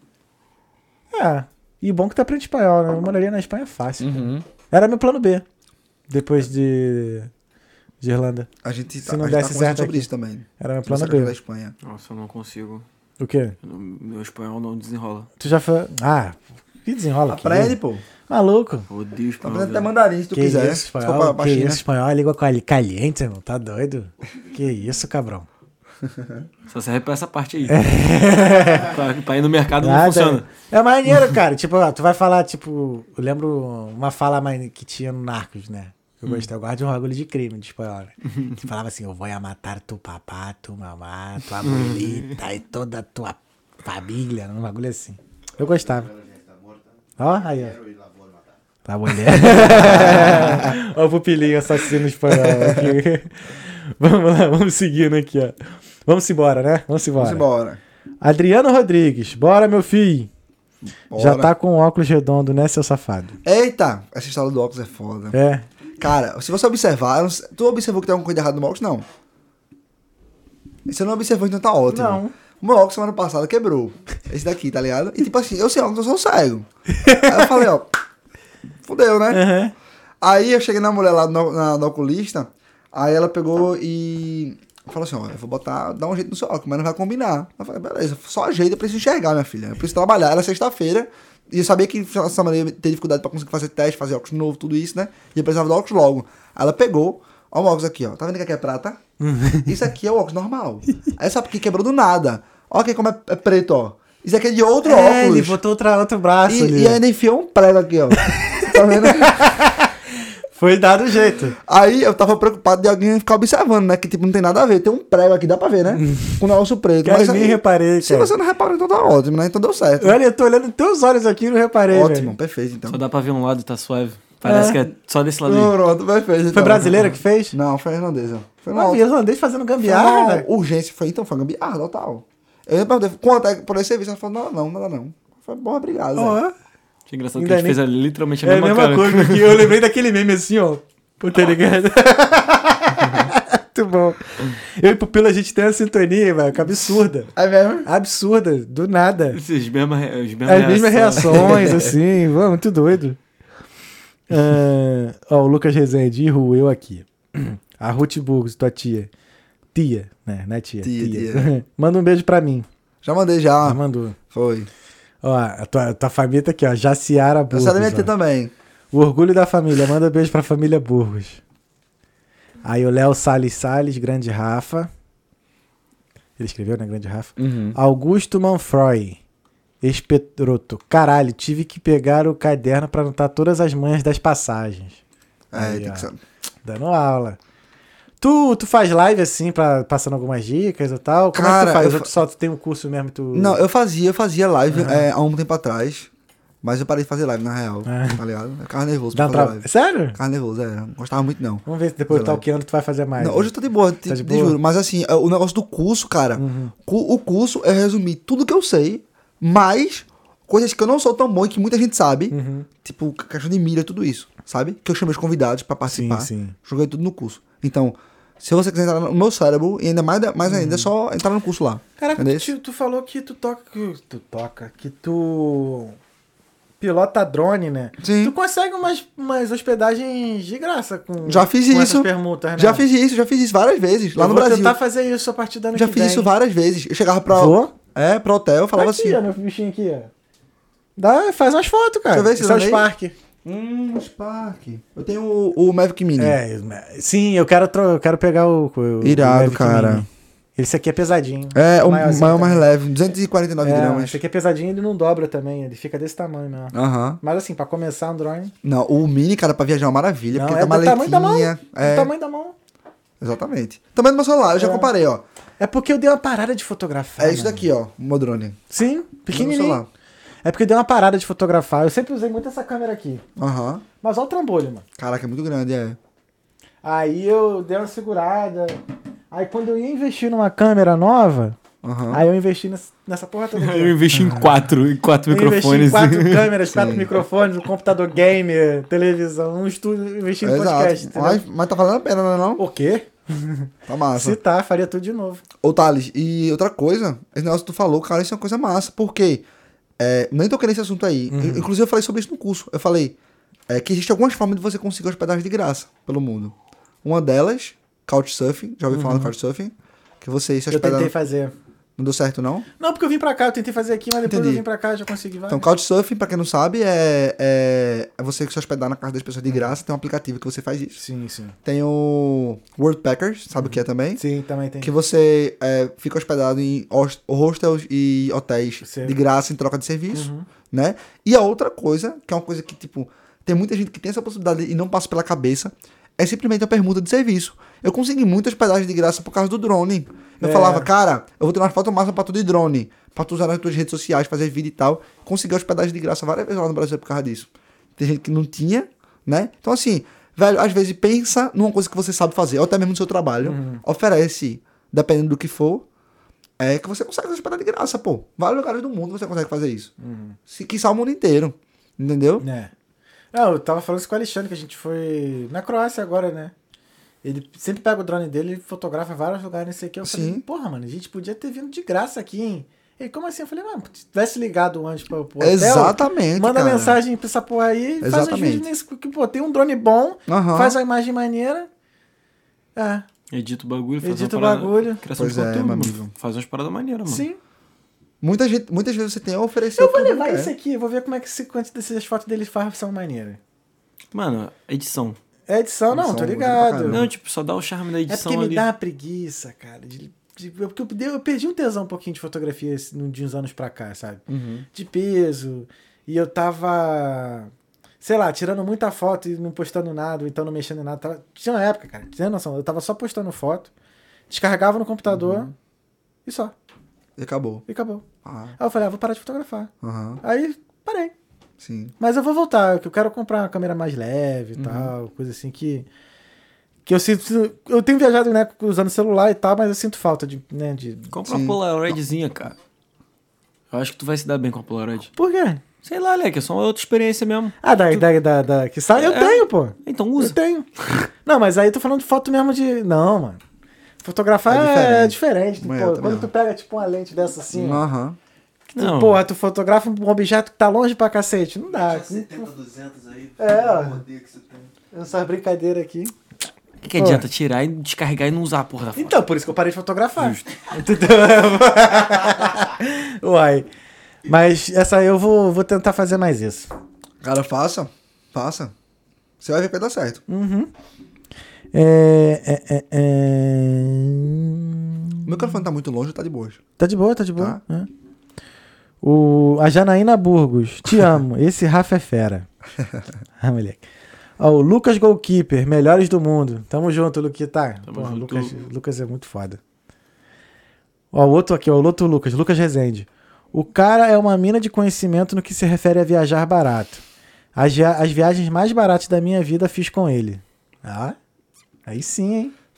É, e bom que tu aprende espanhol, né? Eu moraria na Espanha fácil. Era meu plano B, depois de Irlanda. A gente Se não tá desse conversando certo sobre aqui. isso também. Era meu Sobre plano essa coisa da B. Espanha. Nossa, eu não consigo. O quê? Meu espanhol não desenrola. Tu já foi... Ah, que desenrola aqui. Aprende, pô. Maluco. Eu odeio espanhol. Aprende até velho. mandarim, se tu Que quiser. isso, Se for espanhol? pra Que China. isso, espanhol é língua caliente, irmão. Tá doido? Que isso, cabrão. Só serve pra essa parte aí. Pra ir no mercado não Nada. funciona. É maneiro, cara. Tipo, ó, tu vai falar, tipo... Eu lembro uma fala que tinha no Narcos, né? Eu gostei. Eu gosto de um bagulho de crime de espanhol, né? Que falava assim, eu vou matar tu papá, tu mamá, tua abuelita e toda a tua família. Um bagulho assim. Eu gostava. Ó, aí, ó. Tá mulher. Ó o pupilinho assassino espanhol aqui. Vamos lá, vamos seguindo aqui, ó. Vamos embora, né? Vamos embora. Vamos embora. Adriano Rodrigues, bora, meu filho. Bora. Já tá com óculos redondo, né, seu safado? Eita, essa história do óculos é foda. É. Cara, se você observar, tu observou que tem alguma coisa errada no óculos? Não. Se você não observou, então tá ótimo. Não. O meu óculos semana passada quebrou. Esse daqui, tá ligado? E tipo assim, eu sem óculos, eu sou cego. Aí eu falei, ó, fudeu, né? Uhum. Aí eu cheguei na mulher lá na oculista, aí ela pegou e falou assim, ó, eu vou dar um jeito no seu óculos, mas não vai combinar. Eu falei, beleza, só ajeita, eu preciso enxergar, minha filha. Eu preciso trabalhar. Era sexta-feira, e eu sabia que essa mulher ia ter dificuldade pra conseguir fazer teste, fazer óculos novo, tudo isso, né? E eu precisava do óculos logo. Aí ela pegou, ó o óculos aqui, ó. Tá vendo que aqui é prata? Isso aqui é o óculos normal. Aí sabe que quebrou do nada. Ó aqui como é preto, ó. Isso aqui é de outro óculos. Ele botou outro braço ali. E ainda enfiou um prego aqui, ó. Tá vendo? Foi dado o jeito. Aí eu tava preocupado de alguém ficar observando, né? Que tipo, não tem nada a ver. Tem um prego aqui, dá pra ver, né? Com o negócio preto. Cara, Mas eu nem aí, reparei, se cara. você não reparou, então tá ótimo, né? Então deu certo. Olha, eu tô olhando nos teus olhos aqui e não reparei, Ótimo, velho. perfeito, então. Só dá pra ver um lado, tá suave. Parece que é só desse lado aí. Pronto, perfeito. Então. Foi brasileira que fez? Não, foi irlandesa. Foi Ah, uma irlandês fazendo gambiarra, velho. urgência. Foi, então, foi gambiarra total. Eu perguntei, quanto é por esse serviço? Ela falou, nada não. Foi bom, obrigado. velho. Ó, Que engraçado Ainda que a gente nem- fez literalmente a é a mesma mesma cara. coisa aqui. Eu lembrei daquele meme assim, ó. Pô, tá ligado? Muito bom. Eu e Pupila, a gente tem uma sintonia, velho, que é absurda. É mesmo? Absurda, do nada. As mesmas As mesmas reações, assim, pô, muito doido. Ó, o Lucas Rezende, Ru, eu aqui. A Ruth Burgos, tua tia. Tia, né? Não é tia. Tia. Manda um beijo pra mim. Já mandei já. Já mandou. Foi. Ó, a tua família tá aqui, ó. Jaciara Burgos. Essa da minha ó. tia também. O orgulho da família. Manda beijo pra família Burgos. Aí o Léo Salles, Grande Rafa. Ele escreveu, né? Grande Rafa. Augusto Manfroy. Espetroto. Caralho, tive que pegar o caderno pra anotar todas as manhas das passagens. Aí, Tem ó, que saber. dando aula. Tu faz live assim, passando algumas dicas e tal? Como é que Cara, tu faz? eu Ou tu só tem um curso mesmo e tu... Não, eu fazia live há um tempo atrás, mas eu parei de fazer live, na real, tá ligado? Eu ficava nervoso Dá pra um fazer tra... live. Sério? Ficava nervoso, não gostava muito não. Vamos ver se depois do Fazer live. Talkando tu vai fazer mais. Não, hoje eu tô de boa, Tá de te boa? juro. Mas assim, o negócio do curso, cara, o curso é resumir tudo que eu sei, mais coisas que eu não sou tão bom e que muita gente sabe. Tipo, questão de mira, tudo isso, sabe? Que eu chamei os convidados pra participar. Sim. Joguei tudo no curso. Então, se você quiser entrar no meu cérebro, e ainda mais ainda, é só entrar no curso lá. Caraca, tu falou que tu pilota drone, né? Sim. Tu consegue umas hospedagens de graça com Já fiz com isso. essas permutas, né? Já fiz isso várias vezes, lá no Vou Brasil. tentar fazer isso a partir do ano Já que fiz vem. isso várias vezes. Eu chegava pra hotel, falava aqui, assim... ó, meu bichinho aqui, ó. Faz umas fotos, cara. Deixa eu ver se Isso é o eu Spark. Spark. Eu tenho o Mavic Mini. Sim, eu quero pegar o Irado, Mavic cara. Mini. Esse aqui é pesadinho. É, o maiorzinho maior mais também. leve, 249 gramas. Esse aqui é pesadinho e ele não dobra também, ele fica desse tamanho mesmo. Aham. Mas assim, pra começar um drone... Não, o Mini, cara, pra viajar é uma maravilha, Não, porque é tá do tamanho da mão. maletinha. Do tamanho da mão. Exatamente. Tamanho do meu celular, eu já comparei, ó. É porque eu dei uma parada de fotografar. É isso mano. daqui, ó, o meu drone. Sim, No pequenininho. celular. É porque eu dei uma parada de fotografar. Eu sempre usei muito essa câmera aqui. Aham. Mas olha o trambolho, mano. Caraca, é muito grande, é. Aí eu dei uma segurada. Aí quando eu ia investir numa câmera nova, Aham. aí eu investi nessa porra toda aqui. Eu investi em quatro Eu investi em microfones. 4 câmeras, 4 microfones, um computador gamer, televisão, um estúdio, investi em podcast. Exato. Mas tá valendo a pena, não é não? O quê? Tá massa. Se tá, faria tudo de novo. Ô, Thales, e outra coisa, esse negócio que tu falou, cara, isso é uma coisa massa, porque nem toquei nesse assunto aí. Inclusive, eu falei sobre isso no curso. Eu falei que existe algumas formas de você conseguir hospedagem de graça pelo mundo. Uma delas, Couchsurfing. Já ouviu falar do Couchsurfing? Que você se Eu hospeda... tentei fazer. Não deu certo, não? Não, porque eu vim pra cá, eu tentei fazer aqui, mas depois Entendi. eu vim pra cá e já consegui várias. Então, Couchsurfing, pra quem não sabe, é você se hospedar na casa das pessoas de graça. Tem um aplicativo que você faz isso. Sim. Tem o Worldpackers, sabe o que é também? Sim, também tem. Que você fica hospedado em hostels e hotéis Você- de graça em troca de serviço, né? E a outra coisa, que é uma coisa que, tipo, tem muita gente que tem essa possibilidade e não passa pela cabeça, é simplesmente a permuta de serviço. Eu consegui muita hospedagem de graça por causa do drone. Eu falava, cara, eu vou ter uma foto massa pra tu de drone, pra tu usar nas tuas redes sociais, fazer vídeo e tal. Consegui hospedagem de graça várias vezes lá no Brasil por causa disso. Tem gente que não tinha, né? Então, assim, velho, às vezes pensa numa coisa que você sabe fazer, ou até mesmo no seu trabalho, oferece, dependendo do que for, que você consegue hospedar de graça, pô. Vários lugares do mundo você consegue fazer isso. Se quiçá o mundo inteiro, entendeu? Não, eu tava falando isso com o Alexandre, que a gente foi na Croácia agora, né? Ele sempre pega o drone dele e fotografa vários lugares, não sei o que. Eu falei, Sim. porra, mano, a gente podia ter vindo de graça aqui, hein? Ele, como assim? Eu falei, mano, se tivesse ligado antes pro hotel, Exatamente, manda cara. mensagem pra essa porra aí e faz uns Exatamente. vídeos nesse, que, pô, tem um drone bom, Aham. faz uma imagem maneira. Edita o bagulho, faz Edita uma o parada. bagulho. Criação de Pois é, conteúdo, meu mano. amigo. Faz umas paradas maneiras, mano. Sim. Muitas vezes você tem a oferecer Eu o vou que levar não isso quer. aqui, vou ver como é que essas fotos dele são maneiras. Mano, edição. É edição, não, Edição, tô usa pra ligado. caramba. Não, tipo, só dá o charme da É edição porque me ali. dá uma preguiça, cara. Porque eu perdi um tesão um pouquinho de fotografia de uns anos pra cá, sabe? De peso. E eu tava, sei lá, tirando muita foto e não postando nada, ou então não mexendo em nada. Tinha uma época, cara, tinha noção, eu tava só postando foto, descarregava no computador e só. E acabou. E acabou. Ah, Aí eu falei, vou parar de fotografar. aham, Aí parei. sim. Mas eu vou voltar, que eu quero comprar uma câmera mais leve e tal, coisa assim que eu sinto. Eu tenho viajado, né, usando celular e tal, mas eu sinto falta de. Compra Sim. uma Polaroidzinha, cara. Eu acho que tu vai se dar bem com a Polaroid. Por quê? Sei lá, Leque, é só uma outra experiência mesmo. Ah, da que sai? Eu tenho, pô. Então Eu usa. tenho. Não, mas aí eu tô falando de foto mesmo de. Não, mano. Fotografar é diferente. É, Pô, eu também quando não. tu pega, tipo, uma lente dessa assim, Aham. Não. porra, tu fotografa um objeto que tá longe pra cacete. Não dá. 70, 200 aí. ó. O poder que você tem. Essas brincadeiras aqui. O que adianta tirar e descarregar e não usar a porra da foto? Então, por isso que eu parei de fotografar. Entendeu? Uai. Mas essa aí eu vou tentar fazer mais isso. Cara, faça. Você vai ver que vai dar certo. O microfone tá muito longe, tá de boa. Tá de boa, tá de boa. É. A Janaína Burgos, te amo. Esse Rafa é fera. Moleque. Ó, o Lucas Goalkeeper, melhores do mundo. Tamo junto, Luquita. Tamo Porra, junto. Lucas é muito foda. Ó, o outro aqui, ó, o outro Lucas Rezende. O cara é uma mina de conhecimento no que se refere a viajar barato. As viagens mais baratas da minha vida fiz com ele. Ah, aí sim, hein?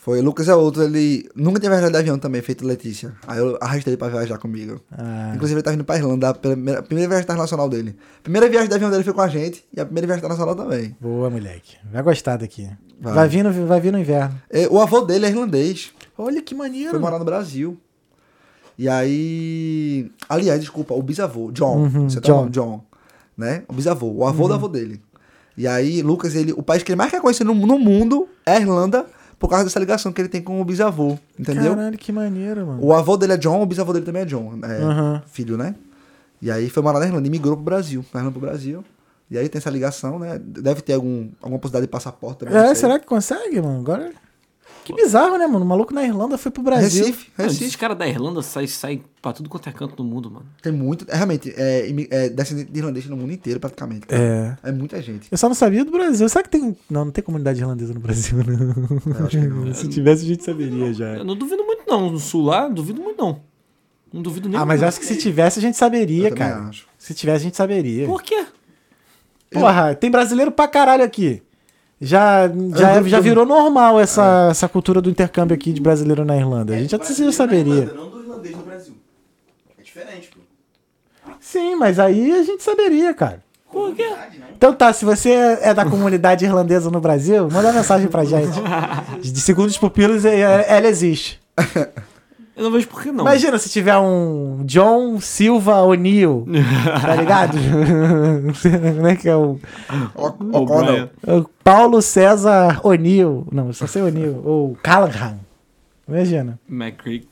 Foi, o Lucas é outro, ele nunca tinha viajado de avião também, feito Letícia. Aí eu arrastei ele pra viajar comigo. Inclusive ele tá vindo pra Irlanda, a primeira viagem internacional dele. Primeira viagem de avião dele foi com a gente, e a primeira viagem internacional também. Boa, moleque. Vai gostar daqui. Vai. Vai vir no inverno. O avô dele é irlandês, Olha que maneiro. foi morar no Brasil. E aí... Aliás, desculpa, o bisavô, John. Uhum, Você tá John. falando John, né? O bisavô, o avô do avô dele. E aí, Lucas, o país que ele mais quer conhecer no mundo é a Irlanda, por causa dessa ligação que ele tem com o bisavô, entendeu? Caralho, que maneiro, mano. O avô dele é John, o bisavô dele também é John, Uhum. filho, né? E aí foi morar na Irlanda e migrou pro Brasil, na Irlanda pro Brasil. E aí tem essa ligação, né? Deve ter alguma possibilidade de passaporte também. não sei. Será que consegue, mano? Agora... Que bizarro, né, mano? O maluco na Irlanda foi pro Brasil. Recife. Esses caras da Irlanda saem pra tudo quanto é canto do mundo, mano. Tem muito. Realmente, descendente de irlandês no mundo inteiro, praticamente. É muita gente. Eu só não sabia do Brasil. Será que tem... Não tem comunidade irlandesa no Brasil, não. Eu acho que não. Se tivesse, a gente saberia já. Eu não duvido muito, não. No sul lá, não duvido muito, não. Não duvido nem. Mas eu acho que se tivesse, a gente saberia, Eu também cara. acho. Se tivesse, a gente saberia. Por quê? Porra, tem brasileiro pra caralho aqui. Já virou normal essa cultura do intercâmbio aqui de brasileiro na Irlanda. A gente já saberia. Não do irlandês no Brasil. É diferente, pô. Sim, mas aí a gente saberia, cara. Por quê? Então tá, se você é da comunidade irlandesa no Brasil, manda uma mensagem pra gente. De segundo os pupilos, ela existe. Eu não vejo por que não. Imagina se tiver um John Silva O'Neill, tá ligado? Como é que é o... O'Connell. o Paulo César O'Neill. Não, só sei O'Neill. Ou Callahan. Imagina. McCreek.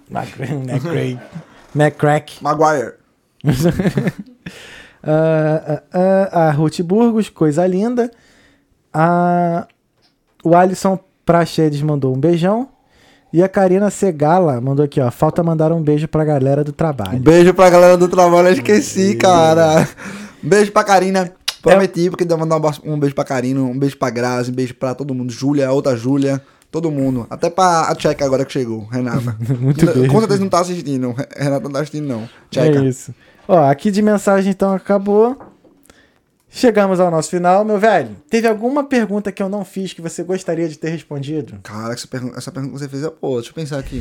McCrack. Maguire. A Ruth Burgos, coisa linda. O Alisson Praxedes mandou um beijão. E a Karina Segala mandou aqui, ó. Falta mandar um beijo pra galera do Um trabalho. beijo pra galera do trabalho, eu esqueci, cara. Um beijo pra Karina. Prometi, porque devo mandar um beijo pra Karina, um beijo pra Grazi, um beijo pra todo mundo. Júlia, a outra Júlia, todo mundo. Até pra a Tcheca agora que chegou, Renata. Muito bem. Com certeza não tá assistindo. Renata não tá assistindo, não. Tcheca. É isso. Ó, aqui de mensagem então acabou. Chegamos ao nosso final, meu velho. Teve alguma pergunta que eu não fiz que você gostaria de ter respondido? Cara, essa pergunta que você fez é pô, deixa eu pensar aqui.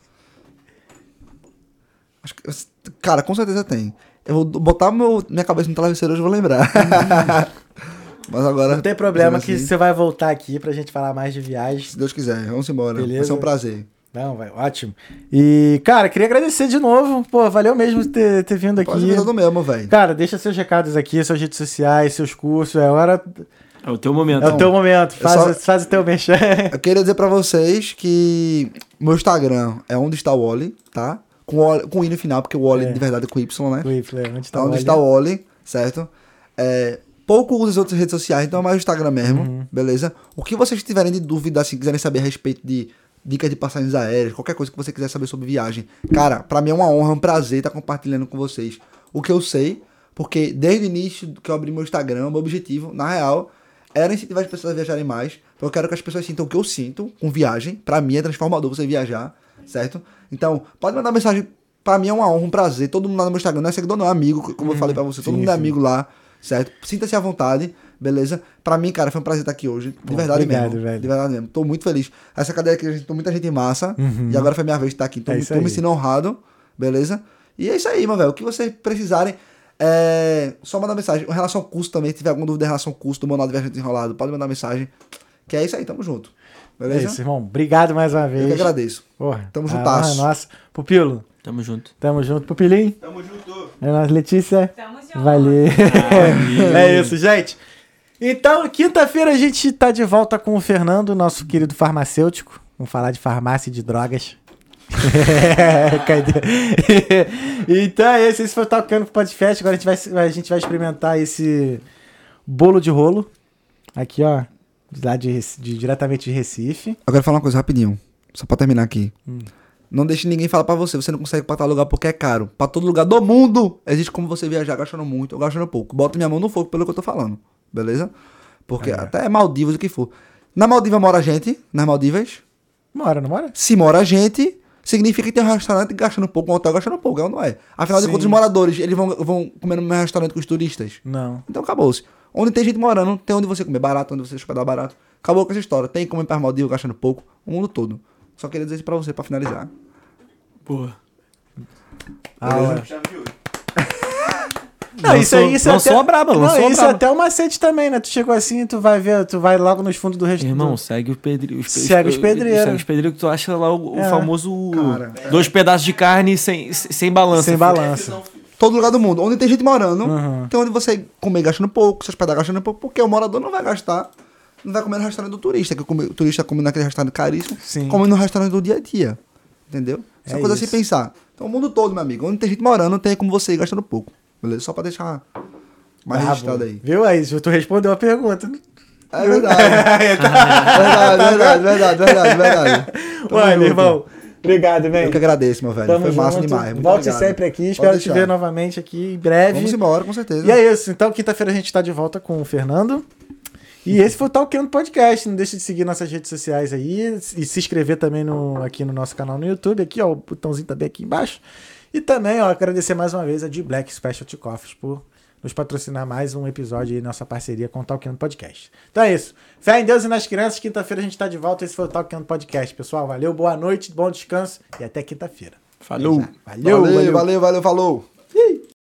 Acho que, cara, com certeza tem. Eu vou botar minha cabeça no travesseiro hoje e vou lembrar. Mas agora. Não tem problema assim, que você vai voltar aqui pra gente falar mais de viagem. se Deus quiser, vamos embora. Beleza. Vai ser um prazer. Não, vai, ótimo. E, cara, queria agradecer de novo. Pô, valeu mesmo ter vindo aqui. Pode vir todo mesmo, velho. Cara, deixa seus recados aqui, suas redes sociais, seus cursos. É hora. É o teu momento. É o teu momento. Faz o teu mexer. Eu queria dizer pra vocês que meu Instagram é onde está o Wally, tá? Com o i no final, porque o Wally de verdade é com Y, né? Onde tá Onde está o Wally, certo? Pouco uso as outras redes sociais, então é mais o Instagram mesmo, beleza? O que vocês tiverem de dúvida, assim, quiserem saber a respeito de dicas de passagens aéreas, qualquer coisa que você quiser saber sobre viagem, cara, pra mim é uma honra, um prazer estar compartilhando com vocês o que eu sei, porque desde o início que eu abri meu Instagram, meu objetivo, na real, era incentivar as pessoas a viajarem mais. Então eu quero que as pessoas sintam o que eu sinto com viagem. Pra mim é transformador você viajar, certo? Então, pode mandar mensagem. Pra mim é uma honra, um prazer. Todo mundo lá no meu Instagram, não é seguidor, não é amigo, como eu falei pra você. Todo mundo é amigo lá, certo? Sinta-se à vontade, beleza? Pra mim, cara, foi um prazer estar aqui hoje. De verdade obrigado, mesmo. velho. De verdade mesmo. Tô muito feliz. Essa cadeira aqui, tem muita gente massa. E agora foi minha vez de estar aqui. Tô É isso me aí. sentindo honrado, beleza? E é isso aí, meu velho. O que vocês precisarem. Só mandar mensagem. Em relação ao curso também, se tiver alguma dúvida em relação ao curso do Manual de Viajante Enrolado, pode mandar mensagem. Que é isso aí, tamo junto. Beleza? É isso, irmão. Obrigado mais uma vez. Eu que agradeço. Porra, Tamo juntasso. Nossa. Pupilo, Tamo junto. tamo junto. Pupilinho. Tamo junto. É nóis, Letícia. Tamo junto. Valeu. É isso, gente. Então, quinta-feira a gente tá de volta com o Fernando, nosso querido farmacêutico. Vamos falar de farmácia e de drogas. Cadê? Então é esse foi o Tocando Podcast. Agora a gente vai experimentar esse bolo de rolo. Aqui, ó. Lá diretamente de Recife. Eu quero falar uma coisa rapidinho. Só pra terminar aqui. Não deixe ninguém falar pra você. Você não consegue ir pra tal lugar porque é caro. Pra todo lugar do mundo existe como você viajar gastando muito ou gastando pouco. Bota minha mão no fogo pelo que eu tô falando. Beleza? Porque até Maldivas, o que for. Na Maldiva mora gente. Nas Maldivas. Mora, não mora? Se mora gente, significa que tem um restaurante gastando pouco, um hotel gastando pouco. É ou não é? Afinal de Sim. contas, os moradores, eles vão comer no mesmo restaurante com os turistas. Não. Então acabou-se. Onde tem gente morando, tem onde você comer barato, onde você hospedar barato. Acabou com essa história. Tem como ir pra Maldivas gastando pouco, o mundo todo. Só queria dizer isso pra você, pra finalizar. Porra. Chave de ouro. Não, isso aí, isso lançou até... a braba, lançou Não, a isso é braba. até um macete também, né? Tu chegou assim, tu vai ver, tu vai logo nos fundos do restaurante. Irmão, segue o pedreiro. Segue os pedreiros. Segue os pedreiros que tu acha lá o famoso Cara. 2 pedaços de carne sem balança. Sem balança. Todo lugar do mundo. Onde tem gente morando, Uhum. tem onde você comer gastando pouco, se hospedar gastando pouco, porque o morador não vai gastar. Não vai comer no restaurante do turista, que o turista come naquele restaurante caríssimo, Sim. come no restaurante do dia a dia. Entendeu? Essa É coisa isso. assim pensar. Então o mundo todo, meu amigo. Onde tem gente morando, tem como você ir gastando pouco. Beleza? Só pra deixar mais registrado aí. Viu aí? Tu respondeu a pergunta. É verdade. verdade. Tamo Ué, meu junto. irmão. Obrigado, velho. Eu que agradeço, meu velho. Tamo Foi massa junto. demais. Muito Volte obrigado. sempre aqui. Pode Espero te deixar. ver novamente aqui em breve. Vamos embora, com certeza. E é isso. Então, quinta-feira a gente tá de volta com o Fernando. E esse foi o Talkando Podcast. Não deixa de seguir nossas redes sociais aí. E se inscrever também aqui no nosso canal no YouTube. Aqui, ó. O botãozinho também aqui embaixo. E também, ó, agradecer mais uma vez a de Black Specialty Coffees por nos patrocinar mais um episódio aí, nossa parceria com o Talkando Podcast. Então é isso. Fé em Deus e nas crianças. Quinta-feira a gente tá de volta. Esse foi o Talkando Podcast, pessoal. Valeu, boa noite, bom descanso e até quinta-feira. Falou. Valeu. Valeu, falou.